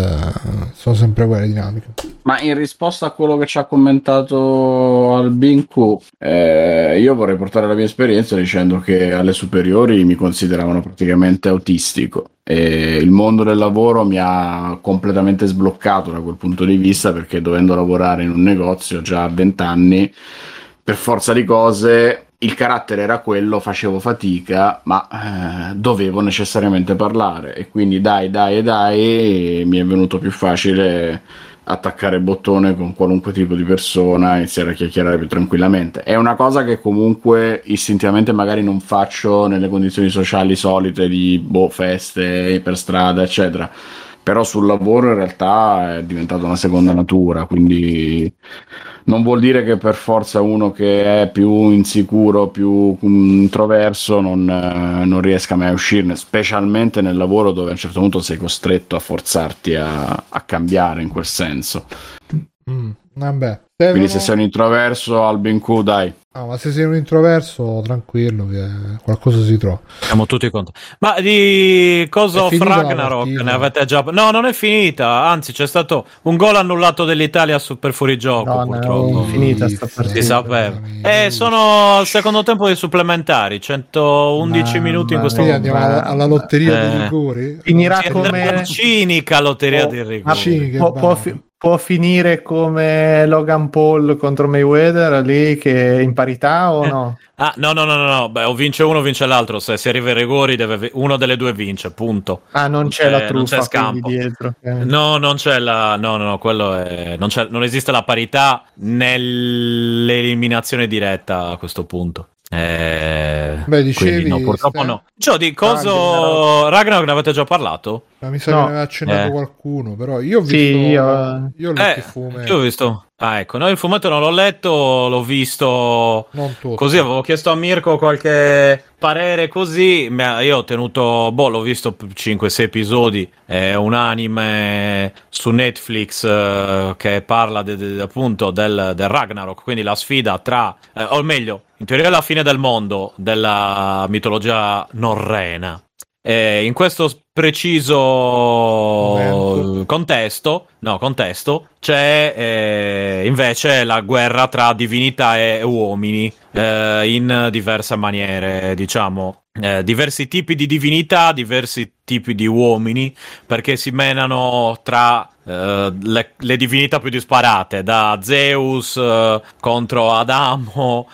Uh, sono sempre quelle dinamiche. Ma in risposta a quello che ci ha commentato Albinku, eh, io vorrei portare la mia esperienza dicendo che alle superiori mi consideravano praticamente autistico e il mondo del lavoro mi ha completamente sbloccato da quel punto di vista, perché dovendo lavorare in un negozio già a venti anni, per forza di cose il carattere era quello, facevo fatica, ma eh, dovevo necessariamente parlare e quindi dai dai dai mi è venuto più facile attaccare il bottone con qualunque tipo di persona, iniziare a chiacchierare più tranquillamente. È una cosa che comunque istintivamente magari non faccio nelle condizioni sociali solite di boh, feste per strada eccetera, però sul lavoro in realtà è diventata una seconda natura, quindi non vuol dire che per forza uno che è più insicuro, più introverso non, eh, non riesca mai a uscirne, specialmente nel lavoro dove a un certo punto sei costretto a forzarti a, a cambiare in quel senso. Mm, vabbè. Quindi se sei un introverso, Albinku, dai. Ah, ma se sei un introverso, tranquillo, che qualcosa si trova. Siamo tutti contenti. Ma di cosa of Ragnarok ne avete già... No, non è finita, anzi c'è stato un gol annullato dell'Italia su per fuorigioco, no, purtroppo. No, è finita sta partita. Si sapeva. E eh, sono al secondo tempo dei supplementari, centoundici ma, minuti in questo momento. Andiamo alla, alla lotteria eh. dei rigori. Finirà come... cinica lotteria oh, dei rigori. Cinica, può, può, fi- può finire come Logan Paul contro Mayweather lì, che in parità o no? Ah, no, no, no, no, no. Beh, o vince uno o vince l'altro. Se si arriva ai rigori, deve... uno delle due vince, punto. Ah, non, non c'è, c'è la truffa, non c'è scampo dietro. Okay. No, non c'è la... No, no, no, quello è... Non, c'è... non esiste la parità nell'eliminazione diretta a questo punto. Eh... Beh, dicevi... No, purtroppo Stan... no. Cioè, di coso... Ragnarok ne avete già parlato? Ma mi sa no. che ne aveva accennato eh. qualcuno, però io ho visto... Sì, io... io ho letto eh, il fumetto. Io ho visto... Ah, ecco, no, il fumetto non l'ho letto, l'ho visto così, avevo chiesto a Mirko qualche parere così, io ho tenuto, boh, l'ho visto cinque sei episodi, è un anime su Netflix eh, che parla de, de, appunto del, del Ragnarok, quindi la sfida tra, eh, o meglio, in teoria la fine del mondo della mitologia norrena. Eh, in questo preciso Momento. contesto, no, contesto c'è eh, invece la guerra tra divinità e uomini eh, in diverse maniere, diciamo. eh, diversi tipi di divinità, diversi tipi di uomini, perché si menano tra Uh, le, le divinità più disparate, da Zeus uh, contro Adamo,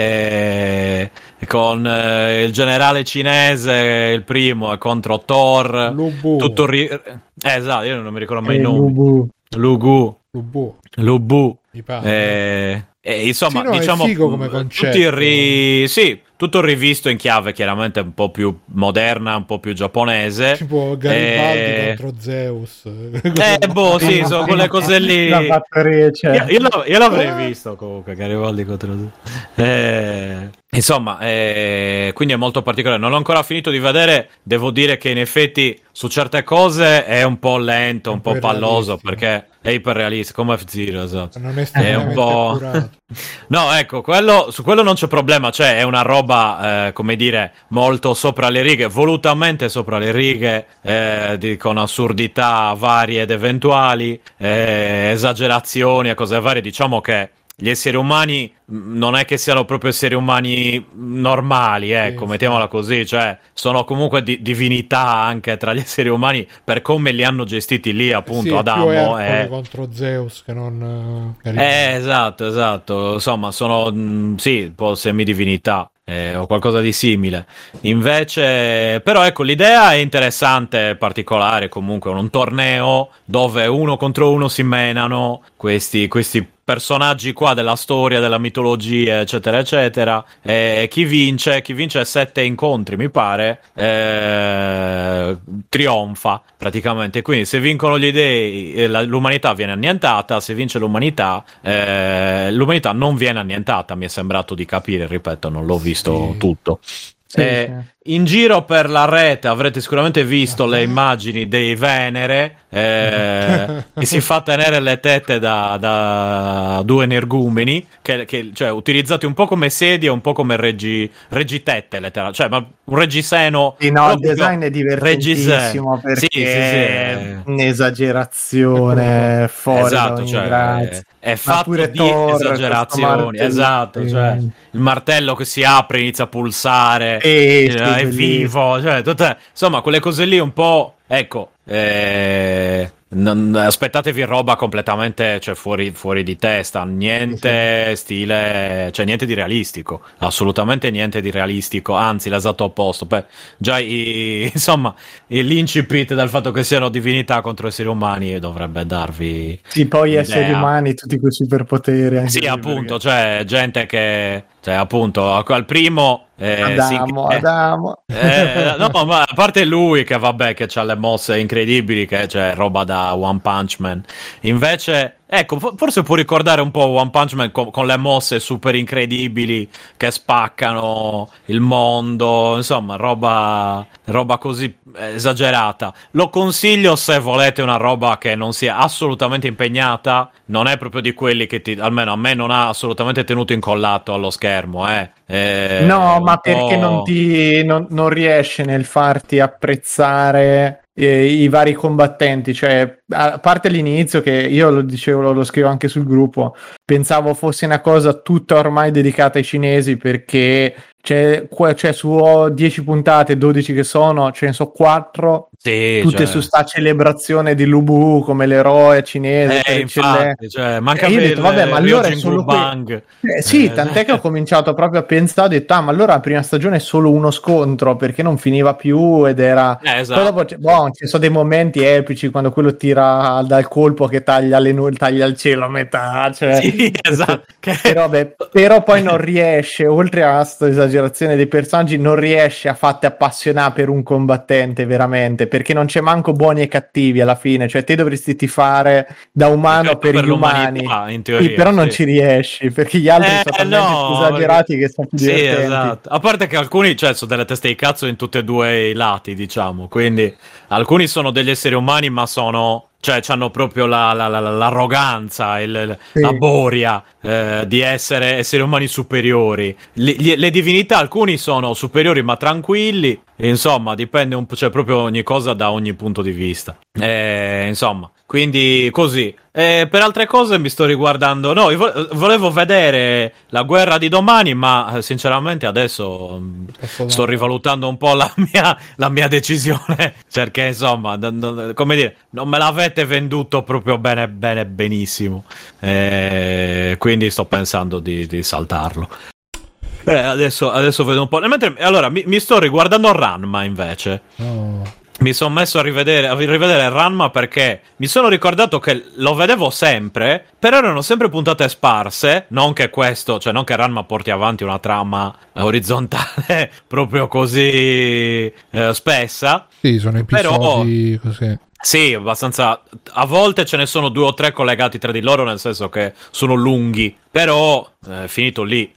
e, e con uh, il generale cinese, il primo, e contro Thor. Lubu. Tutto ri- eh, esatto, io non mi ricordo mai eh, i nomi. Lubu. Lugu. Lubu. Lubu. Mi pare. Eh, eh, insomma, sì, no, diciamo, è figo come concetto. tutti ri- sì, tutto rivisto in chiave chiaramente un po' più moderna, un po' più giapponese. Tipo Garibaldi eh... contro Zeus. Eh, boh, sì, sono quelle cose lì. La batteria, cioè. io, io, l'av- io l'avrei visto comunque Garibaldi contro Zeus. Eh... Insomma, eh, quindi è molto particolare. Non l'ho ancora finito di vedere. Devo dire che in effetti su certe cose è un po' lento, un, un po' palloso, perché è iperrealistico, come F-Zero, esatto. Non è, è un po'... No, ecco, quello, su quello non c'è problema, cioè è una roba, eh, come dire, molto sopra le righe, volutamente sopra le righe, eh, di, con assurdità varie ed eventuali, eh, esagerazioni e cose varie. Diciamo che gli esseri umani non è che siano proprio esseri umani normali, ecco, sì, mettiamola sì. così, cioè sono comunque di- divinità anche tra gli esseri umani per come li hanno gestiti lì, appunto, sì, Adamo è contro Zeus che non eh, esatto, esatto, insomma, sono mh, sì, un po' semidivinità. Eh, o qualcosa di simile. Invece, però ecco, l'idea è interessante, particolare, comunque un torneo dove uno contro uno si menano questi, questi personaggi qua della storia, della mitologia, eccetera, eccetera. E chi vince, chi vince sette incontri, mi pare, eh, trionfa praticamente. Quindi se vincono gli dei, eh, l'umanità viene annientata, se vince l'umanità, eh, l'umanità non viene annientata, mi è sembrato di capire, ripeto, non l'ho visto sì. tutto. Sì, eh, sì. In giro per la rete avrete sicuramente visto uh-huh. le immagini dei Venere eh, che si fa tenere le tette da, da due energumeni che, che, cioè, utilizzati un po' come sedie, un po' come reggi, reggitette letteralmente, cioè ma un reggiseno. Sì, no, il design è divertentissimo perché sì, sì, sì, è un'esagerazione fuori esatto, cioè, è fatto di Thor, esagerazioni, esatto, cioè il martello che si apre, inizia a pulsare, e, eh, è vivo, cioè, tutte, insomma, quelle cose lì un po', ecco, eh, non, aspettatevi roba completamente, cioè, fuori, fuori di testa, niente stile, cioè niente di realistico, assolutamente niente di realistico, anzi l'esatto opposto. Beh, già i, insomma, l'incipit del fatto che siano divinità contro esseri umani dovrebbe darvi sì, poi idea. Esseri umani tutti quei superpoteri anche sì, lì, appunto, perché... cioè gente che, cioè, appunto, al primo Eh, Adamo, sì, Adamo. Eh, no, ma a parte lui che vabbè che c'ha le mosse incredibili, che c'è roba da One Punch Man. Invece, ecco, forse può ricordare un po' One Punch Man con, con le mosse super incredibili che spaccano il mondo, insomma, roba, roba così esagerata. Lo consiglio se volete una roba che non sia assolutamente impegnata, non è proprio di quelli che ti, almeno a me non ha assolutamente tenuto incollato allo schermo, eh. Eh, no, ma perché non ti non, non riesce nel farti apprezzare eh, i vari combattenti, cioè a parte l'inizio che io lo dicevo, lo, lo scrivo anche sul gruppo, pensavo fosse una cosa tutta ormai dedicata ai cinesi perché c'è, c'è su dieci puntate, dodici che sono, ce ne so quattro, sì, tutte cioè... su sta celebrazione di Lubu come l'eroe cinese, eh, infatti, cioè, manca e io ho detto, vabbè, ma allora è solo Bang. Eh, sì, eh, tant'è che ho cominciato proprio a pensare, ho detto, ah, ma allora la prima stagione è solo uno scontro, perché non finiva più ed era... Eh, esatto. Poi dopo, boh, ci sono dei momenti epici quando quello tira dal colpo che taglia, le nu- taglia il cielo a metà, cioè... Sì, esatto. Però, beh, però poi non riesce, oltre a questa esagerazione dei personaggi, non riesce a farti appassionare per un combattente veramente, perché non c'è manco buoni e cattivi alla fine, cioè te dovresti tifare da umano per, per gli umani, in teoria, sì, però non sì. ci riesci, perché gli altri eh, sono talmente no, più esagerati perché... che sono più sì, divertenti. Esatto. A parte che alcuni, cioè, sono delle teste di cazzo in tutti e due i lati, diciamo, quindi alcuni sono degli esseri umani ma sono... cioè hanno proprio la, la, la, l'arroganza, il, sì. la boria eh, di essere esseri umani superiori. Le, le, le divinità, alcuni sono superiori ma tranquilli, insomma, dipende un po', cioè proprio ogni cosa da ogni punto di vista. E, insomma, quindi così. E per altre cose mi sto riguardando, no, io volevo vedere La guerra di domani, ma sinceramente adesso Posso sto dare. rivalutando un po' la mia, la mia decisione, perché insomma, come dire, non me l'avete venduto proprio bene, bene, benissimo, e quindi sto pensando di, di saltarlo. Eh, adesso, adesso vedo un po'. Mentre, allora, mi, mi sto riguardando Ranma invece. Oh. Mi sono messo a rivedere, a rivedere Ranma perché mi sono ricordato che lo vedevo sempre, però erano sempre puntate sparse, non che questo, cioè non che Ranma porti avanti una trama orizzontale proprio così eh, spessa. Sì, sono episodi però, così. Sì, abbastanza. A volte ce ne sono due o tre collegati tra di loro, nel senso che sono lunghi, però è eh, finito lì.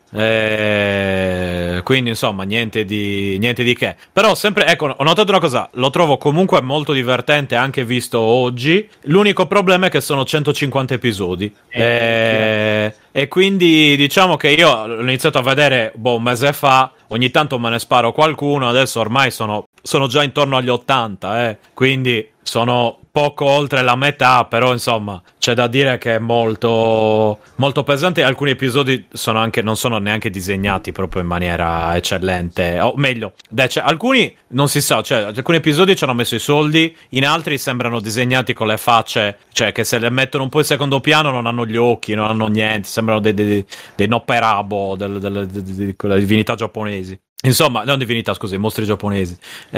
Eh, quindi insomma, niente di niente di che. Però sempre, ecco, ho notato una cosa, lo trovo comunque molto divertente, anche visto oggi. L'unico problema è che sono centocinquanta episodi. Eh, eh, e quindi diciamo che io l'ho iniziato a vedere boh, un mese fa. Ogni tanto me ne sparo qualcuno, adesso ormai sono, sono già intorno agli ottanta, eh. Quindi sono poco oltre la metà, però insomma c'è da dire che è molto molto pesante. Alcuni episodi sono anche, non sono neanche disegnati proprio in maniera eccellente, o meglio, cioè, alcuni non si sa, cioè alcuni episodi ci hanno messo i soldi, in altri sembrano disegnati con le facce, cioè che se le mettono un po' in secondo piano non hanno gli occhi, non hanno niente, sembrano dei, dei, dei nopperabo delle, delle, delle, delle divinità giapponesi. Insomma, non divinità, scusi, mostri giapponesi.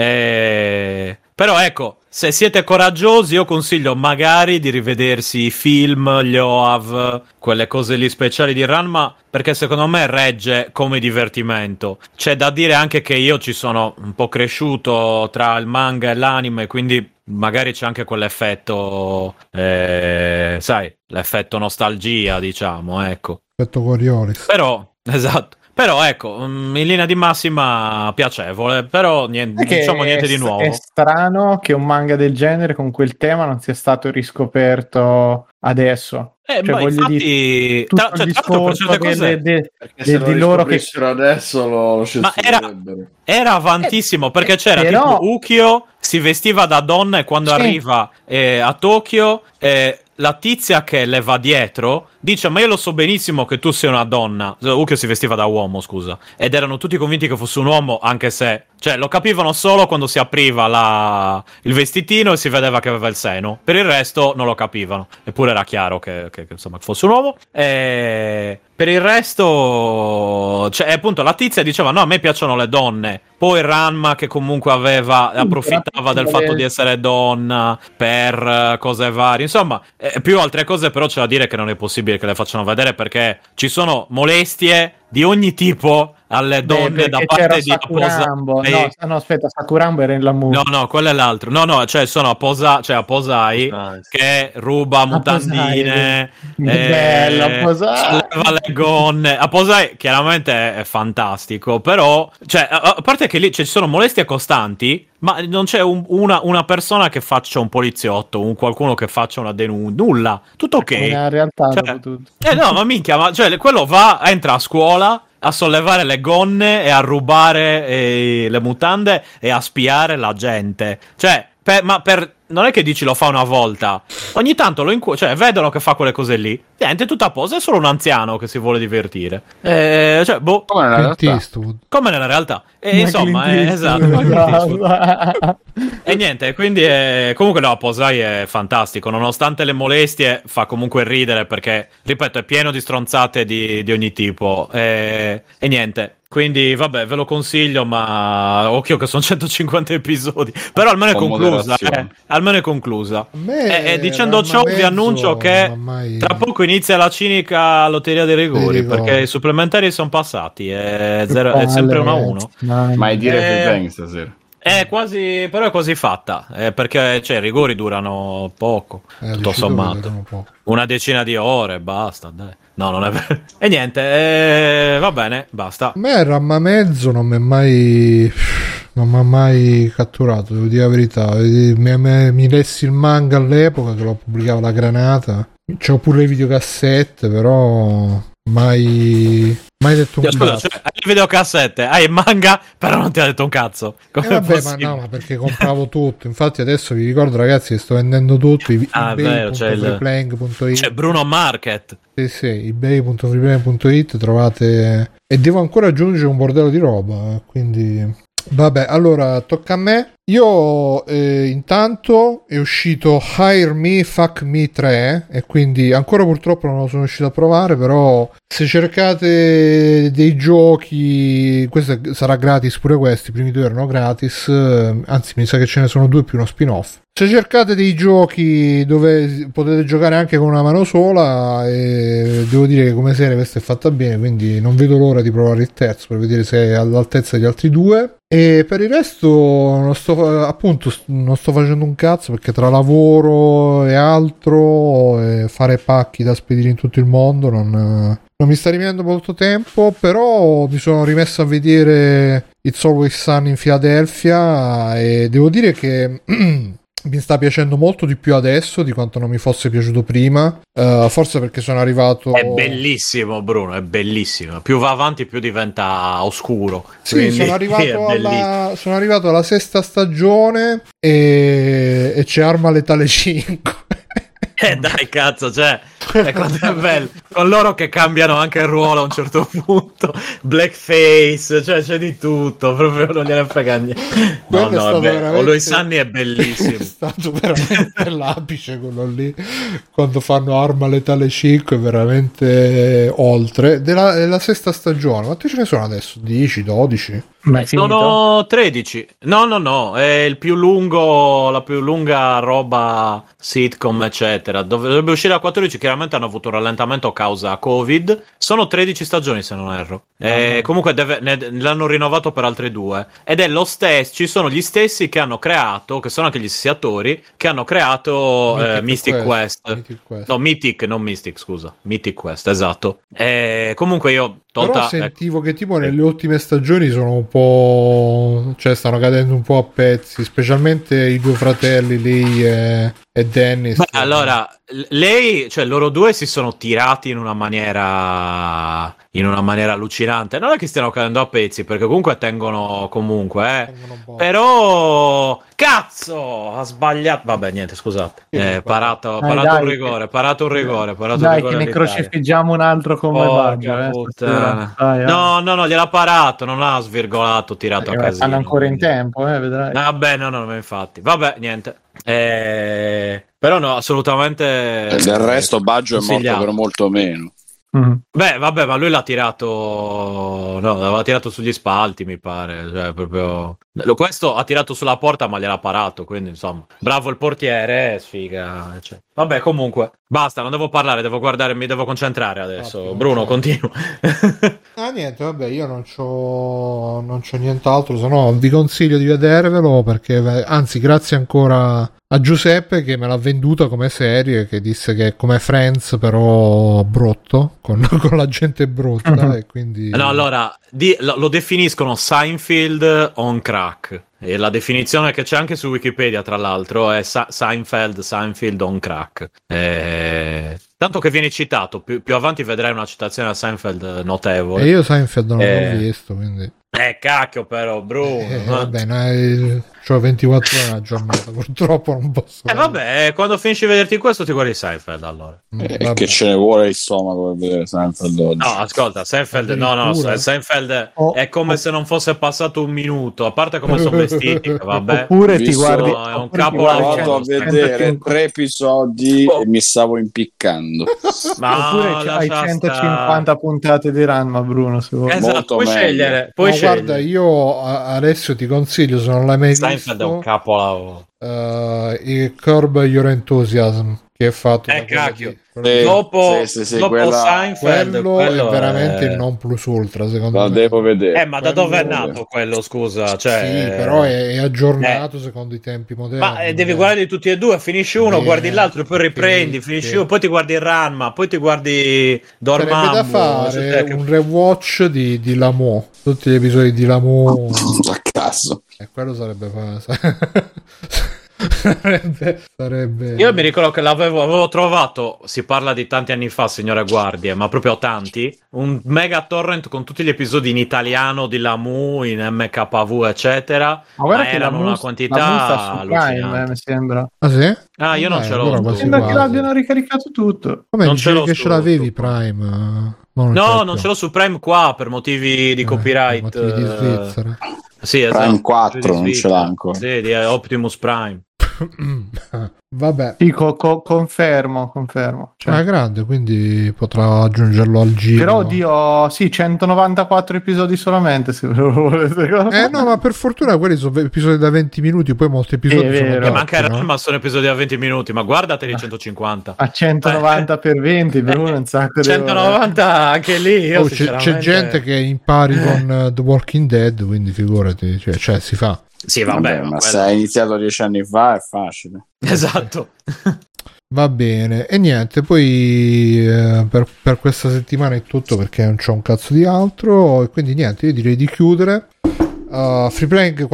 Eh, però ecco, se siete coraggiosi, io consiglio magari di rivedersi i film, gli O A V, quelle cose lì speciali di Ranma, perché secondo me regge come divertimento. C'è da dire anche che io ci sono un po' cresciuto tra il manga e l'anime, quindi magari c'è anche quell'effetto, eh, sai, l'effetto nostalgia, diciamo, ecco. Effetto Coriolis. Però, esatto. Però ecco, in linea di massima piacevole, però niente, diciamo niente è, di nuovo. È strano che un manga del genere con quel tema non sia stato riscoperto adesso. Eh, cioè, ma voglio infatti, dire, tra, tutto cioè, il tra l'altro per certe discorso cose, de, de, perché de, se lo di loro che adesso lo, lo ma era, era avantissimo, perché c'era però... tipo Ukyo si vestiva da donna e quando sì. arriva eh, a Tokyo eh, la tizia che le va dietro dice: ma io lo so benissimo che tu sei una donna. Ukyo si vestiva da uomo, scusa, ed erano tutti convinti che fosse un uomo, anche se, cioè, lo capivano solo quando si apriva la... il vestitino e si vedeva che aveva il seno. Per il resto non lo capivano, eppure era chiaro che, che, che insomma fosse un uomo. E per il resto, cioè, appunto, la tizia diceva: no, a me piacciono le donne. Poi Ranma, che comunque aveva approfittava del fatto di essere donna per cose varie, insomma, eh, più altre cose. Però c'è da dire che non è possibile che le facciano vedere, perché ci sono molestie di ogni tipo alle donne. Beh, da parte di Sakurambo. No, no, aspetta, Sakurambo era in Lamu. No, no, quello è l'altro. No, no, cioè sono Aposa, cioè Aposai ah, sì. che ruba mutandine. Aposai. Eh, bella Aposai. Leva le gonne. Aposai chiaramente è fantastico, però, cioè, a, a parte che lì cioè, ci sono molestie costanti, ma non c'è un, una, una persona che faccia un poliziotto, un qualcuno che faccia una denuncia, nulla, tutto ok. In realtà cioè, eh no, ma minchia, ma cioè, quello va, entra a scuola a sollevare le gonne e a rubare eh, le mutande e a spiare la gente. Cioè, per, ma per... non è che dici lo fa una volta, ogni tanto lo incu- cioè vedono che fa quelle cose lì, niente, tutta a posa, è solo un anziano che si vuole divertire. Eh, cioè, boh, come nella realtà. Come nella realtà. E insomma, è, esatto. E niente, quindi è, comunque no, Posai è fantastico, nonostante le molestie fa comunque ridere, perché, ripeto, è pieno di stronzate di, di ogni tipo. E, e niente. Quindi vabbè, ve lo consiglio, ma occhio che sono centocinquanta episodi. Però almeno è conclusa, eh. Almeno è conclusa. E, e dicendo ciò vi annuncio che mai... tra poco inizia la cinica lotteria dei rigori, Dico. perché i supplementari sono passati, è, zero, è sempre uno a uno. Mai dire che venga stasera. È quasi, però è quasi fatta, eh, perché cioè, i rigori durano poco, eh, tutto sommato. Poco. Una decina di ore, basta, dai. No, non è vero. E niente, eh, va bene, basta. A me Ranma mezzo non mi è mai... non mi ha mai catturato, devo dire la verità. Mi, mi, mi lessi il manga all'epoca che lo pubblicava la Granata. C'ho pure le videocassette, però mai mai detto un Scusa, cazzo. Cioè, hai il videocassette, hai il manga, però non ti ha detto un cazzo. Come eh vabbè, ma no, ma perché compravo tutto. Infatti adesso vi ricordo, ragazzi, che sto vendendo tutto. Ah, ebay punto freeplaying punto it. C'è Bruno Market. Sì, sì, ebay punto freeplaying punto it trovate. E devo ancora aggiungere un bordello di roba, quindi vabbè, allora tocca a me. Io eh, intanto è uscito Hire Me Fuck Me tre e quindi ancora purtroppo non lo sono riuscito a provare, però se cercate dei giochi, questo sarà gratis pure questi, i primi due erano gratis, anzi mi sa che ce ne sono due più uno spin-off. Se cercate dei giochi dove potete giocare anche con una mano sola, e devo dire che come serie questa è fatta bene, quindi non vedo l'ora di provare il terzo per vedere se è all'altezza degli altri due. E per il resto non sto, appunto non sto facendo un cazzo, perché tra lavoro e altro e fare pacchi da spedire in tutto il mondo non, non mi sta rimanendo molto tempo. Però mi sono rimesso a vedere It's Always Sunny in Philadelphia e devo dire che mi sta piacendo molto di più adesso di quanto non mi fosse piaciuto prima, uh, forse perché sono arrivato... È bellissimo Bruno, è bellissimo, più va avanti più diventa oscuro. Sì, quindi sono arrivato, alla, sono arrivato alla sesta stagione e, e c'è Arma Letale cinque. Eh dai cazzo, cioè è, è bello, con loro che cambiano anche il ruolo a un certo punto, blackface, cioè c'è di tutto, proprio non gliene frega niente. No, no, veramente... Always Sunny è bellissimo. È stato veramente l'apice quello lì, quando fanno Arma Letale cinque, veramente oltre. Della, della sesta stagione, quante ce ne sono adesso? dieci, dodici? Ma sono tredici. No, no, no, è il più lungo, la più lunga roba sitcom, eccetera. Dovrebbe uscire a quattordici, chiaramente hanno avuto un rallentamento a causa Covid. Sono tredici stagioni, se non erro. E comunque deve, ne, l'hanno rinnovato per altre due. Ed è lo stesso, ci sono gli stessi che hanno creato, che sono anche gli stessi attori, che hanno creato Mythic, eh, Mystic Quest. Quest. Mythic Quest. No, Mythic, non Mystic, scusa. Mythic Quest, esatto. E comunque io... Tolta, però sentivo ecco. che tipo nelle ultime stagioni sono un po', cioè stanno cadendo un po' a pezzi, specialmente i due fratelli, lei e, e Dennis. Beh, allora lei, cioè loro due si sono tirati in una maniera in una maniera allucinante. Non è che stiano cadendo a pezzi, perché comunque tengono comunque eh. tengono però cazzo ha sbagliato, vabbè niente, scusate, eh, parato, dai, parato dai, un rigore parato un rigore parato dai un rigore che ne crocifiggiamo un altro come Baggio, eh, dai, no no no gliel'ha parato, non ha svirgolato, tirato eh, a casino, hanno ancora in tempo, eh, vedrai. Vabbè no no infatti vabbè niente, eh, però no assolutamente e del resto Baggio è morto per molto meno. Mm. Beh, vabbè, ma lui l'ha tirato, no, l'aveva tirato sugli spalti, mi pare, cioè proprio questo ha tirato sulla porta, ma gliel'ha parato, quindi insomma, bravo il portiere, sfiga, cioè. Vabbè, comunque, basta, non devo parlare, devo guardare, mi devo concentrare adesso. Ah, Bruno, continua. Ah, niente, vabbè, io non c'ho non c'ho nient'altro, se no vi consiglio di vedervelo, perché anzi, grazie ancora a Giuseppe che me l'ha venduta come serie, che disse che è come Friends però brutto, con, con la gente brutta, uh-huh. E quindi no, allora di, lo, lo definiscono Seinfeld on crack, e la definizione che c'è anche su Wikipedia tra l'altro è Sa- Seinfeld Seinfeld on crack, e... tanto che viene citato più, più avanti vedrai una citazione a Seinfeld notevole, e io Seinfeld non e... l'ho visto, quindi eh cacchio però Bruno, eh, vabbè, no, c'ho ventiquattro ore a giornata, purtroppo non posso. Eh vabbè, quando finisci di vederti questo ti guardi Seinfeld allora. Eh, che ce ne vuole il stomaco per vedere Seinfeld oggi. No, ascolta, Seinfeld, no, no, Seinfeld oh, è come oh. se non fosse passato un minuto, a parte come sono vestiti, vabbè. Oppure ti guardi, no, è un capo a vedere tre episodi oh. e mi stavo impiccando. Ma oppure hai centocinquanta sta... puntate di Ranma, Bruno, se vuoi. Esatto, molto puoi meglio. scegliere, puoi no, scegliere. Guarda, io adesso ti consiglio, se non l'hai mai visto, Seinfeld è un capolavoro. Uh, il Curb Your Enthusiasm, che è fatto eh, da cacchio. Di, sì, dopo, sì, sì, sì, dopo quella... Seinfeld quello, quello è veramente è... il non plus ultra, secondo lo me. Devo vedere. Eh, ma quello... da dove è nato quello, scusa? Cioè... Sì, però è, è aggiornato eh. secondo i tempi moderni. Ma eh, devi guardare tutti e due, finisci uno, eh, guardi l'altro e poi riprendi, sì, finisci sì. uno, poi ti guardi il Ranma, poi ti guardi Dormammu. Sarebbe da fare che... un rewatch di, di Lamu, tutti gli episodi di Lamu a caso. E quello sarebbe fa... sarebbe, sarebbe... Io mi ricordo che l'avevo avevo trovato, si parla di tanti anni fa, signore guardie, ma proprio tanti, un mega torrent con tutti gli episodi in italiano di Lamu, in M K V, eccetera. Ma guarda ma che erano la una mus- quantità la Prime, allucinante. eh, mi sembra. Ah sì? Ah, io non Dai, ce l'ho. allora tu. quasi Sembra quasi. che l'abbiano ricaricato tutto. Come Non dicevi ce l'ho che su- ce l'avevi su- Prime? Ma non No, c'è non più. ce l'ho su Prime qua per motivi di Eh, copyright. per motivi di eh, Svizzera. Sì, esatto. Prime quattro Di non ce l'ha Svizzera. ancora. Sì, di Optimus Prime. Vabbè. Sì, co- co- confermo, confermo. Cioè. Ah, è grande, quindi potrà aggiungerlo al giro. Però, oddio, sì, centonovantaquattro episodi solamente, se ve lo volete. Eh no, ma per fortuna quelli sono episodi da venti minuti, poi molti episodi È sono vero. Eh, troppi, ma anche no? ma sono episodi da venti minuti, ma guardateli centocinquanta. A centonovanta per venti, per uno un sacco di centonovanta anche lì. Io Oh, c'è, sinceramente... c'è gente che impari con uh, The Walking Dead, quindi figurati, cioè, cioè si fa. Sì, vabbè, Vabbè, ma ma quello- se hai iniziato dieci anni fa è facile. Esatto. Va bene, e niente, poi eh, per, per questa settimana è tutto perché non c'è un cazzo di altro, e quindi niente, io direi di chiudere. Uh, Freeplaying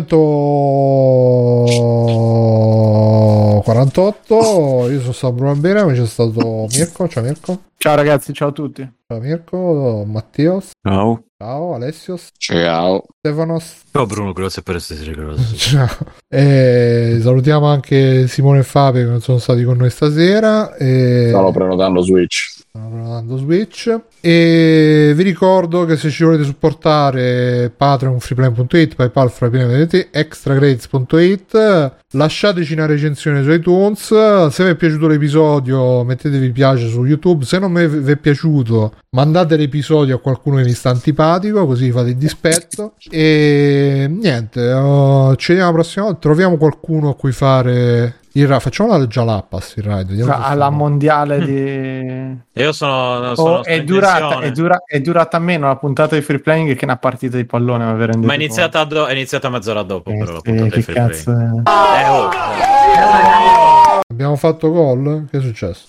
quattrocentoquarantotto, io sono stato Bruno Bene, ma c'è stato Mirko, ciao Mirko. Ciao ragazzi, ciao a tutti. Ciao Mirko, Matteos, Ciao. ciao Alessios, Ciao. Stefanos. Ciao Bruno, grazie per essere generoso. Ciao. E salutiamo anche Simone e Fabio che non sono stati con noi stasera. E... Stavo prenotando Switch. Stanno prenotando Switch. E vi ricordo che se ci volete supportare, Patreon freeplane punto it, PayPal freeplane punto it, extragrades punto it, lasciateci una recensione su iTunes. Se vi è piaciuto l'episodio mettetevi piace su YouTube, se non vi è piaciuto mandate l'episodio a qualcuno che vi sta antipatico, così fate il dispetto. E niente, uh, ci vediamo la prossima volta, troviamo qualcuno a cui fare il ride, facciamo la Jalapas il ride, vediamo se Alla stiamo- mondiale di... Io sono, sono Oh, è, durata, è, dura- è durata meno la puntata di Free Playing che una partita di pallone, ma vi rendete Ma è iniziata, a do- è iniziata mezz'ora dopo, conto? però la Eh, puntata che di Free cazzo Play. è? Eh, oh. Abbiamo fatto gol? Che è successo?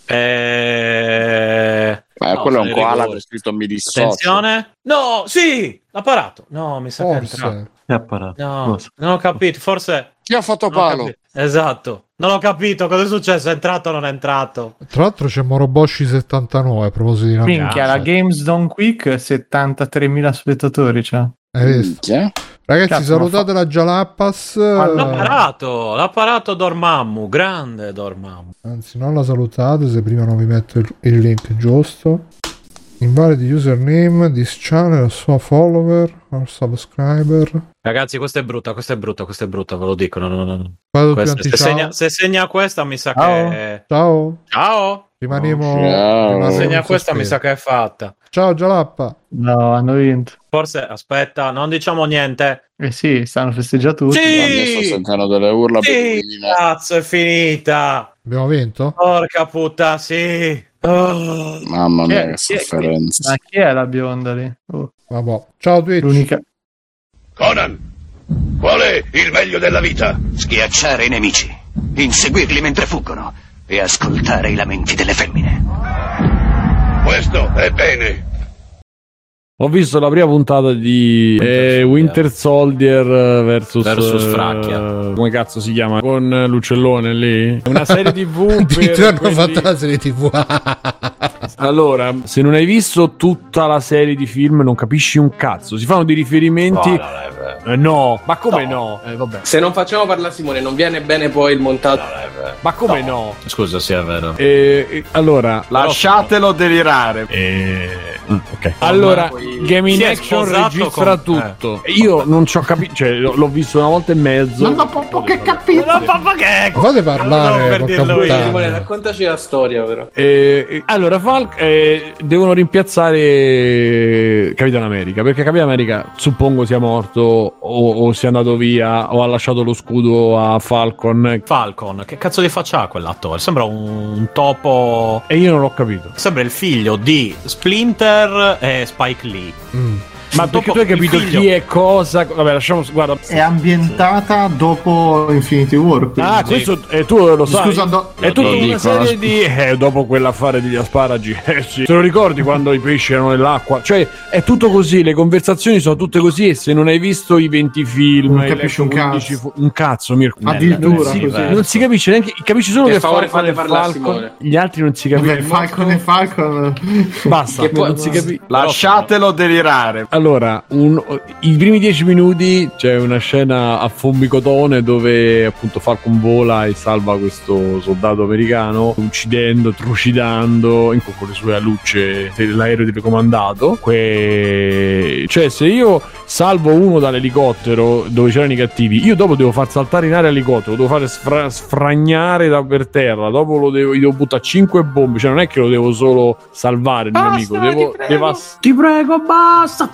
Eh... Ma no, quello è un sono i koala rigori. per scritto mi dissocio. Attenzione. No, sì, l'ha parato. No, mi sa che è entrato. Forse. È apparato. No, Cosa? non ho capito, forse... Chi ha fatto non ho palo? capito. Esatto. Non ho capito cosa è successo, è entrato o non è entrato. Tra l'altro c'è Moroboshi settantanove a proposito di Natale. Minchia, la Games Done Quick settantatremila spettatori, cioè. Hai visto? Minchia. Ragazzi, Cazzo, salutate la Jalapas. L'ha eh, parato, l'ha parato Dormammu, grande Dormammu. Anzi, non la salutate se prima non vi metto il, il link giusto. Invalid username, this channel, sua follower or subscriber. Ragazzi, questa è brutta, questa è brutta, questa è brutta, ve lo dico. No, no, no. Vado Questa- tutti, se, ciao. segna, se segna questa mi sa Ciao. che... Ciao. Ciao! Rimaniamo, Ciao. rimaniamo Se segna in questa mi sa sospeso. che è fatta. Ciao Jalappa. No, hanno vinto. Forse, aspetta, non diciamo niente. Eh sì, stanno festeggiando tutti. Sì! Guarda, sto sentendo delle urla Sì, pecorine. cazzo, è finita. Abbiamo vinto? Porca puttana, sì. Oh. Mamma Chi mia, è- che chi è- sofferenza. Ma chi è la bionda lì? Oh, Vabbè. Ciao Twitch. l'unica... Conan, qual è il meglio della vita? Schiacciare i nemici, inseguirli mentre fuggono e ascoltare i lamenti delle femmine. Questo è bene. Ho visto la prima puntata di eh, Winter Soldier versus, Versus eh, Fracchia. come cazzo si chiama? Con L'Uccellone lì. Una serie tivù Ti per hanno quelli- fatto la serie tivù. Allora, se non hai visto tutta la serie di film non capisci un cazzo. Si fanno dei riferimenti. No, no, no, è vero. Eh, no, ma come no? Eh, vabbè. Se non facciamo parlare Simone non viene bene poi il montaggio. Ma come no? Scusa, sì, è vero. Eh, eh, allora, Lasciatelo delirare. eh, ok. Allora, Game in Si è Action sposato registra con- tutto. Io non ci ho capito, cioè l'ho l'ho visto una volta e mezzo. Non ho proprio che capito. No, papà, che Fate parlare, per porca dirlo io. puttana. Simone, raccontaci la storia però. Eh, eh, allora, Falk eh, devono rimpiazzare Capitan America perché Capitan America suppongo sia morto o, o sia andato via o ha lasciato lo scudo a Falcon Falcon, che cazzo di faccia ha quell'attore? Sembra un, un topo. e io non l'ho capito. Sembra il figlio di Splinter e Spike Lee. Mm. Ma perché tu hai capito chi è cosa? Vabbè, lasciamo. Guarda, è ambientata dopo Infinity War. Quindi. Ah, questo eh, tu lo sai. Scusa, do... è tutta una dico, serie di. Eh, dopo quell'affare degli asparagi. Eh sì. Te lo ricordi quando i pesci erano nell'acqua? Cioè, è tutto così. Le conversazioni sono tutte così. E se non hai visto i venti film, non capisci un cazzo. Fu... Un cazzo, Mirko. Addirittura. Non si, non si capisce neanche. Capisci solo che, che Falcon e Falcon. Gli altri non si capiscono. Falcon e Falcon. Basta. Poi, non si capi... Lasciatelo delirare. Allora, un, i primi dieci minuti c'è una scena a Fombicotone dove appunto Falcon vola e salva questo soldato americano uccidendo, trucidando con le sue alucce l'aereo telecomandato. Que... Cioè, se io salvo uno dall'elicottero dove c'erano i cattivi, io dopo devo far saltare in aria l'elicottero, lo devo fare sfra- sfragnare da per terra, dopo lo devo, gli devo buttare cinque bombe, cioè non è che lo devo solo salvare il mio amico, devo, ti prego, devo... ti prego basta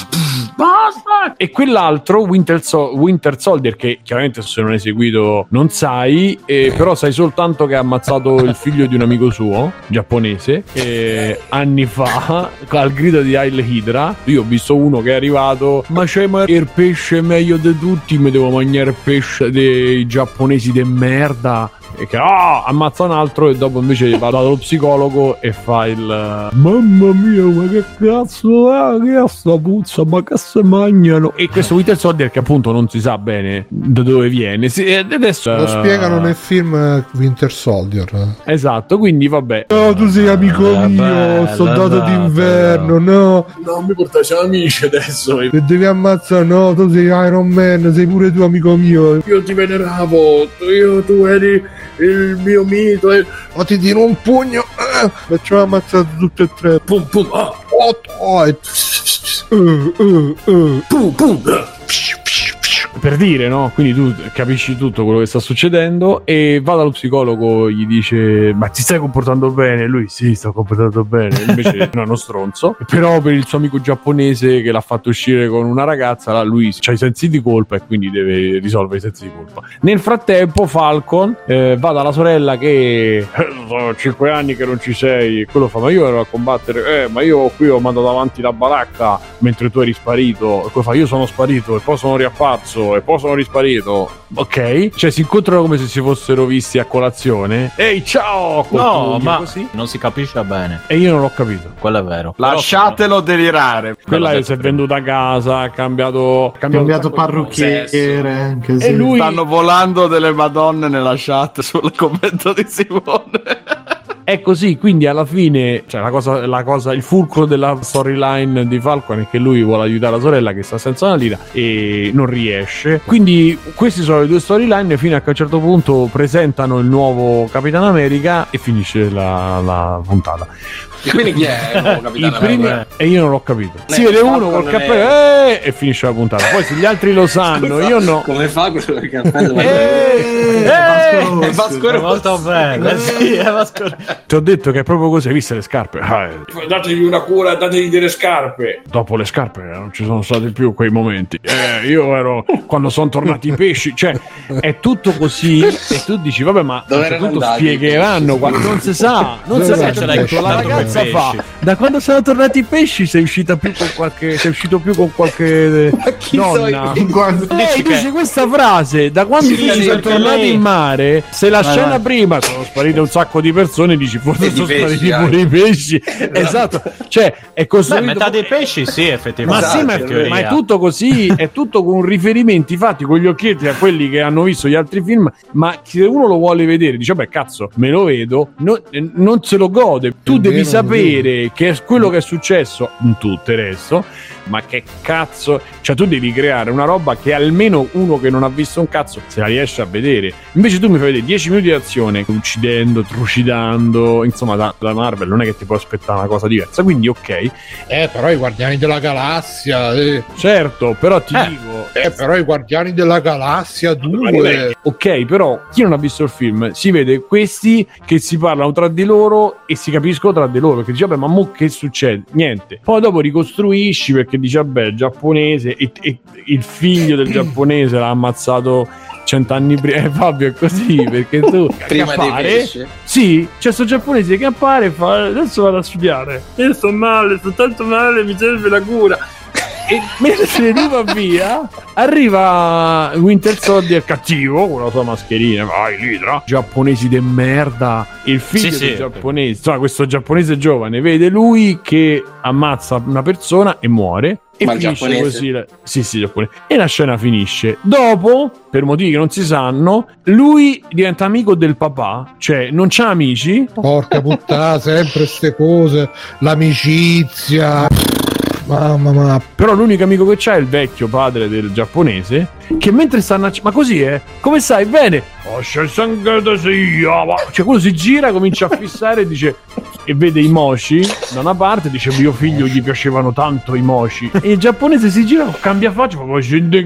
basta. E quell'altro Winter, so- Winter Soldier, che chiaramente se non hai seguito non sai, eh, però sai soltanto che ha ammazzato il figlio di un amico suo giapponese eh, anni fa al grido di Hail Hydra. Io ho visto uno che è arrivato, ma c'è ma il pesce meglio di tutti, mi devo mangiare il pesce dei giapponesi de merda. E che oh, ammazza un altro e dopo invece va dallo psicologo e fa il mamma mia ma che cazzo è che è sta puzza, ma che se mangiano. E questo Winter Soldier che appunto non si sa bene da dove viene si, adesso lo uh, spiegano nel film Winter Soldier, esatto, quindi vabbè, no tu sei amico eh, mio bella, soldato bella, d'inverno bella. no non mi portai, siamo amici adesso e devi ammazzare, no tu sei Iron Man, sei pure tu amico mio, io ti veneravo, io tu eri il mio mito e... ma ti tiro un pugno eh, facciamo ammazzare tutti e tre pum pum ah. oh, oh, e... uh, uh, uh. pum pum per dire, no? Quindi tu capisci tutto quello che sta succedendo e va dallo psicologo, gli dice ma ti stai comportando bene? Lui sì, sto comportando bene, invece no, è uno stronzo. Però per il suo amico giapponese che l'ha fatto uscire con una ragazza, lui ha i sensi di colpa e quindi deve risolvere i sensi di colpa. Nel frattempo Falcon eh, va dalla sorella che eh, sono cinque anni che non ci sei, quello fa ma io ero a combattere, eh ma io qui ho mandato avanti la baracca mentre tu eri sparito, e quello fa io sono sparito e poi sono riapparso e poi sono risparito, ok? Cioè si incontrano come se si fossero visti a colazione. Ehi ciao! No, ma così non si capisce bene. E io non l'ho capito. Quello è vero. Lasciatelo delirare. Quella si è venduta a casa, ha cambiato, ha cambiato, cambiato parrucchiere. E lui stanno volando delle madonne nella chat sul commento di Simone. È così, quindi alla fine, cioè la cosa, la cosa, il fulcro della storyline di Falcon è che lui vuole aiutare la sorella che sta senza una lira e non riesce. Quindi queste sono le due storyline fino a che a un certo punto presentano il nuovo Capitano America e finisce la, la puntata. E quindi chi è il nuovo Capitano America? E io non l'ho capito. Si vede uno col cappello è... e finisce la puntata. Poi se gli altri lo sanno, io no. Come fa quello del cappello? Eeeh, è Vasco Rossi. Molto bene, sì, è Vasco Rossi. Ti ho detto che è proprio così, hai visto le scarpe? Ah, dategli una cura, dategli delle scarpe. Dopo le scarpe non ci sono stati più quei momenti. Eh, io ero quando sono tornati i pesci, cioè è tutto così e tu dici vabbè ma tutto spiegheranno quando non si sa, non si sa, ce l'hai la ragazza fa. Da quando sono tornati i pesci sei uscita più con qualche sei uscito più con qualche donna. Eh, dice questa frase, da quando sono tornati in mare, se la scena prima sono sparite un sacco di persone, dici forse sono spariti pure i pesci. Esatto, cioè è costruito. Beh, metà dei pesci sì, effettivamente. Ma sì, ma è, ma è tutto così, è tutto con riferimenti fatti con gli occhietti a quelli che hanno visto gli altri film, ma se uno lo vuole vedere dice beh cazzo, me lo vedo, no, non se lo gode. Tu devi sapere che è quello che è successo in tutto il resto, ma che cazzo, cioè tu devi creare una roba che almeno uno che non ha visto un cazzo se la riesce a vedere. Invece tu mi fai vedere dieci minuti di azione uccidendo, trucidando, insomma da, da Marvel non è che ti puoi aspettare una cosa diversa, quindi ok. Eh però i Guardiani della Galassia eh. Certo, però ti eh, dico eh però i Guardiani della Galassia due ok, però chi non ha visto il film si vede questi che si parlano tra di loro e si capiscono tra di loro, perché dice vabbè ma mo che succede? Niente, poi dopo ricostruisci perché dice vabbè il giapponese e, e il figlio del giapponese l'ha ammazzato cent'anni prima. Eh, Fabio è così perché tu prima dei pesci sì, c'è sto giapponese che appare e fa adesso vado a studiare, io sto male, sto tanto male, mi serve la cura. e mentre lui va via, arriva Winter Soldier cattivo con la sua mascherina, vai l'idra, giapponesi de merda, il figlio sì, del sì, giapponese, insomma questo giapponese giovane vede lui che ammazza una persona e muore. E ma finisce giapponese? Così la... sì sì giapponese. E la scena finisce. Dopo, per motivi che non si sanno, lui diventa amico del papà, cioè non c'ha amici. Porca puttana, sempre ste cose, l'amicizia. Mamma mia. Però l'unico amico che c'ha è il vecchio padre del giapponese, che mentre stanno a... ma così è? Come sai? Bene. Cioè quello si gira, comincia a fissare e dice, e vede i moshi da una parte, dice mio figlio gli piacevano tanto i moshi, e il giapponese si gira, cambia faccia, fa,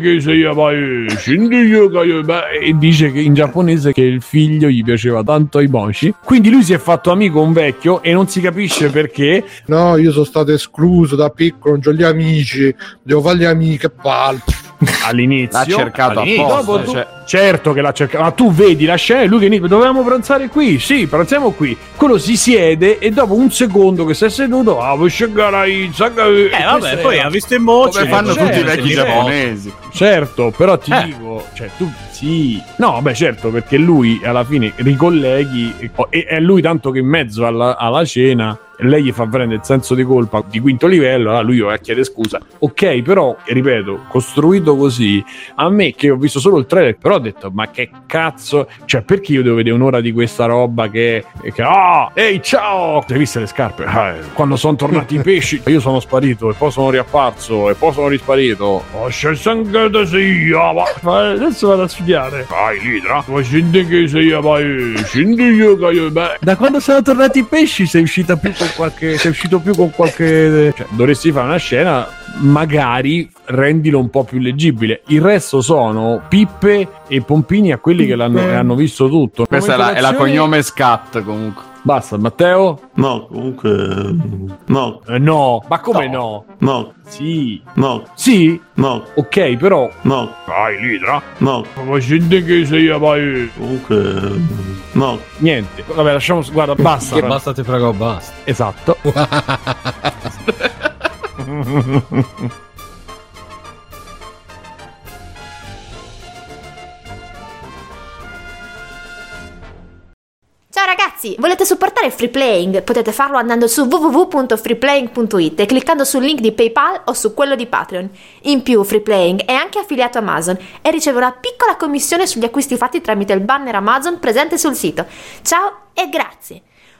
e dice che in giapponese che il figlio gli piaceva tanto i moshi, quindi lui si è fatto amico un vecchio e non si capisce perché. No, io sono stato escluso da piccolo, non c'ho gli amici, devo fare gli amici, che palle. All'inizio l'ha cercato all'inizio, apposta, tu, cioè... certo che l'ha cercato, ma tu vedi la scena e lui che dice dovevamo pranzare qui, sì pranziamo qui, quello si siede e dopo un secondo che si è seduto ah, eh vabbè poi ha visto in moci come fanno certo, tutti i vecchi giapponesi, certo, però ti eh. dico, cioè tu sì, no vabbè certo, perché lui alla fine ricolleghi e è lui tanto che in mezzo alla, alla cena lei gli fa prendere il senso di colpa di quinto livello, allora lui va a chiedere scusa, ok, però ripeto, costruito così, a me che ho visto solo il trailer, però ho detto ma che cazzo, cioè perché io devo vedere un'ora di questa roba che che ah, ehi ciao, hai visto le scarpe? Eh, quando sono tornati i pesci io sono sparito e poi sono riapparso e poi sono risparito, oh, c'è sangue da sia, ma adesso vado a studiare, vai l'idra, ma scendi che sia, vai scendi io che beh, da quando sono tornati i pesci sei uscita più con qualche, sei uscito più con qualche, cioè dovresti fare una scena, magari rendilo un po' più leggibile, il resto sono pippe e pompini a quelli che l'hanno hanno visto tutto. Questa è la, è la cognome scat comunque. Basta, Matteo? No, comunque no. Eh, no, ma come no? No. No. Sì. No. Sì? No. Ok, però No. vai l'idra. No. Ma scendi che sei, vai. Comunque no. Niente. Vabbè, lasciamo, guarda, basta. Che basta, ti prego, basta. Esatto. Ciao ragazzi, volete supportare Free Playing? Potete farlo andando su w w w punto free playing punto i t e cliccando sul link di PayPal o su quello di Patreon. In più, Free Playing è anche affiliato a Amazon e riceve una piccola commissione sugli acquisti fatti tramite il banner Amazon presente sul sito. Ciao e grazie!